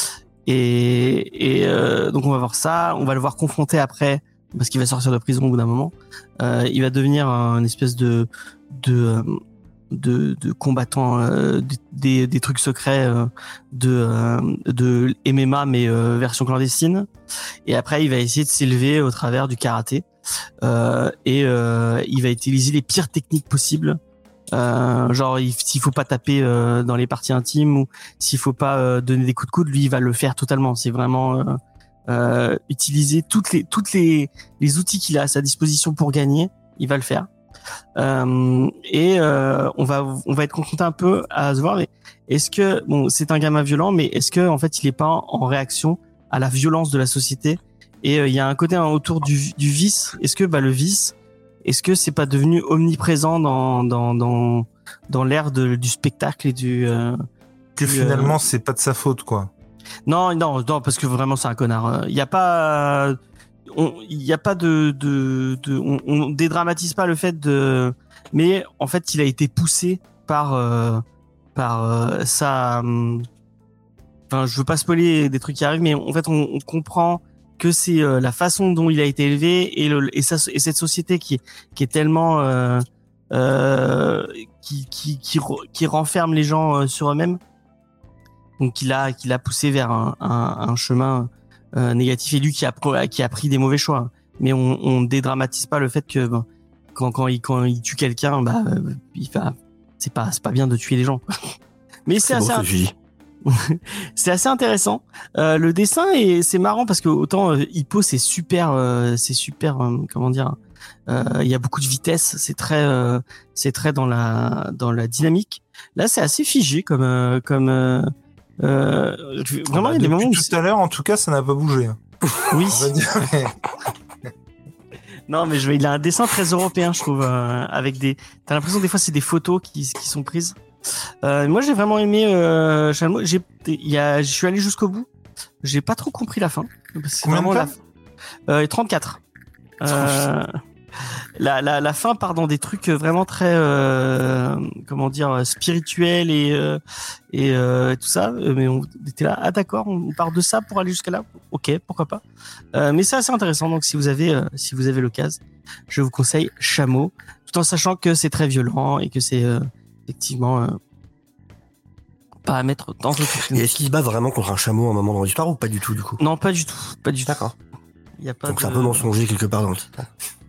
et, et euh, donc on va voir ça, on va le voir confronté après parce qu'il va sortir de prison au bout d'un moment. Euh, il va devenir un espèce de de de, de combattant euh, des, des trucs secrets euh, de euh, de M M A mais euh, version clandestine. Et après il va essayer de s'élever au travers du karaté euh, et euh, il va utiliser les pires techniques possibles. Euh, genre il, s'il faut pas taper euh, dans les parties intimes ou s'il faut pas euh, donner des coups de coude, lui il va le faire totalement. C'est vraiment euh, euh, utiliser toutes les toutes les les outils qu'il a à sa disposition pour gagner, il va le faire. Euh, et euh, on va on va être confronté un peu à se voir. Mais est-ce que bon c'est un gamin violent, mais est-ce que en fait il est pas en, en réaction à la violence de la société? Et il euh, y a un côté hein, autour du du vice. Est-ce que bah le vice est-ce que c'est pas devenu omniprésent dans dans dans dans l'ère de, du spectacle et du euh, Que du, finalement, euh, c'est pas de sa faute, quoi. non non non parce que vraiment c'est un connard. Il y a pas on il y a pas de de, de on, on dédramatise pas le fait de mais en fait il a été poussé par euh, par euh, sa hum, enfin je veux pas spoiler des trucs qui arrivent mais en fait on, on comprend que c'est euh, la façon dont il a été élevé et, le, et, sa, et cette société qui, qui est tellement euh, euh, qui, qui, qui, qui renferme les gens euh, sur eux-mêmes, donc qui l'a qui l'a poussé vers un, un, un chemin euh, négatif et lui qui a qui a pris des mauvais choix. Mais on, on dédramatise pas le fait que ben, quand quand il quand il tue quelqu'un, bah euh, il va c'est pas c'est pas bien de tuer les gens. Mais c'est, C'est beau assez ce que tu dis. c'est assez intéressant. Euh, le dessin et c'est marrant parce que autant euh, Hippo c'est super, euh, c'est super, euh, comment dire, euh, il y a beaucoup de vitesse, c'est très, euh, c'est très dans la dans la dynamique. Là c'est assez figé comme euh, comme euh, euh, vraiment il y a des Depuis moments où tout c'est- à l'heure, en tout cas, ça n'a pas bougé. hein. oui. On va dire. Non mais je, il a un dessin très européen je trouve euh, avec des, t'as l'impression des fois c'est des photos qui qui sont prises. Euh, moi j'ai vraiment aimé euh, Shalmo. J'ai, il y a, je suis allé jusqu'au bout. J'ai pas trop compris la fin. C'est Combien de vraiment la, pages euh, trente-quatre. Euh, la, la, la fin part dans des trucs vraiment très, euh, comment dire, spirituels et euh, et euh, tout ça. Mais on était là, ah d'accord, on part de ça pour aller jusqu'à là. Ok, pourquoi pas. Euh, mais c'est assez intéressant. Donc si vous avez, euh, si vous avez l'occasion, je vous conseille Chameau, tout en sachant que c'est très violent et que c'est euh, effectivement euh, pas à mettre dans le Et est-ce qu'il se bat vraiment contre un chameau à un moment dans l'histoire ou pas du tout du coup? Non, pas du tout, pas du tout. D'accord. Il y a pas Donc de... c'est un peu mensonger quelque part dans le titre.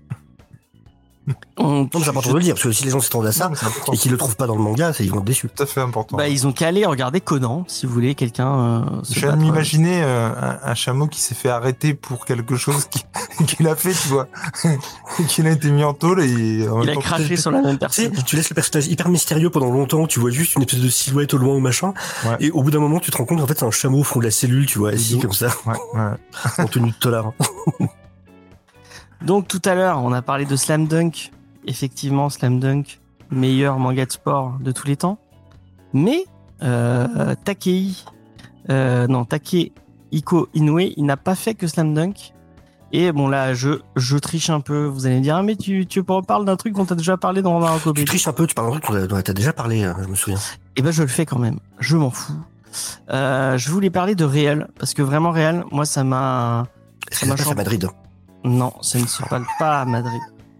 On- Non, mais c'est important de le dire, parce que si les gens s'attendent à ça, Non, mais c'est important. et qu'ils le trouvent pas dans le manga, c'est, ils vont être déçus. Tout à fait important. Bah, ils ont qu'à aller regarder Conan, si vous voulez, quelqu'un euh, se Je viens de battre. m'imaginer euh, un, un chameau qui s'est fait arrêter pour quelque chose qui- qu'il a fait, tu vois. Qu'il a été mis en tôle et en Il même a temps- craché sur la même Tu sais, personne. tu laisses le personnage hyper mystérieux pendant longtemps, tu vois juste une espèce de silhouette au loin ou machin, Ouais. et au bout d'un moment, tu te rends compte qu'en fait, c'est un chameau au fond de la cellule, tu vois, assis Dodo. comme ça, Ouais, ouais. en tenue de tolard. Donc tout à l'heure, on a parlé de Slam Dunk. Effectivement, Slam Dunk, meilleur manga de sport de tous les temps. Mais euh, Takei, euh, non Takehiko Inoue, il n'a pas fait que Slam Dunk. Et bon là, je je triche un peu. Vous allez me dire, ah, mais tu tu parles d'un truc dont t'as déjà parlé dans Naruto. Tu triches un peu, tu parles d'un truc dont t'as déjà parlé, je me souviens. Et ben je le fais quand même. Je m'en fous. Euh, je voulais parler de Real parce que vraiment Real, moi ça m'a. Ça m'a changé à Madrid. Non, ça ne se parle pas à Madrid.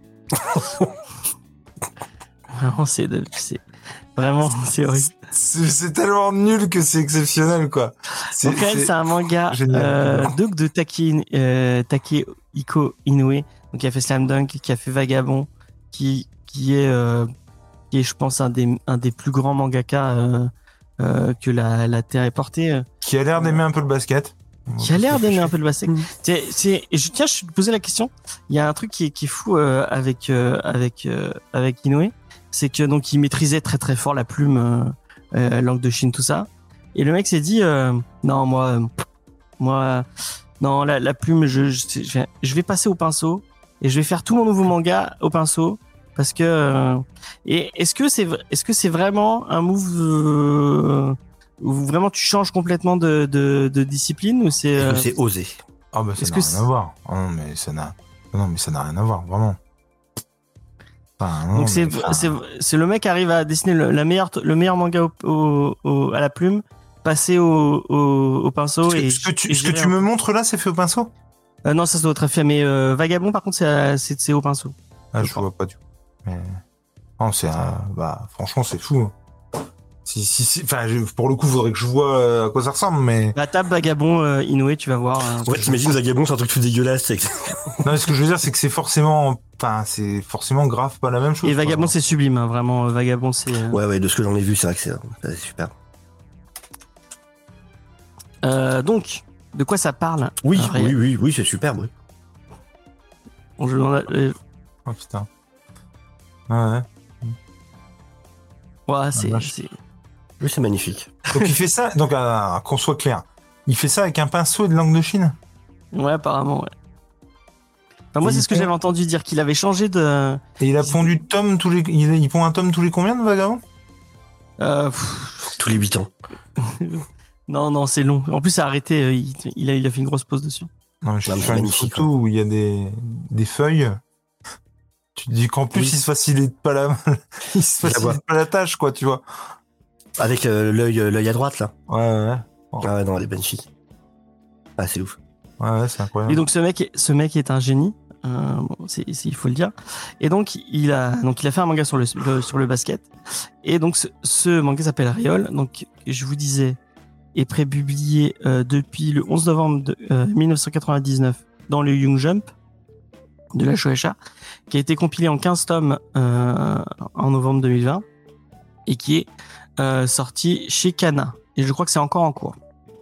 Vraiment, c'est de, c'est vraiment c'est horrible. C'est, c'est tellement nul que c'est exceptionnel, quoi. C'est, Donc Real, c'est, c'est un manga euh, donc de Taki, euh, Takehiko Inoue, donc qui a fait Slam Dunk, qui a fait Vagabond, qui qui est euh, qui est je pense un des un des plus grands mangaka euh, euh, que la la terre ait porté. Euh. Qui a l'air d'aimer un peu le basket. Qui a l'air d'aimer un peu le basket. Mmh. C'est c'est et je tiens je te posais la question. Il y a un truc qui est qui est fou euh, avec euh, avec euh, avec Inoue, c'est que donc il maîtrisait très très fort la plume. Euh, Euh, langue de Chine, tout ça. Et le mec s'est dit, euh, non, moi, euh, moi, non, la, la plume, je, je, je vais passer au pinceau et je vais faire tout mon nouveau manga au pinceau parce que. Euh, et est-ce que c'est, est-ce que c'est vraiment un move euh, où vraiment tu changes complètement de, de, de discipline ou c'est. Euh, c'est osé. Ah bah ça n'a rien c'est... à voir. Oh, non mais ça n'a, non mais ça n'a rien à voir, vraiment. Enfin, non, donc c'est, enfin... c'est c'est le mec qui arrive à dessiner le, la meilleure le meilleur manga au, au, au, à la plume, passer au, au, au pinceau ce et ce que tu, et ce que tu me montres là, c'est fait au pinceau. Euh, non, ça, ça doit être fait, mais euh, Vagabond par contre c'est c'est, c'est au pinceau. Ah, je, je vois pas du tout. Mais non, c'est euh, bah franchement c'est fou. Si si si, enfin pour le coup, faudrait que je vois à quoi ça ressemble, mais. La table Vagabond euh, Inoue, tu vas voir. Hein, ouais, t'imagines Vagabond, c'est un truc tout dégueulasse. Non, mais ce que je veux dire, c'est que c'est forcément, enfin, c'est forcément grave pas la même chose. Et Vagabond, c'est sublime, hein, vraiment. Vagabond, c'est. Euh... Ouais, ouais, de ce que j'en ai vu, c'est vrai que c'est, c'est super. Euh, donc, de quoi ça parle? Oui, euh, oui, oui, oui, c'est superbe. Oui. Bon, je demande. Euh... Oh putain. Ouais. Ouais, c'est. Ah, c'est... Oui, c'est magnifique. Donc il fait ça, donc euh, qu'on soit clair, il fait ça avec un pinceau et de langue de Chine. Ouais, apparemment, ouais. Enfin, moi, c'est ce que j'avais entendu dire, qu'il avait changé de. Et il a pondu tome tous les, il, il pond un tome tous les combien de Vagabond? Euh. Tous les huit ans. non, non, c'est long. En plus, ça a arrêté. Il, il a, il a fait une grosse pause dessus. Non, mais j'ai fait une photo où il y a des, des feuilles. Tu te dis qu'en plus, oui. il se facilite pas la, il se facilite pas la tâche, quoi, tu vois. Avec euh, l'œil, l'œil à droite, là. Ouais, ouais. Oh. Ah ouais, non, elle est magnifique. Ah, c'est ouf. Ouais, ouais, c'est incroyable. Et donc, ce mec, ce mec est un génie. Euh, bon, c'est, c'est, il faut le dire. Et donc, il a, donc, il a fait un manga sur le, le sur le basket. Et donc, ce, ce manga s'appelle Riol. Donc, je vous disais, est prépublié euh, depuis le onze novembre de, euh, dix-neuf cent quatre-vingt-dix-neuf dans le Young Jump de la Shueisha, qui a été compilé en quinze tomes euh, en novembre deux mille vingt et qui est euh, sorti chez Kana. Et je crois que c'est encore en cours.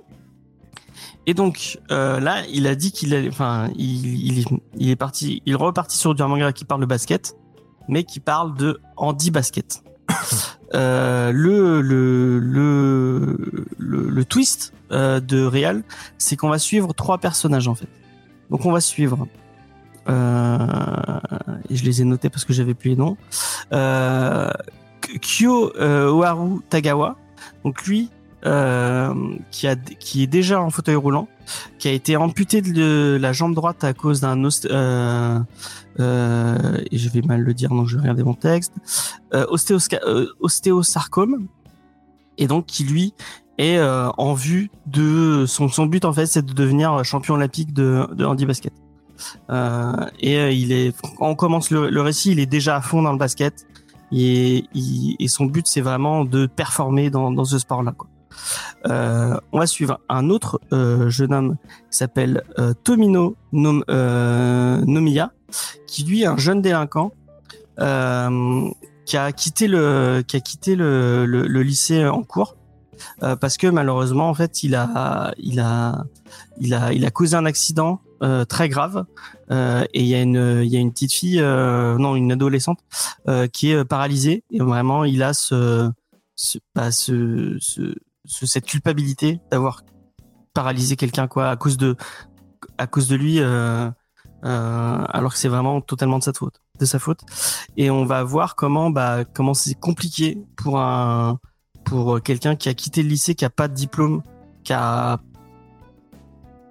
Et donc euh, là, il a dit qu'il allait, enfin, il, il, il est parti, il est reparti sur un manga qui parle de basket, mais qui parle de handi-basket. euh, le, le le le le twist euh, de Real, c'est qu'on va suivre trois personnages en fait. Donc on va suivre, euh, et je les ai notés parce que j'avais plus les noms. Euh, Kyo euh, Oharu Tagawa, donc lui. Euh, qui a qui est déjà en fauteuil roulant, qui a été amputé de la jambe droite à cause d'un ost- euh, euh, et je vais mal le dire donc je vais regarder mon texte euh, ostéosca- euh, ostéosarcome, et donc qui lui est euh, en vue de son son but en fait c'est de devenir champion olympique de de handi-basket. Euh, et euh, il est quand on commence le, le récit, il est déjà à fond dans le basket et, il, et son but c'est vraiment de performer dans dans ce sport là quoi. Euh, on va suivre un autre euh, jeune homme qui s'appelle euh, Tomino Nom, euh, Nomiya, qui lui est un jeune délinquant euh, qui a quitté le qui a quitté le, le, le lycée en cours euh, parce que malheureusement en fait il a il a il a il a causé un accident euh, très grave euh, et il y a une il y a une petite fille euh, non une adolescente euh, qui est paralysée et vraiment il a ce ce, bah, ce, ce cette culpabilité d'avoir paralysé quelqu'un quoi à cause de à cause de lui euh, euh, alors que c'est vraiment totalement de sa faute de sa faute et on va voir comment bah comment c'est compliqué pour un pour quelqu'un qui a quitté le lycée, qui a pas de diplôme, qui a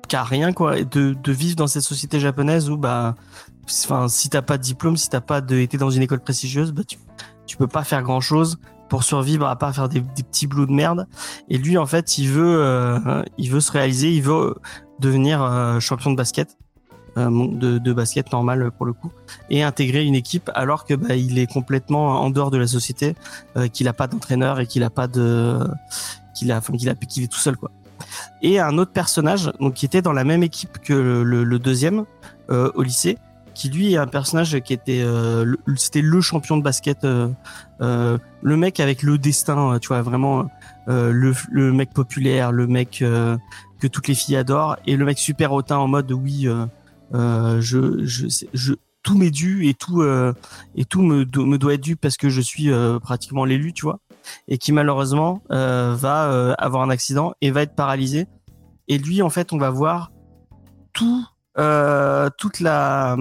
qui a rien quoi, et de, de vivre dans cette société japonaise où bah, enfin si t'as pas de diplôme, si t'as pas de, été dans une école prestigieuse, bah tu tu peux pas faire grand chose pour survivre à part faire des, des petits boulots de merde. Et lui en fait, il veut euh, il veut se réaliser, il veut devenir euh, champion de basket. De, de basket normal pour le coup, et intégrer une équipe alors que bah, il est complètement en dehors de la société, euh, qu'il a pas d'entraîneur et qu'il a pas de qu'il a enfin, qu'il a qu'il est tout seul quoi. Et un autre personnage donc qui était dans la même équipe que le, le, le deuxième euh, au lycée, qui lui est un personnage qui était euh, le, c'était le champion de basket, euh, euh, le mec avec le destin, tu vois, vraiment euh, le, le mec populaire, le mec euh, que toutes les filles adorent, et le mec super hautain en mode oui euh, Euh, je, je, je, tout m'est dû et tout, euh, et tout me, do, me doit être dû parce que je suis euh, pratiquement l'élu, tu vois, et qui malheureusement euh, va euh, avoir un accident et va être paralysé. Et lui, en fait, on va voir tout, euh, toute la,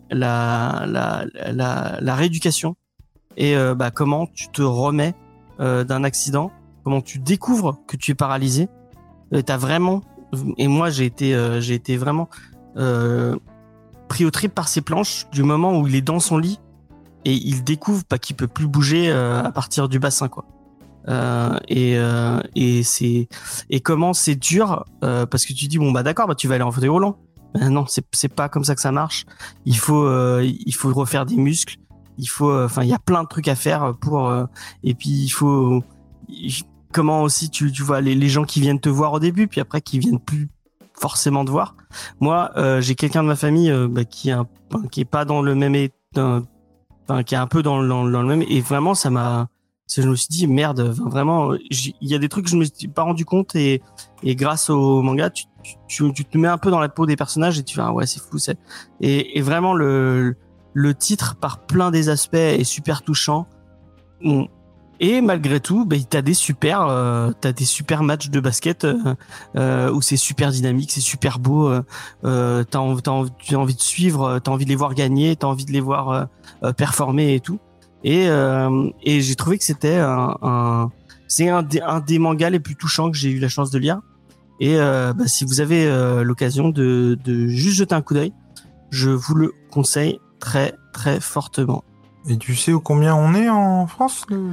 la, la, la, la rééducation et euh, bah, comment tu te remets euh, d'un accident, comment tu découvres que tu es paralysé. Euh, t'as vraiment, et moi j'ai été, euh, j'ai été vraiment Euh, pris au trip par ses planches du moment où il est dans son lit et il découvre pas qu'il peut plus bouger euh, à partir du bassin quoi. Euh, et euh, et c'est et comment c'est dur euh, parce que tu dis bon bah d'accord bah tu vas aller en fauteuil roulant. Ben non, c'est c'est pas comme ça que ça marche. Il faut euh, il faut refaire des muscles, il faut enfin euh, il y a plein de trucs à faire pour euh, et puis il faut il, comment aussi tu tu vois les les gens qui viennent te voir au début puis après qui viennent plus forcément de voir. Moi, euh, j'ai quelqu'un de ma famille euh, bah, qui est un, qui est pas dans le même état, enfin qui est un peu dans le, dans le même, et vraiment ça m'a, je me suis dit merde, vraiment, il y a des trucs que je me suis pas rendu compte et et grâce au manga, tu tu, tu te mets un peu dans la peau des personnages et tu fais ah ouais c'est fou, c'est et, et vraiment le le titre par plein des aspects est super touchant. Bon, et malgré tout, bah, t'as des super, euh, t'as des super matchs de basket euh, euh, où c'est super dynamique, c'est super beau. Euh, euh, t'as, envie, t'as, envie, t'as envie de suivre, t'as envie de les voir gagner, t'as envie de les voir euh, euh, performer et tout. Et euh, et j'ai trouvé que c'était un, un c'est un des, un des mangas les plus touchants que j'ai eu la chance de lire. Et euh, bah, si vous avez euh, l'occasion de de juste jeter un coup d'œil, je vous le conseille très très fortement. Et tu sais où combien on est en France le...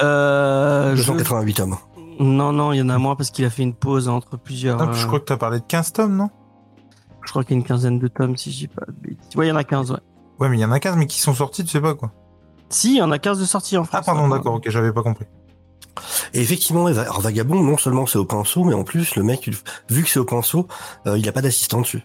euh, deux cent quatre-vingt-huit tomes. Non, non, il y en a moins parce qu'il a fait une pause entre plusieurs... Ah, je crois que t'as parlé de quinze tomes, non ? Je crois qu'il y a une quinzaine de tomes, si je dis pas de bêtises. Ouais, il y en a quinze, ouais. Ouais, mais il y en a quinze, mais qui sont sortis, tu sais pas, quoi. Si, il y en a quinze de sorties en France. Ah, pardon, ouais. d'accord, ok, j'avais pas compris. Et effectivement, alors Vagabond, non seulement c'est au pinceau, mais en plus, le mec, vu que c'est au pinceau, euh, il a pas d'assistant dessus.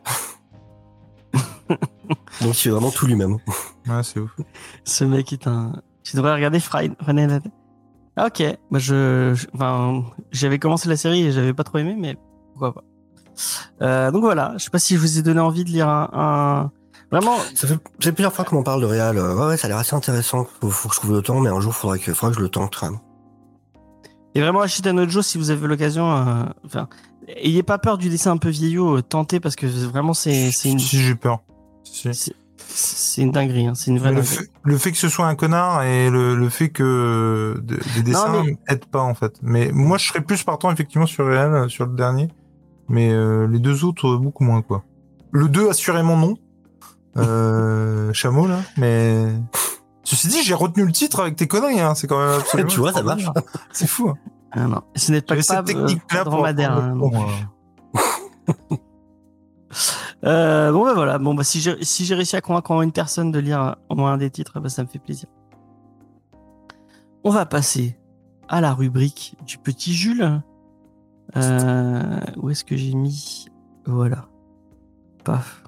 Donc il fait vraiment tout lui-même. Ouais, c'est ouf. Ce mec est un... Tu devrais regarder Friday. Ah, ok, bah je... je... Enfin, j'avais commencé la série et j'avais pas trop aimé, mais pourquoi pas. Euh, donc voilà, je sais pas si je vous ai donné envie de lire un... un... Vraiment... Ça fait, ça fait plusieurs fois qu'on m'en parle de Réal. Ouais, ouais, ça a l'air assez intéressant. Faut, faut que je trouve le temps, mais un jour, faudrait que, faudrait que je le tente quand même. Et vraiment, Ashita Nojo, si vous avez l'occasion, euh... enfin, ayez pas peur du dessin un peu vieillot, euh, tentez parce que vraiment c'est... c'est une... Si, j'ai peur. Si. C'est... c'est une dinguerie, hein. C'est une vraie le, dinguerie. fait, le fait que ce soit un connard et le, le fait que de, des dessins non, mais... aident pas en fait. Mais moi je serais plus partant effectivement sur Réal, sur le dernier. Mais euh, les deux autres, beaucoup moins quoi. Le deux assurément non. Euh, Chameau là. Mais ceci dit, j'ai retenu le titre avec tes conneries. Hein. C'est quand même absolument. Tu vois, ça marche. C'est fou. Hein. Ah non. Ce n'est pas que cette technique-là pour Madère. Hein, bon, euh... Euh, bon bah voilà, bon bah si j'ai si j'ai réussi à convaincre une personne de lire au moins un des titres, bah ça me fait plaisir. On va passer à la rubrique du petit Jules. Euh, où est-ce que j'ai mis ? Voilà. Paf.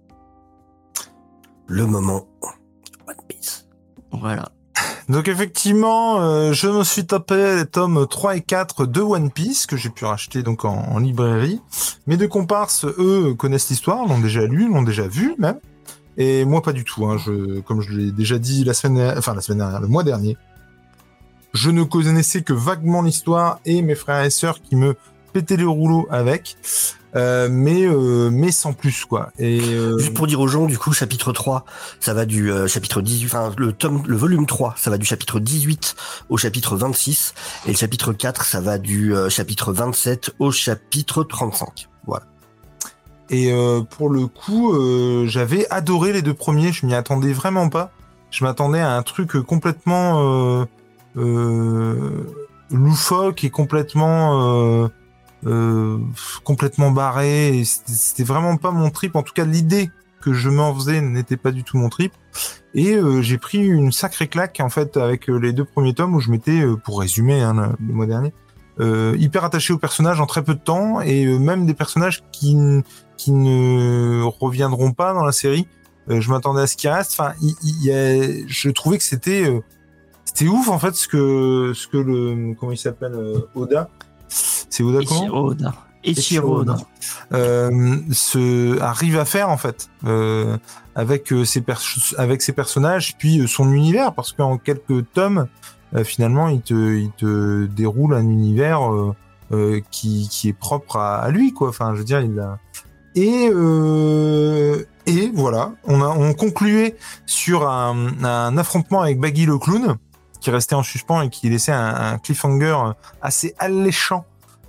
Le moment One Piece. Voilà. Donc effectivement, euh, je me suis tapé les tomes trois et quatre de One Piece que j'ai pu racheter donc en, en librairie. Mes deux comparses, eux, connaissent l'histoire, l'ont déjà lu, l'ont déjà vu même. Et moi pas du tout. Hein. Je, comme je l'ai déjà dit la semaine, enfin la semaine dernière, le mois dernier, je ne connaissais que vaguement l'histoire et mes frères et sœurs qui me pétaient le rouleau avec. Euh, mais euh, mais sans plus quoi. Et euh... juste pour dire aux gens, du coup, chapitre trois, ça va du euh, chapitre dix-huit, enfin le tome, le volume trois, ça va du chapitre dix-huit au chapitre vingt-six, et le chapitre quatre, ça va du euh, chapitre vingt-sept au chapitre trente-cinq. Voilà. Et euh, pour le coup, euh, j'avais adoré les deux premiers. Je m'y attendais vraiment pas. Je m'attendais à un truc complètement euh, euh, loufoque et complètement euh, euh, complètement barré. Et c'était, c'était vraiment pas mon trip. En tout cas, l'idée que je m'en faisais n'était pas du tout mon trip. Et euh, j'ai pris une sacrée claque en fait avec les deux premiers tomes où je m'étais, euh, pour résumer, hein, le, le mois dernier, euh, hyper attaché aux personnages en très peu de temps et euh, même des personnages qui qui ne reviendront pas dans la série. Euh, je m'attendais à ce qu'ils restent. Enfin, il, il y a, je trouvais que c'était euh, c'était ouf en fait ce que ce que le comment il s'appelle euh, Oda. C'est Oda comment Eiichiro Oda. Eiichiro Oda. Euh, se arrive à faire en fait euh, avec euh, ses pers- avec ses personnages puis euh, son univers parce qu'en quelques tomes euh, finalement il te il te déroule un univers euh, euh, qui qui est propre à, à lui quoi. Enfin je veux dire il a et euh, et voilà on a on concluait sur un, un affrontement avec Baggy le clown qui restait en suspens et qui laissait un, un cliffhanger assez alléchant.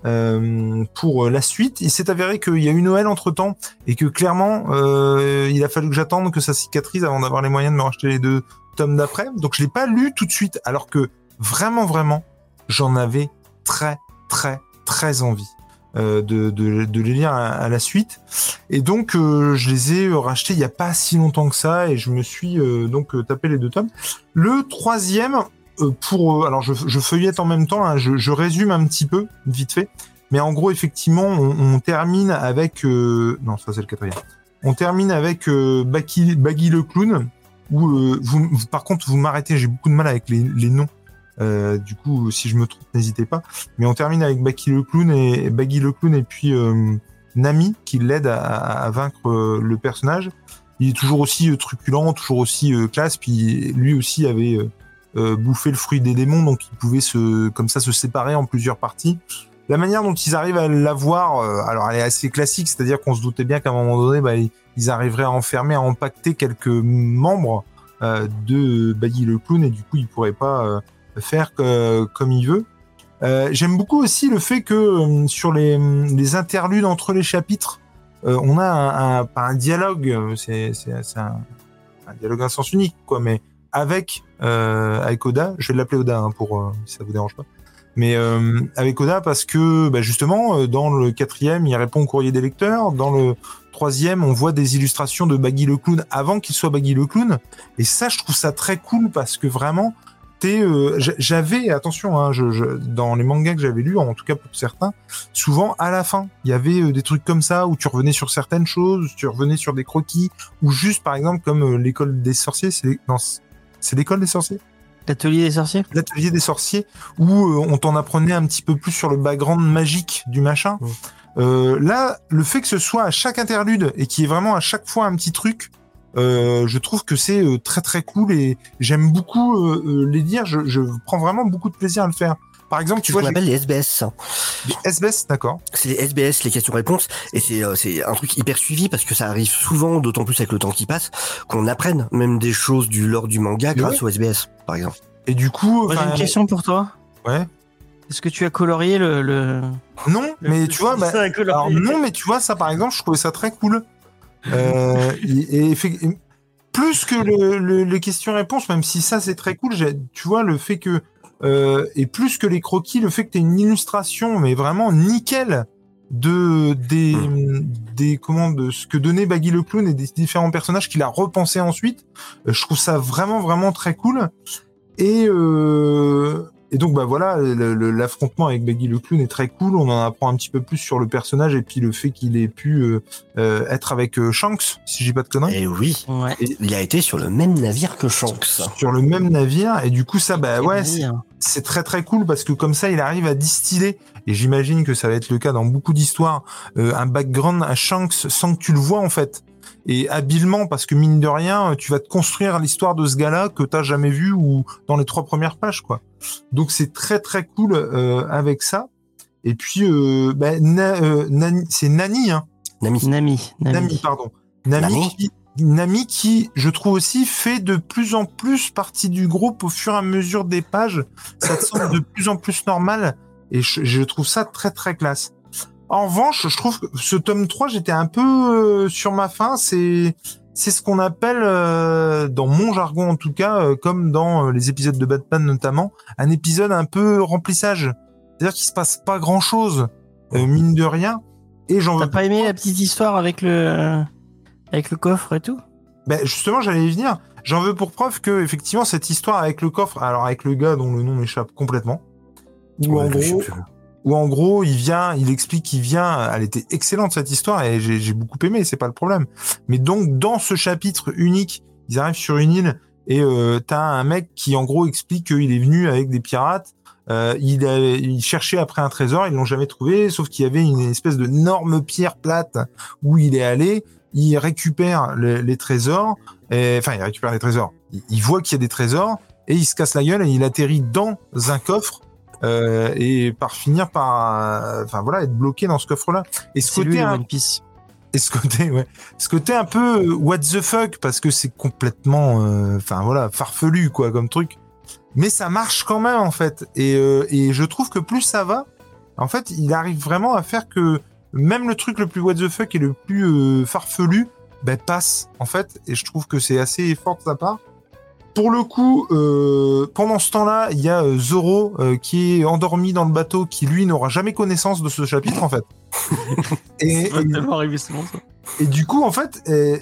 Euh, pour la suite, il s'est avéré qu'il y a eu Noël entre temps et que clairement euh, il a fallu que j'attende que ça cicatrise avant d'avoir les moyens de me racheter les deux tomes d'après. Donc je l'ai pas lu tout de suite, alors que vraiment vraiment j'en avais très très très envie euh, de, de de les lire à, à la suite. Et donc euh, je les ai rachetés il y a pas si longtemps que ça et je me suis euh, donc tapé les deux tomes. Le troisième. Euh, pour, euh, alors je, je feuillette en même temps, hein, je, je résume un petit peu, vite fait, mais en gros, effectivement, on, on termine avec... Euh, non, ça c'est le quatrième. On termine avec euh, Baggy, Baggy le clown, où, euh, vous, vous, par contre, vous m'arrêtez, j'ai beaucoup de mal avec les, les noms, euh, du coup, si je me trompe, n'hésitez pas, mais on termine avec Baggy le clown et, Baggy le clown et puis euh, Nami, qui l'aide à, à vaincre euh, le personnage. Il est toujours aussi euh, truculent, toujours aussi euh, classe, puis lui aussi avait... Euh, Euh, bouffer le fruit des démons, donc ils pouvaient se, comme ça se séparer en plusieurs parties. La manière dont ils arrivent à l'avoir, euh, alors elle est assez classique, c'est-à-dire qu'on se doutait bien qu'à un moment donné, bah, ils arriveraient à enfermer, à empacter quelques membres euh, de Baggy le clown et du coup ils pourraient pas euh, faire que, comme il veut. Euh, j'aime beaucoup aussi le fait que euh, sur les, les interludes entre les chapitres, euh, on a un, un, pas un dialogue, c'est, c'est, c'est un, un dialogue à sens unique, quoi, mais avec euh, avec Oda, je vais l'appeler Oda hein, pour euh, si ça vous dérange pas. Mais euh, avec Oda parce que bah, justement dans le quatrième il répond au courrier des lecteurs, dans le troisième on voit des illustrations de Baggy le clown avant qu'il soit Baggy le clown et ça je trouve ça très cool parce que vraiment t'es euh, j'avais attention hein, je, je, dans les mangas que j'avais lus en tout cas pour certains souvent à la fin il y avait euh, des trucs comme ça où tu revenais sur certaines choses, tu revenais sur des croquis ou juste par exemple comme euh, l'école des sorciers c'est non C'est l'école des sorciers ? L'atelier des sorciers ? L'atelier des sorciers, où euh, on t'en apprenait un petit peu plus sur le background magique du machin. Mmh. Euh, là, le fait que ce soit à chaque interlude et qu'il y ait vraiment à chaque fois un petit truc, euh, je trouve que c'est euh, très très cool et j'aime beaucoup euh, euh, les lire. Je, je prends vraiment beaucoup de plaisir à le faire. Par exemple, tu c'est vois, ce qu'on appelle les S B S. Les S B S, d'accord. C'est les S B S, les questions-réponses, et c'est euh, c'est un truc hyper suivi parce que ça arrive souvent, d'autant plus avec le temps qui passe, qu'on apprenne même des choses du lore du manga grâce ouais. aux S B S, par exemple. Et du coup, moi j'ai une question pour toi. Ouais. Est-ce que tu as colorié le, le... Non, le, mais le tu vois, bah, alors non, mais tu vois ça par exemple, je trouvais ça très cool. euh, et, et, et plus que le, le, les questions-réponses, même si ça c'est très cool, j'ai, tu vois le fait que Euh, et plus que les croquis, le fait que tu aies une illustration, mais vraiment nickel, de des mmh. des comment de ce que donnait Baggy le clown et des différents personnages qu'il a repensé ensuite. Euh, je trouve ça vraiment vraiment très cool. Et euh, et donc bah voilà, le, le, l'affrontement avec Baggy le clown est très cool. On en apprend un petit peu plus sur le personnage et puis le fait qu'il ait pu euh, euh, être avec euh, Shanks, si j'ai pas de conneries. Et oui, ouais. Et il a été sur le même navire que Shanks. Sur le même navire et du coup ça bah ouais, c'est, c'est très très cool parce que comme ça il arrive à distiller et j'imagine que ça va être le cas dans beaucoup d'histoires euh, un background à Shanks sans que tu le vois en fait. Et habilement parce que mine de rien tu vas te construire l'histoire de ce gars-là que t'as jamais vu ou dans les trois premières pages quoi. Donc c'est très très cool euh, avec ça. Et puis euh, bah, na, euh, Nani, c'est Nani hein. Nami. Nami. Nami. Nami pardon. Nami, Nami. Qui, Nami qui je trouve aussi fait de plus en plus partie du groupe au fur et à mesure des pages. Ça te semble de plus en plus normal et je, je trouve ça très très classe. En revanche, je trouve que ce tome trois, j'étais un peu euh, sur ma faim. C'est c'est ce qu'on appelle, euh, dans mon jargon en tout cas, euh, comme dans euh, les épisodes de Batman notamment, un épisode un peu remplissage. C'est-à-dire qu'il se passe pas grand-chose, euh, mine de rien. Et j'en T'as veux pas aimé la petite histoire avec le avec le coffre et tout? Ben justement, j'allais y venir. J'en veux pour preuve que effectivement cette histoire avec le coffre, alors avec le gars dont le nom m'échappe complètement, où Ouais, en je sais gros, plus. où en gros, il vient, il explique qu'il vient. Elle était excellente cette histoire et j'ai, j'ai beaucoup aimé, c'est pas le problème. Mais donc dans ce chapitre unique, ils arrivent sur une île et euh, t'as un mec qui en gros explique qu'il est venu avec des pirates. Euh, il, a, il cherchait après un trésor, ils l'ont jamais trouvé, sauf qu'il y avait une espèce de énorme pierre plate où il est allé. Il récupère le, les trésors, et, enfin il récupère les trésors. Il, il voit qu'il y a des trésors et il se casse la gueule et il atterrit dans un coffre euh, et par finir par, enfin voilà, être bloqué dans ce coffre-là. Et ce C'est côté, lui, le un, One Piece. et ce côté, ouais, ce côté un peu euh, what the fuck parce que c'est complètement, enfin euh, voilà, farfelu quoi comme truc. Mais ça marche quand même en fait. Et, euh, et je trouve que plus ça va, en fait, il arrive vraiment à faire que même le truc le plus what the fuck et le plus euh, farfelu, ben passe en fait. Et je trouve que c'est assez fort de sa part. Pour le coup, euh, pendant ce temps-là, il y a euh, Zoro euh, qui est endormi dans le bateau, qui lui n'aura jamais connaissance de ce chapitre en fait. et, Ça va et, tellement arriver souvent, ça. et du coup, en fait, euh,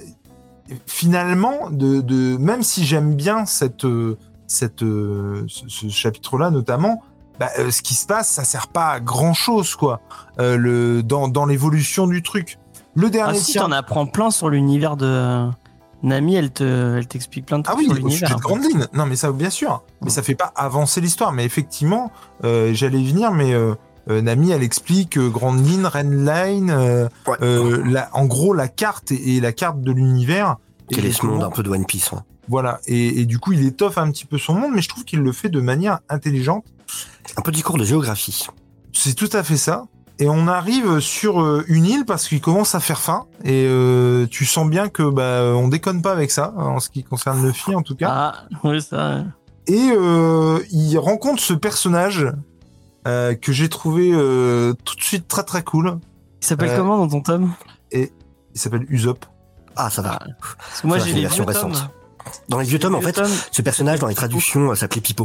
finalement, de, de même si j'aime bien cette euh, cette euh, ce, ce chapitre-là notamment. Bah, euh, ce qui se passe, ça sert pas à grand chose, quoi. Euh, le dans dans l'évolution du truc. Le dernier. Ah si, tiers... t'en apprends plein sur l'univers de Nami. Elle te, elle t'explique plein de trucs ah oui, sur au sujet l'univers. de grande ligne. Non, mais ça, bien sûr. Mais ça fait pas avancer l'histoire. Mais effectivement, euh, j'allais y venir, mais euh, euh, Nami, elle explique euh, grande ligne, Red Line, euh, Ouais. euh, la, en gros la carte et, et la carte de l'univers. Quel Et est ce monde un peu de One Piece, ouais. Voilà. Et, et du coup, il étoffe un petit peu son monde, mais je trouve qu'il le fait de manière intelligente. Un petit cours de géographie. C'est tout à fait ça. Et on arrive sur euh, une île parce qu'il commence à faire faim. Et euh, tu sens bien que bah on déconne pas avec ça, en ce qui concerne Luffy en tout cas. Ah, oui, ça. ouais. Et euh, il rencontre ce personnage euh, que j'ai trouvé euh, tout de suite très très cool. Il s'appelle Euh, comment dans ton tome? Il s'appelle Usopp. Ah, ça va. Ah, Parce que moi Ça, j'ai c'est les une version vieux tomes. récente. Dans les vieux tomes, en Les fait, vieux tomes. ce personnage, dans les traductions, euh, s'appelait Pipo.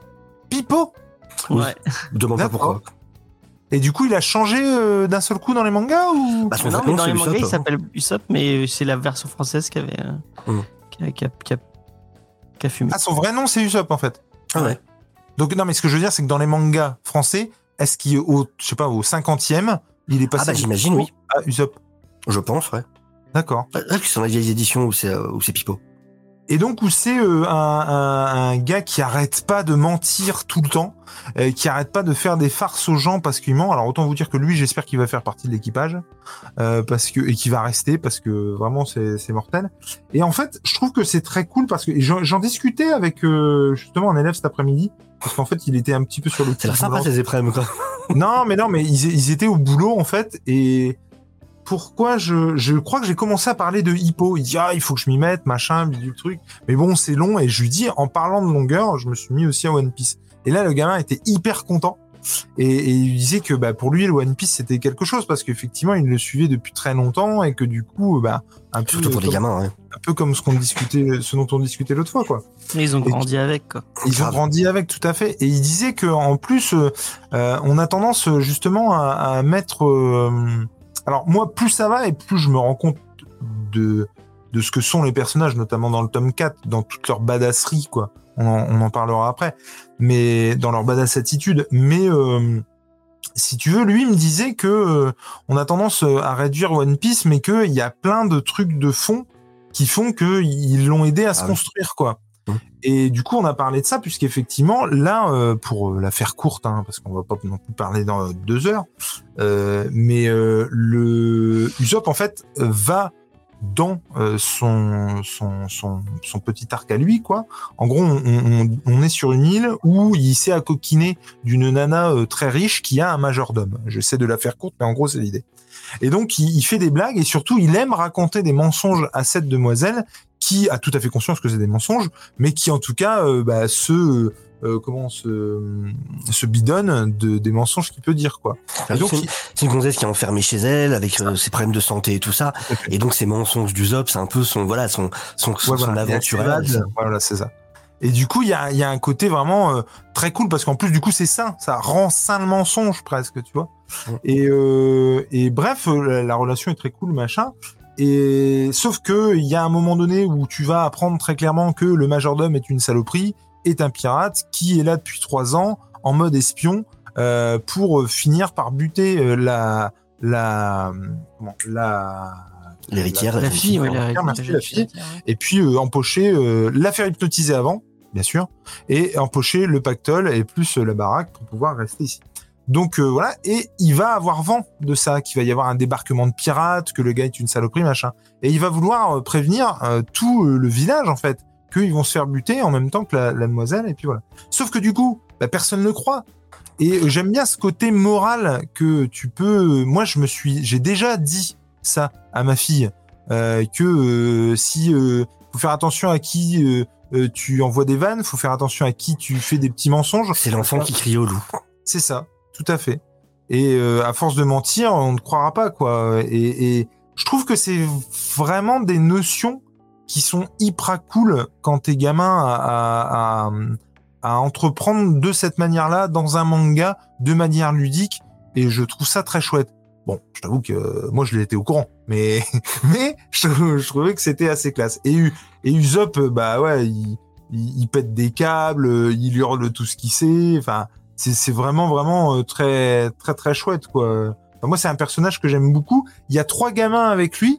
Pipo. Oui. Ouais. Demande pas D'accord. pourquoi. Et du coup, il a changé euh, d'un seul coup dans les mangas ou Bah, son Non, vrai mais nom, dans c'est les mangas, il Usopp. s'appelle Usopp, mais c'est la version française qui avait, euh, Mm. qui a, qui a, qui a, qui a fumé. Ah, son vrai nom c'est Usopp en fait. Ah ouais. Donc non, mais ce que je veux dire, c'est que dans les mangas français, est-ce qu'il au, je sais pas, au cinquantième, il est passé Ah bah, j'imagine, oui. à Usopp. Je pense, ouais. D'accord. Ah, c'est dans les vieilles éditions où c'est euh, où c'est Pipo. Et donc où c'est euh, un, un, un gars qui arrête pas de mentir tout le temps, euh, qui arrête pas de faire des farces aux gens parce qu'il ment. Alors autant vous dire que lui, j'espère qu'il va faire partie de l'équipage, euh, parce que et qu'il va rester parce que vraiment c'est c'est mortel. Et en fait, je trouve que c'est très cool parce que et j'en, j'en discutais avec euh, justement un élève cet après-midi parce qu'en fait il était un petit peu sur le. C'est la sympa ces épreuves, quoi. Non, mais non, mais ils, ils étaient au boulot en fait et pourquoi je, je crois que j'ai commencé à parler de Hippo. Il dit ah il faut que je m'y mette machin du truc. Mais bon c'est long et je lui dis en parlant de longueur je me suis mis aussi à One Piece. Et là le gamin était hyper content et, et il disait que bah pour lui le One Piece c'était quelque chose parce qu'effectivement il le suivait depuis très longtemps et que du coup bah un peu Surtout pour comme, les gamins, ouais. un peu comme ce qu'on discutait, ce dont on discutait l'autre fois quoi. Et ils ont Et grandi avec, quoi. Ils ont Grave. grandi avec, tout à fait. Et il disait que en plus, euh, euh, on a tendance euh, justement à, à mettre. Euh, alors moi, plus ça va et plus je me rends compte de de ce que sont les personnages, notamment dans le tome quatre, dans toute leur badasserie, quoi. On en, on en parlera après, mais dans leur badass attitude. Mais euh, si tu veux, lui il me disait que euh, on a tendance à réduire One Piece, mais qu'il y a plein de trucs de fond qui font que ils l'ont aidé à se Ah oui. construire, quoi. Et du coup, on a parlé de ça, puisqu'effectivement, là, euh, pour la faire courte, hein, parce qu'on va pas non plus parler dans deux heures, euh, mais euh, le Usopp, en fait, euh, va dans euh, son, son, son, son petit arc à lui, quoi. En gros, on, on, on est sur une île où il s'est accoquiné d'une nana euh, très riche qui a un majordome. J'essaie de la faire courte, mais en gros, c'est l'idée. Et donc, il, il fait des blagues et surtout, il aime raconter des mensonges à cette demoiselle qui a tout à fait conscience que c'est des mensonges, mais qui en tout cas euh, bah, se euh, comment se se bidonne de des mensonges qu'il peut dire quoi. Ah, donc c'est, une, il... c'est une gonzesse qui est enfermée chez elle avec euh, ses problèmes de santé et tout ça, et donc ces mensonges d'Usopp, c'est un peu son voilà son son, ouais, son voilà, aventure. Voilà, c'est ça. Et du coup, il y a il y a un côté vraiment euh, très cool parce qu'en plus du coup c'est sain, ça rend sain le mensonge presque, tu vois. Ouais. Et euh, et bref, la, la relation est très cool machin. Et sauf que il y a un moment donné où tu vas apprendre très clairement que le majordome est une saloperie, est un pirate qui est là depuis trois ans en mode espion euh, pour finir par buter euh, la la comment la l'héritière, la, la, la fille, ouais, la, la, merci, la fille, et puis euh, empocher euh, la faire hypnotiser avant, bien sûr, et empocher le pactole et plus euh, la baraque pour pouvoir rester ici. Donc euh, voilà, et il va avoir vent de ça, qu'il va y avoir un débarquement de pirates, que le gars est une saloperie, machin. Et il va vouloir euh, prévenir euh, tout euh, le village, en fait, qu'ils vont se faire buter en même temps que la, la demoiselle, et puis voilà. Sauf que du coup, bah, personne ne le croit. Et euh, j'aime bien ce côté moral que tu peux... Moi, je me suis, j'ai déjà dit ça à ma fille, euh, que euh, si... Euh, faut faire attention à qui euh, euh, tu envoies des vannes, faut faire attention à qui tu fais des petits mensonges. C'est l'enfant qui crie au loup. C'est ça. Tout à fait. Et euh, à force de mentir, on ne croira pas, quoi. Et, et je trouve que c'est vraiment des notions qui sont hyper cool quand t'es gamin à, à, à, à entreprendre de cette manière-là dans un manga de manière ludique. Et je trouve ça très chouette. Bon, je t'avoue que euh, moi je l'étais au courant, mais mais je, je trouvais que c'était assez classe. Et et Usopp, bah ouais, il, il, il pète des câbles, il hurle tout ce qu'il sait. Enfin. C'est, c'est vraiment, vraiment euh, très, très, très chouette, quoi. Enfin, moi, c'est un personnage que j'aime beaucoup. Il y a trois gamins avec lui,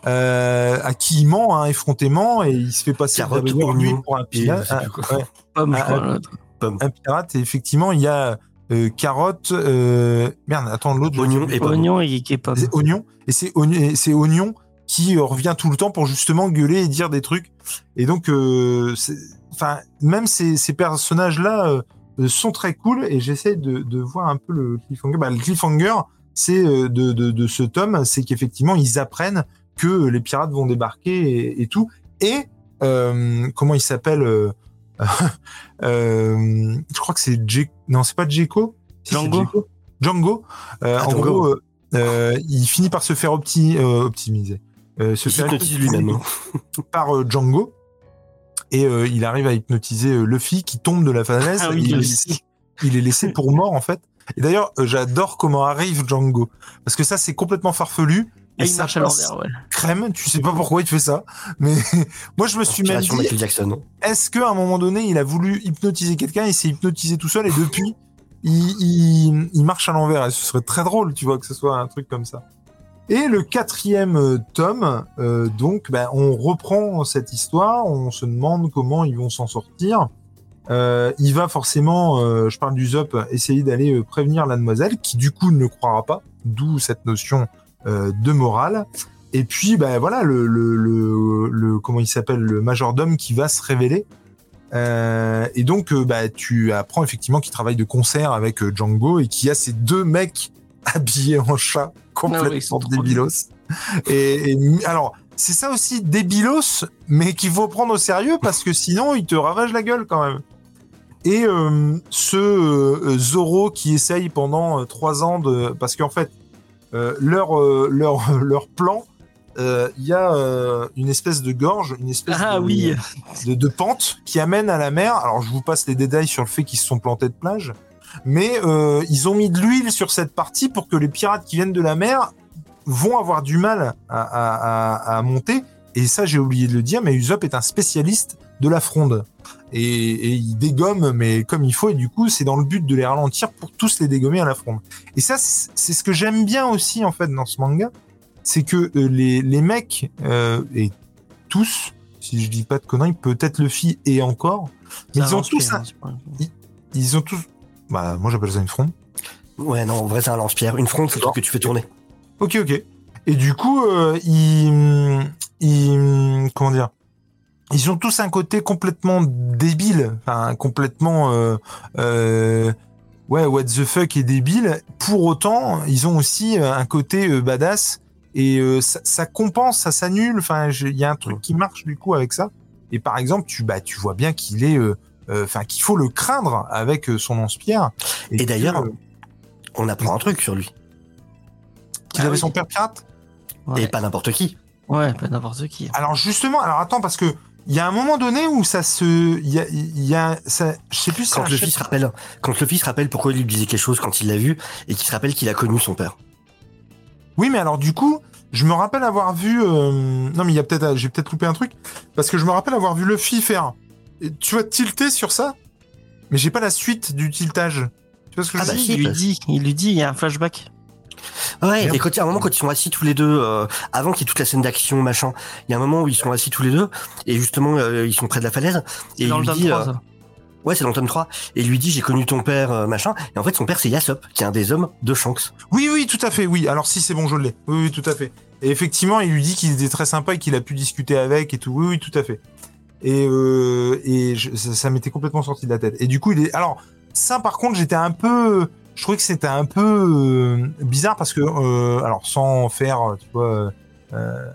euh, à qui il ment, hein, effrontément, et il se fait passer pour lui pour un pirate. Un, ouais, Pomme, un, un, un, un pirate, et effectivement, il y a euh, Carotte, euh, merde, attends, l'autre. Oignon et Pomme. Oignon et, et Pomme. C'est Oignon, et c'est Oignon, c'est Oignon qui euh, revient tout le temps pour justement gueuler et dire des trucs. Et donc, euh, enfin, même ces, ces personnages-là, euh, sont très cool et j'essaie de, de voir un peu le cliffhanger. Bah, le cliffhanger, c'est de, de, de ce tome, c'est qu'effectivement ils apprennent que les pirates vont débarquer et, et tout. Et euh, comment il s'appelle euh, euh, je crois que c'est J... non, c'est pas Djeko. Si, Django. Django. Django. Euh, ah, en Django. gros, euh, euh, il finit par se faire opti... euh, optimiser, euh, se il faire hypnotise lui-même par euh, Django. Et euh, il arrive à hypnotiser euh, Luffy qui tombe de la falaise. Ah oui, il, est laissé, il est laissé pour mort en fait. Et d'ailleurs, euh, j'adore comment arrive Django parce que ça c'est complètement farfelu. Et, et il marche à l'envers, ouais. Crème, tu sais pas pourquoi il fait ça, mais moi je me suis même dit, Jackson. Est-ce qu'à un moment donné il a voulu hypnotiser quelqu'un, il s'est hypnotisé tout seul et depuis il, il, il marche à l'envers. Et ce serait très drôle, tu vois, que ce soit un truc comme ça. Et le quatrième euh, tome, euh, donc, ben, on reprend cette histoire, on se demande comment ils vont s'en sortir. Euh, il va forcément, euh, je parle d'Usopp, essayer d'aller euh, prévenir la demoiselle, qui du coup ne le croira pas, d'où cette notion euh, de morale. Et puis, ben voilà, le, le, le, le comment il s'appelle, le majordome qui va se révéler. Euh, et donc, euh, bah, tu apprends effectivement qu'il travaille de concert avec euh, Django et qu'il y a ces deux mecs habillés en chat, complètement ah oui, débilos. Et, et alors, c'est ça aussi, débilos, mais qu'il faut prendre au sérieux parce que sinon, il te ravage la gueule quand même. Et euh, ce euh, Zoro qui essaye pendant euh, trois ans de... Parce qu'en fait, euh, leur, euh, leur, leur plan, il euh, y a euh, une espèce de gorge, une espèce ah, de, oui. de, de pente qui amène à la mer. Alors, je vous passe les détails sur le fait qu'ils se sont plantés de plage. Mais euh, ils ont mis de l'huile sur cette partie pour que les pirates qui viennent de la mer vont avoir du mal à, à, à, à monter. Et ça, j'ai oublié de le dire, mais Usopp est un spécialiste de la fronde. Et, et il dégomme, mais comme il faut. Et du coup, c'est dans le but de les ralentir pour tous les dégommer à la fronde. Et ça, c'est, c'est ce que j'aime bien aussi, en fait, dans ce manga. C'est que euh, les, les mecs, euh, et tous, si je dis pas de conneries, peut-être Luffy et encore, mais ils ont tous un... Ils, ils ont tous... Bah, moi, j'appelle ça une fronde. Ouais, non, en vrai, c'est un lance-pierre. Une fronde, c'est le truc que tu fais tourner. Ok, ok. Et du coup, euh, ils, ils, comment dire, ils ont tous un côté complètement débile, enfin complètement, euh, euh, ouais, what the fuck et débile. Pour autant, ils ont aussi un côté euh, badass et euh, ça, ça compense, ça s'annule. Enfin, il y a un truc qui marche du coup avec ça. Et par exemple, tu, bah, tu vois bien qu'il est euh, enfin, euh, qu'il faut le craindre avec son lance-pierre. Et, et d'ailleurs, que, on apprend un truc sur lui. Qu'il ah, avait oui. son père pirate. Ouais. Et pas n'importe qui. Ouais, pas n'importe qui. Alors justement, alors attends, parce que il y a un moment donné où ça se, il y a, il y a, ça, je sais plus. Quand le fils rappelle, quand le fils rappelle pourquoi il lui disait quelque chose quand il l'a vu et qu'il se rappelle qu'il a connu son père. Oui, mais alors du coup, je me rappelle avoir vu, euh... non mais il y a peut-être, j'ai peut-être loupé un truc, parce que je me rappelle avoir vu Luffy faire, tu vois, tilter sur ça, mais j'ai pas la suite du tiltage. Tu vois ce que ah je bah dis si, il lui dit, il lui dit, il y a un flashback. Ouais, Merde. Et quand il y a un moment quand ils sont assis tous les deux, euh, avant qu'il y ait toute la scène d'action, machin, il y a un moment où ils sont assis tous les deux, et justement, euh, ils sont près de la falaise, c'est et dans il le lui dit, trois, euh, ça. Ouais, c'est dans le tome trois, et il lui dit, j'ai connu ton père, euh, machin, et en fait, son père, c'est Yasop, qui est un des hommes de Shanks. Oui, oui, tout à fait, oui, alors si, c'est bon, je l'ai, oui, oui, tout à fait. Et effectivement, il lui dit qu'il était très sympa et qu'il a pu discuter avec et tout, oui, oui, tout à fait. Et, euh, et je, ça, ça m'était complètement sorti de la tête. Et du coup, il est, alors, ça, par contre, j'étais un peu... Je trouvais que c'était un peu euh, bizarre parce que, euh, alors sans faire, tu vois, euh,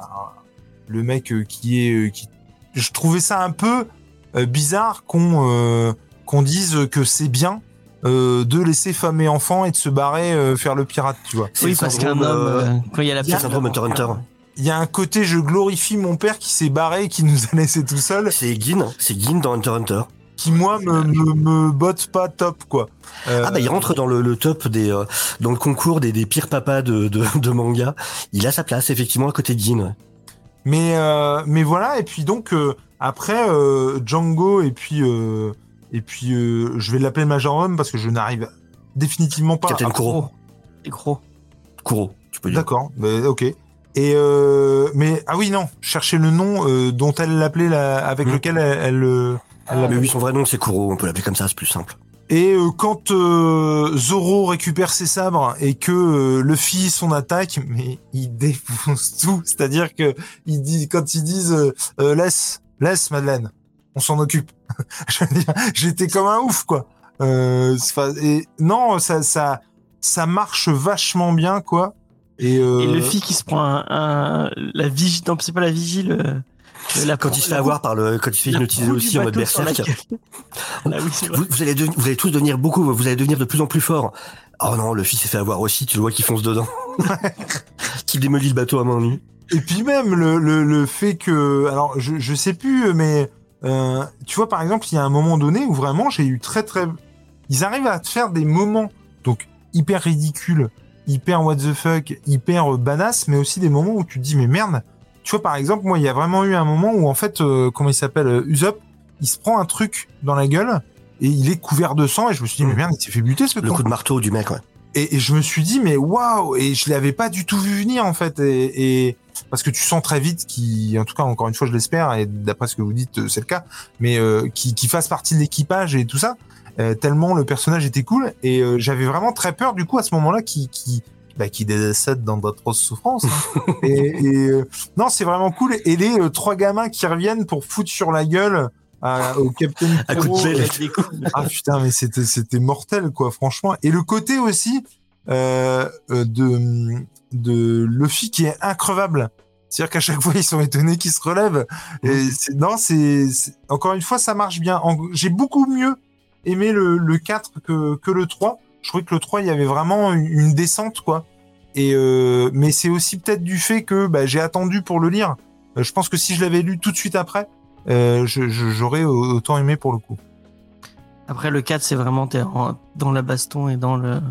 le mec qui est, qui, je trouvais ça un peu euh, bizarre qu'on euh, qu'on dise que c'est bien euh, de laisser femme et enfants et de se barrer euh, faire le pirate, tu vois. Oui, parce qu'un homme, euh, quand il y a la c'est syndrome Hunter Hunter. Il y a un côté, je glorifie mon père qui s'est barré, qui nous a laissé tout seul. C'est Gin, c'est Gin dans Hunter Hunter. Qui moi me, me, me botte pas top quoi. Euh... Ah bah il rentre dans le, le top des euh, dans le concours des, des pires papas de, de, de manga. Il a sa place effectivement à côté de Gin. Ouais. Mais euh, mais voilà et puis donc euh, après euh, Django et puis euh, et puis euh, je vais l'appeler Major Homme parce que je n'arrive définitivement pas. Captain à... Kuro. Et Kuro. Kuro, tu peux dire. D'accord, mais ok. Et euh, mais ah oui non, chercher le nom euh, dont elle l'appelait la, avec mmh. lequel elle, elle Ah, mais oui, son vrai nom c'est Kuro, on peut l'appeler comme ça, c'est plus simple. Et euh, quand euh, Zoro récupère ses sabres et que euh, Luffy son attaque, mais il défonce tout. C'est-à-dire que il dit, quand ils disent euh, euh, laisse, laisse Madeleine, on s'en occupe. Je veux dire, j'étais comme un ouf quoi. Euh, et non, ça, ça, ça marche vachement bien quoi. Et, euh... et Luffy qui se prend un, un la vigile, non c'est pas la vigile. Euh... La quand il se fait avoir par le, quand il se fait hypnotiser aussi en mode berserk. ah oui, vous, vous allez, de, vous allez tous devenir beaucoup, vous allez devenir de plus en plus fort. Oh non, le fils s'est fait avoir aussi, tu le vois qu'il fonce dedans. Qu'il démolit le bateau à main nue. Et puis même le, le, le fait que, alors je, je sais plus, mais euh, tu vois par exemple, il y a un moment donné où vraiment j'ai eu très très, ils arrivent à te faire des moments donc hyper ridicules, hyper what the fuck, hyper banasse, mais aussi des moments où tu te dis mais merde. Tu vois, par exemple, moi, il y a vraiment eu un moment où, en fait, euh, comment il s'appelle, euh, Usopp, il se prend un truc dans la gueule et il est couvert de sang et je me suis dit, mmh. mais merde, il s'est fait buter ce Le con. coup de marteau du mec, ouais. Et, et je me suis dit, mais waouh, et je l'avais pas du tout vu venir, en fait. Et, et parce que tu sens très vite qu'il, en tout cas, encore une fois, je l'espère, et d'après ce que vous dites, c'est le cas, mais euh, qu'il, qu'il fasse partie de l'équipage et tout ça, euh, tellement le personnage était cool. Et euh, j'avais vraiment très peur, du coup, à ce moment-là, qu'il. qu'il Bah, qui décède dans d'atroces souffrances. Hein. et et euh, non, c'est vraiment cool. Et les euh, trois gamins qui reviennent pour foutre sur la gueule à, au Captain à coup de pelle. Ah putain, mais c'était c'était mortel quoi, franchement. Et le côté aussi euh, de de Luffy qui est increvable. C'est-à-dire qu'à chaque fois ils sont étonnés qu'ils se relèvent. Et c'est, non, c'est, c'est encore une fois ça marche bien. En, j'ai beaucoup mieux aimé le, le quatre que que le trois. Je trouvais que le trois, il y avait vraiment une descente, quoi. Et euh, mais c'est aussi peut-être du fait que bah, j'ai attendu pour le lire. Euh, je pense que si je l'avais lu tout de suite après, euh, je, je, j'aurais autant aimé pour le coup. Après, le quatre, c'est vraiment t'es en, dans la baston et dans le...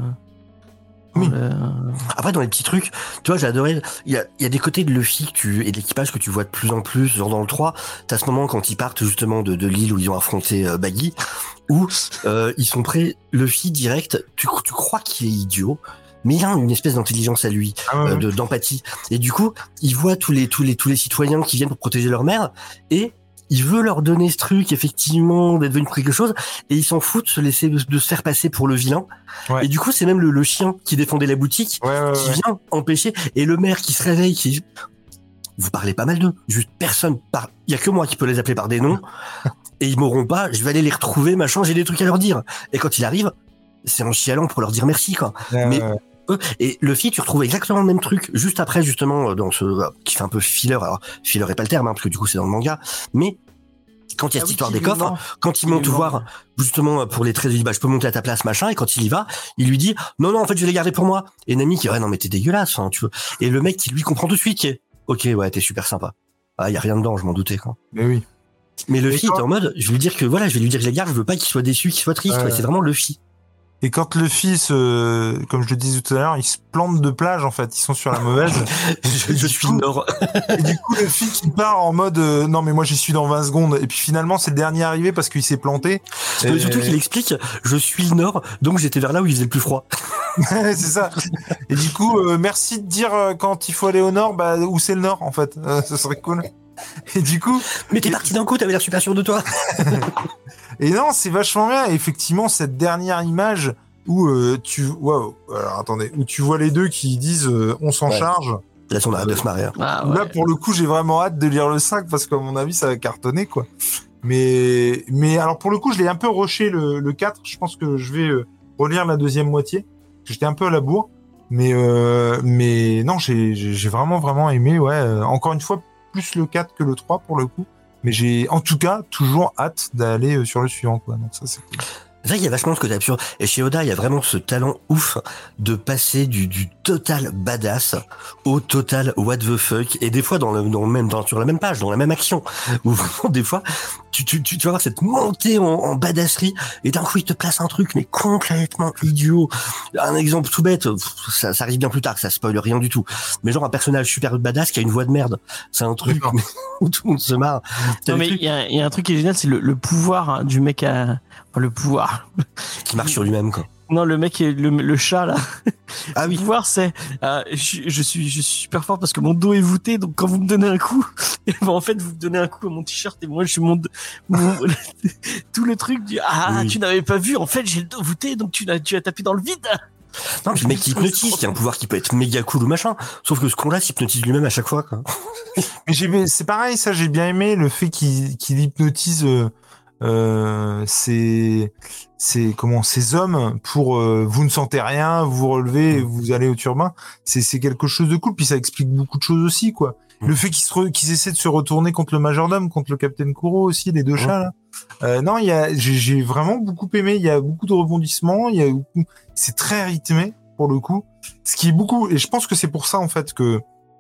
Oui. Le... Après, dans les petits trucs, tu vois, j'ai adoré. Il y a, il y a des côtés de Luffy que tu, et de l'équipage que tu vois de plus en plus. Genre dans le trois, t'as ce moment quand ils partent justement de, de l'île où ils ont affronté euh, Baggy, où euh, ils sont prêts, Luffy direct, tu, tu crois qu'il est idiot, mais il a une espèce d'intelligence à lui, ah ouais. euh, de, d'empathie. Et du coup, il voit tous les, tous les, tous les citoyens qui viennent pour protéger leur mère, et il veut leur donner ce truc, effectivement, d'être devenu quelque chose, et il s'en fout de se laisser, de se faire passer pour le vilain. Ouais. Et du coup, c'est même le, le chien qui défendait la boutique, ouais, ouais, qui ouais. vient empêcher, et le maire qui se réveille, qui, vous parlez pas mal d'eux, juste personne par, il y a que moi qui peux les appeler par des noms, et ils m'auront pas, je vais aller les retrouver, machin, j'ai des trucs à leur dire. Et quand il arrive, c'est en chialant pour leur dire merci, quoi. Ouais, mais, ouais. Et Luffy, tu retrouves exactement le même truc juste après, justement, dans ce qui fait un peu filler. Alors, filler est pas le terme, hein, parce que du coup, c'est dans le manga. Mais Quand il y a Ah cette oui, histoire qui des lui coffres, ment. quand il Qui monte lui ment, voir, ouais. justement, pour les traits, il dit, bah, je peux monter à ta place, machin, et quand il y va, il lui dit, non, non, en fait, je vais les garder pour moi. Et Nami qui, ouais, non, mais t'es dégueulasse, hein, tu veux. Et le mec qui lui comprend tout de suite, qui est, ok, ouais, t'es super sympa. Ah, y a rien dedans, je m'en doutais, quoi. Mais oui. Mais Et Luffy quand- était en mode, je vais lui dire que, voilà, je vais lui dire que je les garde, je veux pas qu'il soit déçu, qu'il soit triste, Ouais. ouais, c'est vraiment Luffy. Et quand le fils, euh, comme je le disais tout à l'heure, il se plante de plage, en fait, ils sont sur la mauvaise. je, je suis Nord. Et du coup, le fils qui part en mode, euh, non, mais moi, j'y suis dans vingt secondes. Et puis finalement, c'est le dernier arrivé parce qu'il s'est planté. Mais Et- surtout qu'il explique, je suis le Nord, donc j'étais vers là où il faisait le plus froid. c'est ça. Et du coup, euh, merci de dire euh, quand il faut aller au nord, bah, où c'est le nord, en fait. Euh, ça serait cool. Et du coup, Mais t'es parti d'un coup, t'avais l'air super sûr de toi. et non, c'est vachement bien. Et effectivement, cette dernière image où euh, tu, waouh, alors attendez, où tu vois les deux qui disent, euh, on s'en Ouais. charge. Là, on arrête de se marrer. hein. Ah, Là, ouais. pour le coup, j'ai vraiment hâte de lire le cinq parce qu'à mon avis, ça va cartonner, quoi. Mais, mais alors, pour le coup, je l'ai un peu rushé le, le quatre. Je pense que je vais euh, relire la deuxième moitié. J'étais un peu à la bourre. Mais, euh, mais non, j'ai, j'ai j'ai vraiment, vraiment aimé, ouais. Euh, Encore une fois, plus le quatre que le trois pour le coup. Mais j'ai, en tout cas, toujours hâte d'aller euh, sur le suivant, quoi. Donc ça, c'est cool. C'est vrai qu'il y a vachement ce côté absurde. Et chez Oda, il y a vraiment ce talent ouf de passer du, du total badass au total what the fuck. Et des fois, dans le, dans le même, dans, sur la même page, dans la même action. Où vraiment, des fois, tu, tu, tu, tu vas avoir cette montée en, en badasserie. Et d'un coup, il te place un truc, mais complètement idiot. Un exemple tout bête, pff, ça, ça arrive bien plus tard, ça spoil rien du tout. Mais genre un personnage super badass qui a une voix de merde. C'est un truc D'accord. où tout le monde se marre. T'as Non, le mais truc il y, a- il y a un truc qui est génial, c'est le, le pouvoir hein, du mec à. Enfin, le pouvoir. qui marche sur lui-même, quoi. Non, le mec, est- le, le chat là. Ah oui. Le pouvoir, c'est. euh, je, je suis, je suis super fort parce que mon dos est voûté, donc quand vous me donnez un coup, et ben, en fait, vous me donnez un coup à mon t-shirt et moi, je suis mon. mon tout le truc du. Ah, Oui. tu n'avais pas vu, en fait, j'ai le dos voûté, donc tu, l'as- tu as tapé dans le vide. Non, puis le mec qui hypnotise, qui a un pouvoir qui peut être méga cool ou machin. Sauf que ce con-là s'hypnotise lui-même à chaque fois, quoi. Mais j'ai, c'est pareil, ça, j'ai bien aimé le fait qu'il, qu'il hypnotise euh, euh, ces, ces, comment, ces hommes pour euh, vous ne sentez rien, vous vous relevez, et vous allez au turbin. C'est, c'est quelque chose de cool. Puis ça explique beaucoup de choses aussi, quoi. Mm. Le fait qu'ils, se re- qu'ils essaient de se retourner contre le majordome, contre le capitaine Kuro aussi, les deux Mm. chats là. Euh, non, il y a, j'ai, j'ai vraiment beaucoup aimé. Il y a beaucoup de rebondissements. Il y a beaucoup, c'est très rythmé pour le coup. Ce qui est beaucoup, et je pense que c'est pour ça en fait que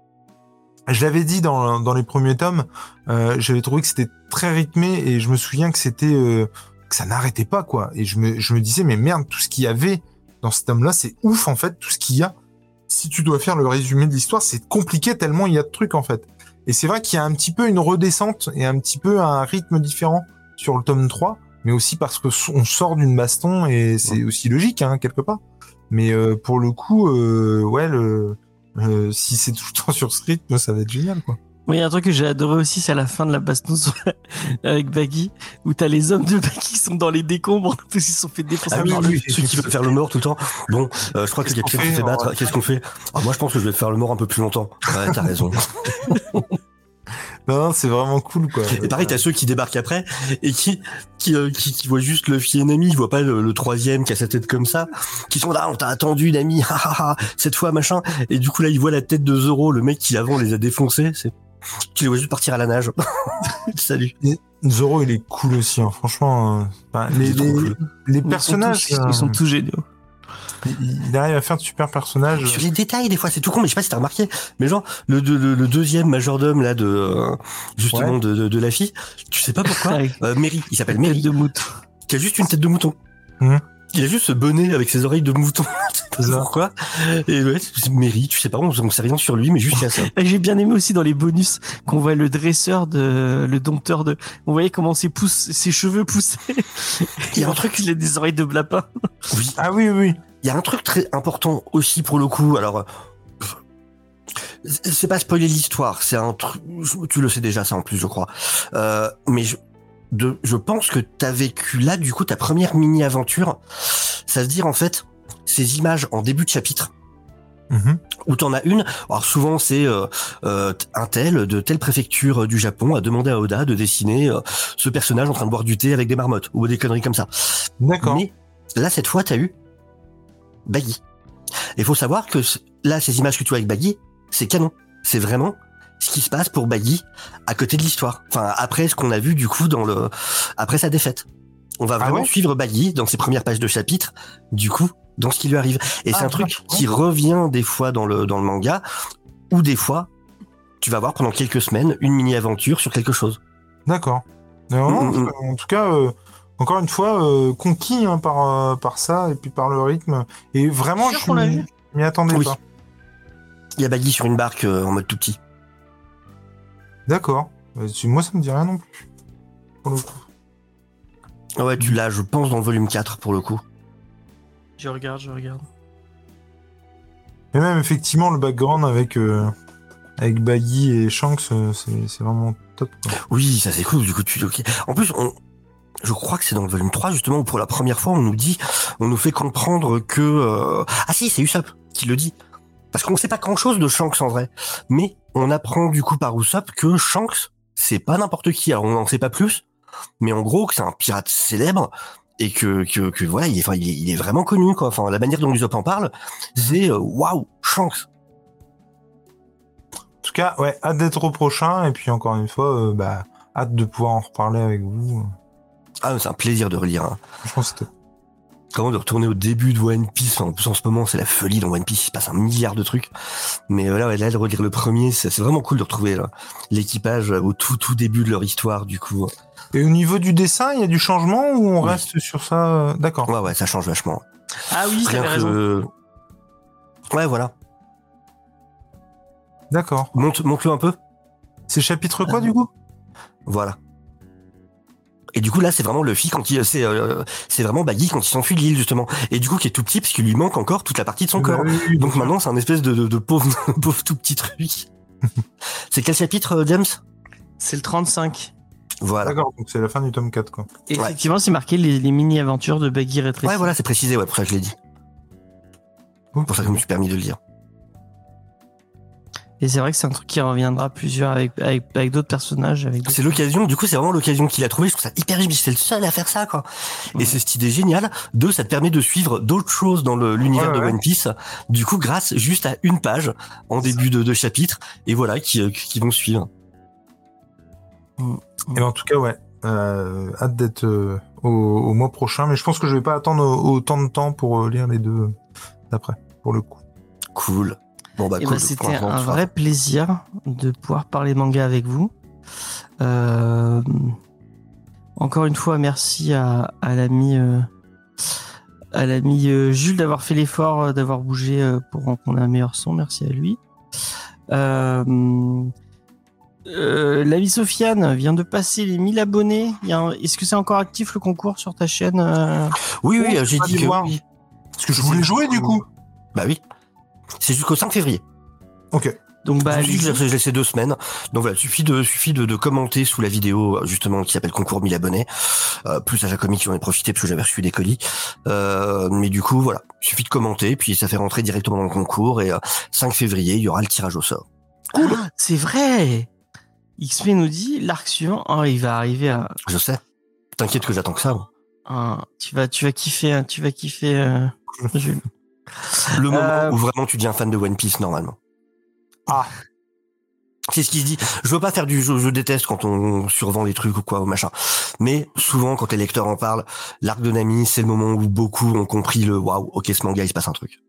je l'avais dit dans, dans les premiers tomes, euh, j'avais trouvé que c'était très rythmé et je me souviens que c'était euh, que ça n'arrêtait pas quoi. Et je me, je me disais mais merde, tout ce qu'il y avait dans ce tome-là, c'est ouf en fait, tout ce qu'il y a. Si tu dois faire le résumé de l'histoire, c'est compliqué tellement il y a de trucs en fait. Et c'est vrai qu'il y a un petit peu une redescente et un petit peu un rythme différent sur le tome trois, mais aussi parce que on sort d'une baston et c'est aussi logique hein, quelque part. Mais euh, pour le coup, euh, ouais, le, euh, si c'est tout le temps sur ce rythme, ça va être génial, quoi. Oui, il y a un truc que j'ai adoré aussi, c'est à la fin de la baston sur- avec Baggy, où t'as les hommes de Baggy qui sont dans les décombres, parce qu'ils se sont fait défoncer Ah oui, par oui, le... ceux qui veulent faire le mort tout le temps. Bon, euh, je crois que le Qu'est-ce qu'on capitaine se fait, fait battre. alors Qu'est-ce qu'on fait? Ah, moi, je pense que je vais faire le mort un peu plus longtemps. Ouais, t'as raison. Non, non, c'est vraiment cool, quoi. Et pareil, t'as ceux qui débarquent après et qui qui, euh, qui, qui voient juste le fier ennemi, ils voient pas le, le troisième qui a sa tête comme ça, qui sont là, on t'a attendu, Nami, ha, ha, ha, cette fois, machin. Et du coup, là, ils voient la tête de Zoro, le mec qui avant les a défoncés. C'est, tu les vois juste partir à la nage. Salut. Zoro, il est cool aussi, hein, franchement. euh, enfin, les, Il est trop les, cool. les Ils sont personnages, tous- Ils sont euh, tous géniaux. il, il arrive à faire de super personnages. Sur les détails, des fois, c'est tout con, mais je sais pas si t'as remarqué. Mais genre, le, le, le deuxième majordome, là, de, euh, justement, Ouais. de, de, de la fille, tu sais pas pourquoi, Avec euh, Mary, il s'appelle tête Mary, de mouton. qui a juste une tête de mouton. Mhm. Il a juste ce bonnet avec ses oreilles de mouton. Je sais pas C'est ça. pourquoi. Et ouais, c'est Mary, tu sais pas, on, on sait rien sur lui, mais juste il y a ça. Et j'ai bien aimé aussi dans les bonus qu'on voit le dresseur de, le dompteur de, on voyait comment ses pouces, ses cheveux poussaient. Il y a un truc, il a des oreilles de lapin. oui. Ah oui, oui. Il y a un truc très important aussi pour le coup. Alors, euh, c'est pas spoiler l'histoire, c'est un truc. Tu le sais déjà, ça en plus, je crois. Euh, mais je, de, je pense que t'as vécu là, du coup, ta première mini-aventure. Ça veut dire en fait, ces images en début de chapitre. Mhm. Où t'en as une, alors souvent c'est euh, euh, un tel de telle préfecture du Japon a demandé à Oda de dessiner euh, ce personnage en train de boire du thé avec des marmottes ou des conneries comme ça. D'accord. Mais là cette fois t'as eu Baggy. Et faut savoir que c- là ces images que tu vois avec Baggy, c'est canon. C'est vraiment ce qui se passe pour Baggy à côté de l'histoire. Enfin, après ce qu'on a vu du coup dans le, après sa défaite. On va vraiment ah ouais suivre Baggy dans ses premières pages de chapitre, du coup, dans ce qui lui arrive. Et ah, c'est un truc ouais. qui revient des fois dans le, dans le manga, ou des fois, tu vas voir pendant quelques semaines une mini-aventure sur quelque chose. D'accord. Non, mmh, mmh. En tout cas, euh, encore une fois, euh, conquis hein, par, euh, par ça et puis par le rythme. Et vraiment, je m'y, m'y attendais oui. pas. Il y a Baggy sur une barque euh, en mode tout petit. D'accord. Moi, ça me dit rien non plus. Pour le coup. Ouais, tu l'as, je pense, dans le volume quatre, pour le coup. Je regarde, je regarde. Et même, effectivement, le background avec, euh, avec Baggy et Shanks, euh, c'est, c'est vraiment top. Quoi. Oui, ça c'est cool, du coup, tu... Okay. En plus, on... je crois que c'est dans le volume trois, justement, où pour la première fois, on nous dit, on nous fait comprendre que... Euh... Ah si, c'est Usopp qui le dit. Parce qu'on sait pas grand-chose de Shanks, en vrai. Mais on apprend, du coup, par Usopp que Shanks, c'est pas n'importe qui. Alors, on n'en sait pas plus. Mais en gros, que c'est un pirate célèbre et que que, que voilà, il est, enfin, il est, il est vraiment connu quoi. Enfin, la manière dont Usopp en parle, c'est waouh, wow, Shanks. En tout cas, ouais, hâte d'être au prochain et puis encore une fois, euh, bah, hâte de pouvoir en reparler avec vous. Ah, c'est un plaisir de relire. Hein. Je pense que c'était. Comment de retourner au début de One Piece. En plus, en ce moment, c'est la folie dans One Piece. Il se passe un milliard de trucs. Mais là, ouais, là, de relire le premier, c'est, c'est vraiment cool de retrouver là, l'équipage au tout tout début de leur histoire, du coup. Et au niveau du dessin, il y a du changement ou on oui. reste sur ça? D'accord. Ouais, ouais, ça change vachement. Ah oui, t'avais raison. Que... Ouais, voilà. D'accord. Monte, monte-le un peu. C'est chapitre quoi, euh... du coup? Voilà. Et du coup, là, c'est vraiment Luffy quand il, c'est, euh, c'est vraiment Baggy quand il s'enfuit de l'île, justement. Et du coup, qui est tout petit parce qu'il lui manque encore toute la partie de son corps. Oui, oui, Donc maintenant, c'est un espèce de, de, de pauvre, pauvre tout petit truc. C'est quel chapitre, James? C'est le trente-cinq. Voilà. D'accord, donc c'est la fin du tome quatre, quoi. Et ouais. Effectivement, c'est marqué les, les mini-aventures de Baggy rétréci. Ouais, voilà, c'est précisé, ouais, pour ça que je l'ai dit. C'est pour ça que je me suis permis de le lire. Et c'est vrai que c'est un truc qui reviendra plusieurs avec, avec, avec d'autres personnages. Avec d'autres c'est l'occasion, du coup, c'est vraiment l'occasion qu'il a trouvé. Je trouve ça hyper riche, c'est le seul à faire ça, quoi. Ouais. Et c'est cette idée géniale. Deux, ça te permet de suivre d'autres choses dans le, l'univers ouais, de ouais. One Piece. Du coup, grâce juste à une page en début de, de chapitre. Et voilà, qui, qui vont suivre. Et ben, en tout cas, ouais. Euh, hâte d'être euh, au, au mois prochain. Mais je pense que je vais pas attendre autant de temps pour euh, lire les deux d'après, pour le coup. Cool. Bon bah, et cool, bah c'était un vrai plaisir de pouvoir parler manga avec vous. Euh, encore une fois, merci à, à l'ami, euh, à l'ami euh, Jules d'avoir fait l'effort, euh, d'avoir bougé euh, pour qu'on ait un meilleur son. Merci à lui. Euh, euh, l'ami Sofiane vient de passer les mille abonnés. Il y a un... Est-ce que c'est encore actif le concours sur ta chaîne euh... Oui, oui, j'ai dit que voir. oui. Parce que je voulais jouer du coup. Bah oui. C'est jusqu'au cinq février. Ok. Donc bah, je j'ai laissé deux semaines. Donc voilà, suffit de suffit de, de commenter sous la vidéo justement qui s'appelle concours mille abonnés. Euh, plus à Jacomi qui en est profité parce que j'avais reçu des colis. Euh, mais du coup voilà, suffit de commenter puis ça fait rentrer directement dans le concours et euh, cinq février il y aura le tirage au sort. Cool. Ah, c'est vrai. X P nous dit l'arc suivant. Oh, il va arriver à. Je sais. T'inquiète que j'attends que ça. Moi. Ah, tu vas tu vas kiffer, tu vas kiffer. Euh, Jules. Le moment euh... où vraiment tu deviens fan de One Piece normalement. Ah. C'est ce qui se dit. Je veux pas faire du jeu, je déteste quand on survend des trucs ou quoi, ou machin. Mais souvent, quand les lecteurs en parlent, l'arc de Nami, c'est le moment où beaucoup ont compris le waouh, ok, ce manga, il se passe un truc.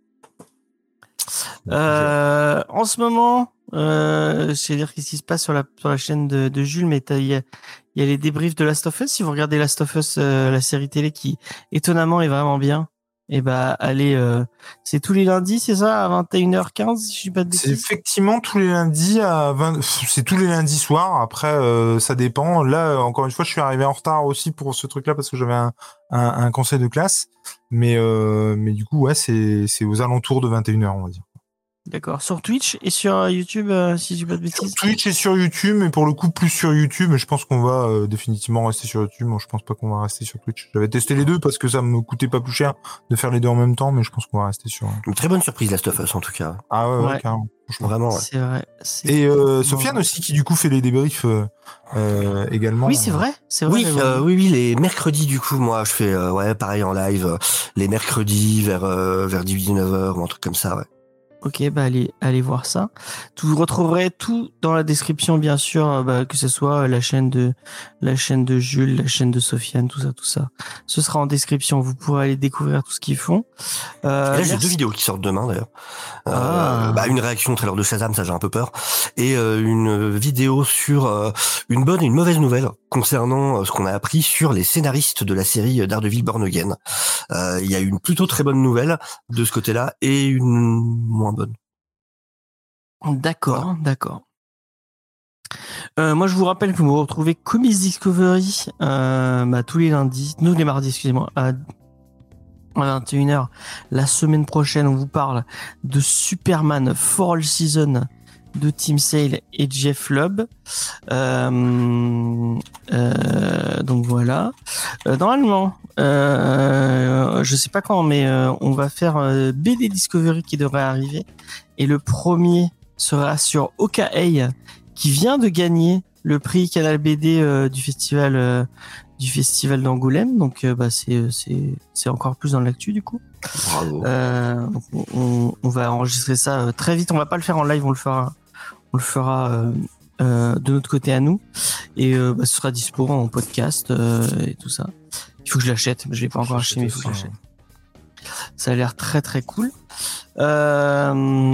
Euh, en ce moment, euh, je vais dire qu'est-ce qui se passe sur la, sur la chaîne de, de Jules, mais il y a, y a les débriefs de Last of Us. Si vous regardez Last of Us, euh, la série télé qui, étonnamment, est vraiment bien. Et bah allez, euh, c'est tous les lundis, c'est ça, à vingt et une heures quinze, si je dis pas de bêtises. C'est effectivement tous les lundis à vingt, c'est tous les lundis soirs. Après, euh, ça dépend. Là, encore une fois, je suis arrivé en retard aussi pour ce truc-là parce que j'avais un, un, un conseil de classe. Mais, euh, mais du coup, ouais, c'est, c'est aux alentours de vingt et une heures, on va dire. D'accord. Sur Twitch et sur YouTube, euh, si je dis pas de bêtises. Sur Twitch et sur YouTube, mais pour le coup plus sur YouTube. Mais je pense qu'on va euh, définitivement rester sur YouTube. Moi, je pense pas qu'on va rester sur Twitch. J'avais testé les deux parce que ça me coûtait pas plus cher de faire les deux en même temps, mais je pense qu'on va rester sur. Une très bonne surprise, Last of Us en tout cas. Ah ouais, ouais, ouais. carrément. Vraiment. Ouais. C'est vrai. C'est et euh, Sofiane aussi qui du coup fait les débriefs euh, euh, également. Oui, c'est vrai. C'est vrai. Oui, euh, oui, oui, les mercredis du coup, moi, je fais euh, ouais, pareil en live, euh, les mercredis vers euh, vers dix-neuf heures ou un truc comme ça, ouais. Ok, bah allez, allez voir ça. Vous retrouverez tout dans la description, bien sûr, bah, que ce soit la chaîne de la chaîne de Jules, la chaîne de Sofiane, tout ça, tout ça. Ce sera en description. Vous pourrez aller découvrir tout ce qu'ils font. Euh, Et là, j'ai merci. deux vidéos qui sortent demain d'ailleurs. Ah. Euh, bah, une réaction au trailer de Shazam, ça j'ai un peu peur, et euh, une vidéo sur euh, une bonne et une mauvaise nouvelle concernant euh, ce qu'on a appris sur les scénaristes de la série Daredevil Born Again. Euh, Il y a une plutôt très bonne nouvelle de ce côté-là et une moins bonne. D'accord, d'accord. Euh, moi, je vous rappelle que vous retrouvez Comics Discovery euh, bah, tous les lundis, nous les mardis, excusez-moi, à, à vingt et une heures. La semaine prochaine, on vous parle de Superman For All Season de Tim Sale et Jeff Lubb. Euh, euh, donc voilà. Euh, normalement, euh, je sais pas quand, mais euh, on va faire euh, B D Discovery qui devrait arriver. Et le premier sera sur Oka Ei, qui vient de gagner le prix Canal B D euh, du festival euh, du festival d'Angoulême. Donc euh, bah c'est c'est c'est encore plus dans l'actu du coup. Bravo. Euh, donc on, on va enregistrer ça euh, très vite. On va pas le faire en live, on le fera on le fera euh, euh, de notre côté à nous. Et euh, bah, ce sera dispo en podcast euh, et tout ça. Il faut que je l'achète. Je l'ai pas encore acheté, mais il faut que je l'achète. Ça a l'air très très cool. Euh,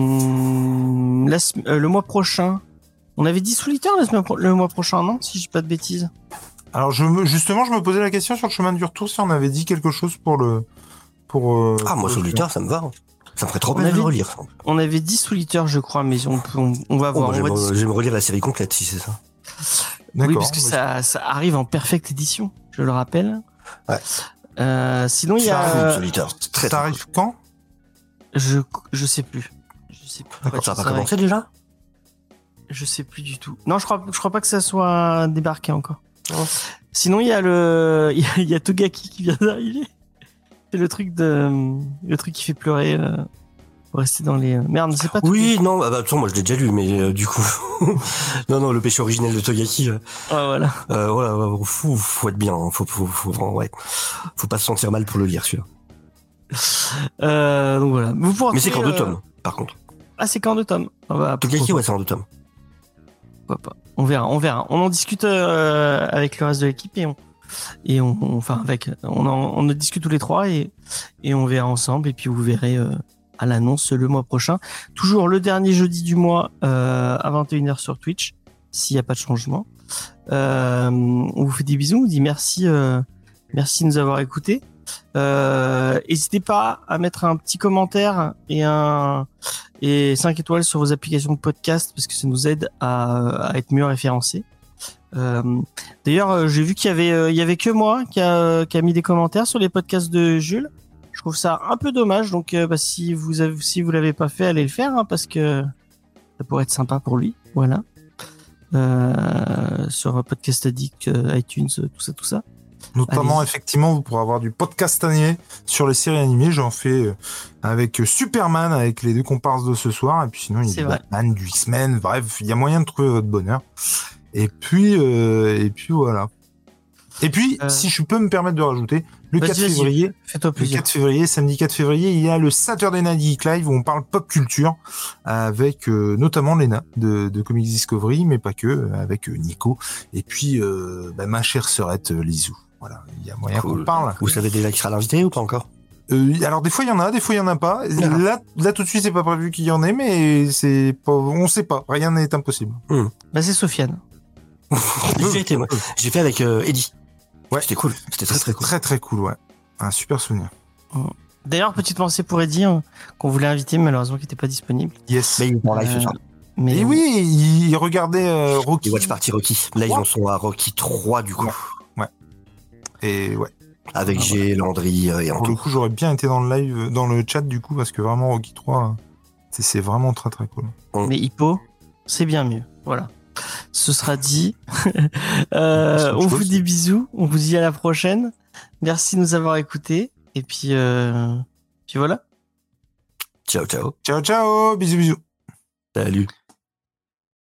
la, euh, le mois prochain, on avait dit Solitaire la semaine pro- le mois prochain, non? Si je dis pas de bêtises. Alors je me, justement, je me posais la question sur le chemin du retour si on avait dit quelque chose pour le pour. Euh, Ah, moi, pour le Solitaire, ça me va. Ça me ferait trop On plaisir de avait- le relire. On avait dit Solitaire, je crois, mais on peut, on, on va Oh, voir. bah, on va j'aime, dis- j'aime relire la série complète si c'est ça. D'accord. Oui, parce que ça, ça arrive en perfecte édition, je le rappelle. Ouais. Euh, sinon, il y Ça a, Cool, euh, Solitaire. C'est très, Ça très arrive quand? je, je sais plus. Je sais plus. cool. Ça a pas Ça va- commencé déjà? Je sais plus du tout. Non, je crois, je crois pas que ça soit débarqué encore. Oh. Sinon, il y a le, il y a, il y a Togaki qui vient d'arriver. C'est le truc de, le truc qui fait pleurer. Euh, pour rester dans les. Merde, c'est pas. Oui, non, bah, bah, de toute façon, moi je l'ai déjà lu, mais euh, du coup. non, non, le péché originel de Togaki. Euh, Ah, voilà. euh, voilà, ouais, faut, faut être bien, hein, faut, faut, faut, faut, ouais. Faut pas se sentir mal pour le lire, celui-là. Euh, donc voilà. Vous pourrez Mais c'est qu'en retrouver, deux euh, tomes, par contre. Ah, c'est qu'en deux tomes. Ah bah, Togaki, pourquoi ouais, c'est en deux tomes. pas, pourquoi pas. On verra, on verra. On en discute euh, avec le reste de l'équipe et on et on, on- enfin avec on en, on en discute tous les trois et et on verra ensemble et puis vous verrez euh, à l'annonce le mois prochain. Toujours le dernier jeudi du mois euh, à vingt et une heures sur Twitch s'il n'y a pas de changement. Euh, on vous fait des bisous, on vous dit merci euh, merci de nous avoir écoutés. Euh, n'hésitez pas à mettre un petit commentaire et un et cinq étoiles sur vos applications de podcast parce que ça nous aide à, à être mieux référencés. Euh, d'ailleurs, euh, j'ai vu qu'il y avait euh, il y avait que moi qui a, qui a mis des commentaires sur les podcasts de Jules. Je trouve ça un peu dommage. Donc, euh, bah, si vous avez, si vous l'avez pas fait, allez le faire hein, parce que ça pourrait être sympa pour lui. Voilà. Euh, sur Podcast Addict, euh, iTunes, euh, tout ça, tout ça. Notamment, Allez-y. effectivement, vous pourrez avoir du podcast animé sur les séries animées. J'en fais euh, avec euh, Superman, avec les deux comparses de ce soir. Et puis sinon, il y a C'est du vrai. Batman, du X-Men. Bref, il y a moyen de trouver votre bonheur. Et puis, euh, et puis voilà. Et puis, Euh, si je peux me permettre de rajouter, le Vas-y, quatre vas-y. février, Fais-toi le plaisir. quatre février, samedi quatre février, il y a le Saturday Night Geek Live où on parle pop culture avec euh, notamment Lena de, de Comics Discovery, mais pas que, euh, avec euh, Nico et puis euh, bah, ma chère sœurette euh, Lizou. Voilà, il y a moyen Cool. qu'on parle. Vous savez déjà qui sera l'invité ou pas encore? Euh, alors des fois il y en a, des fois il y en a pas. Là, là tout de suite c'est pas prévu qu'il y en ait, mais c'est pas, on sait pas. Rien n'est impossible. Bah, c'est Sofiane. J'ai déjà été, moi. J'ai fait avec euh, Eddie. Ouais. C'était cool. C'était très très cool. Très très cool, ouais. Un super souvenir. D'ailleurs, petite pensée pour Eddie hein, qu'on voulait inviter, mais malheureusement qui n'était pas disponible. Yes. Mais il est en live ce Euh, soir. Mais Et oui, il, il regardait euh, Rocky. Et Watch Party Rocky. Là, ils en sont à Rocky trois du coup. Et ouais. Avec Ah, G, Landry euh, et Pour le Anto. coup, j'aurais bien été dans le live, dans le chat du coup, parce que vraiment Rocky trois, c'est, c'est vraiment très très cool. Mais Hippo, c'est bien mieux. Voilà. Ce sera dit. Euh, C'est autre on vous chose. dit bisous. On vous dit à la prochaine. Merci de nous avoir écoutés. Et puis, euh, puis voilà. Ciao, ciao. Ciao ciao, bisous bisous. Salut.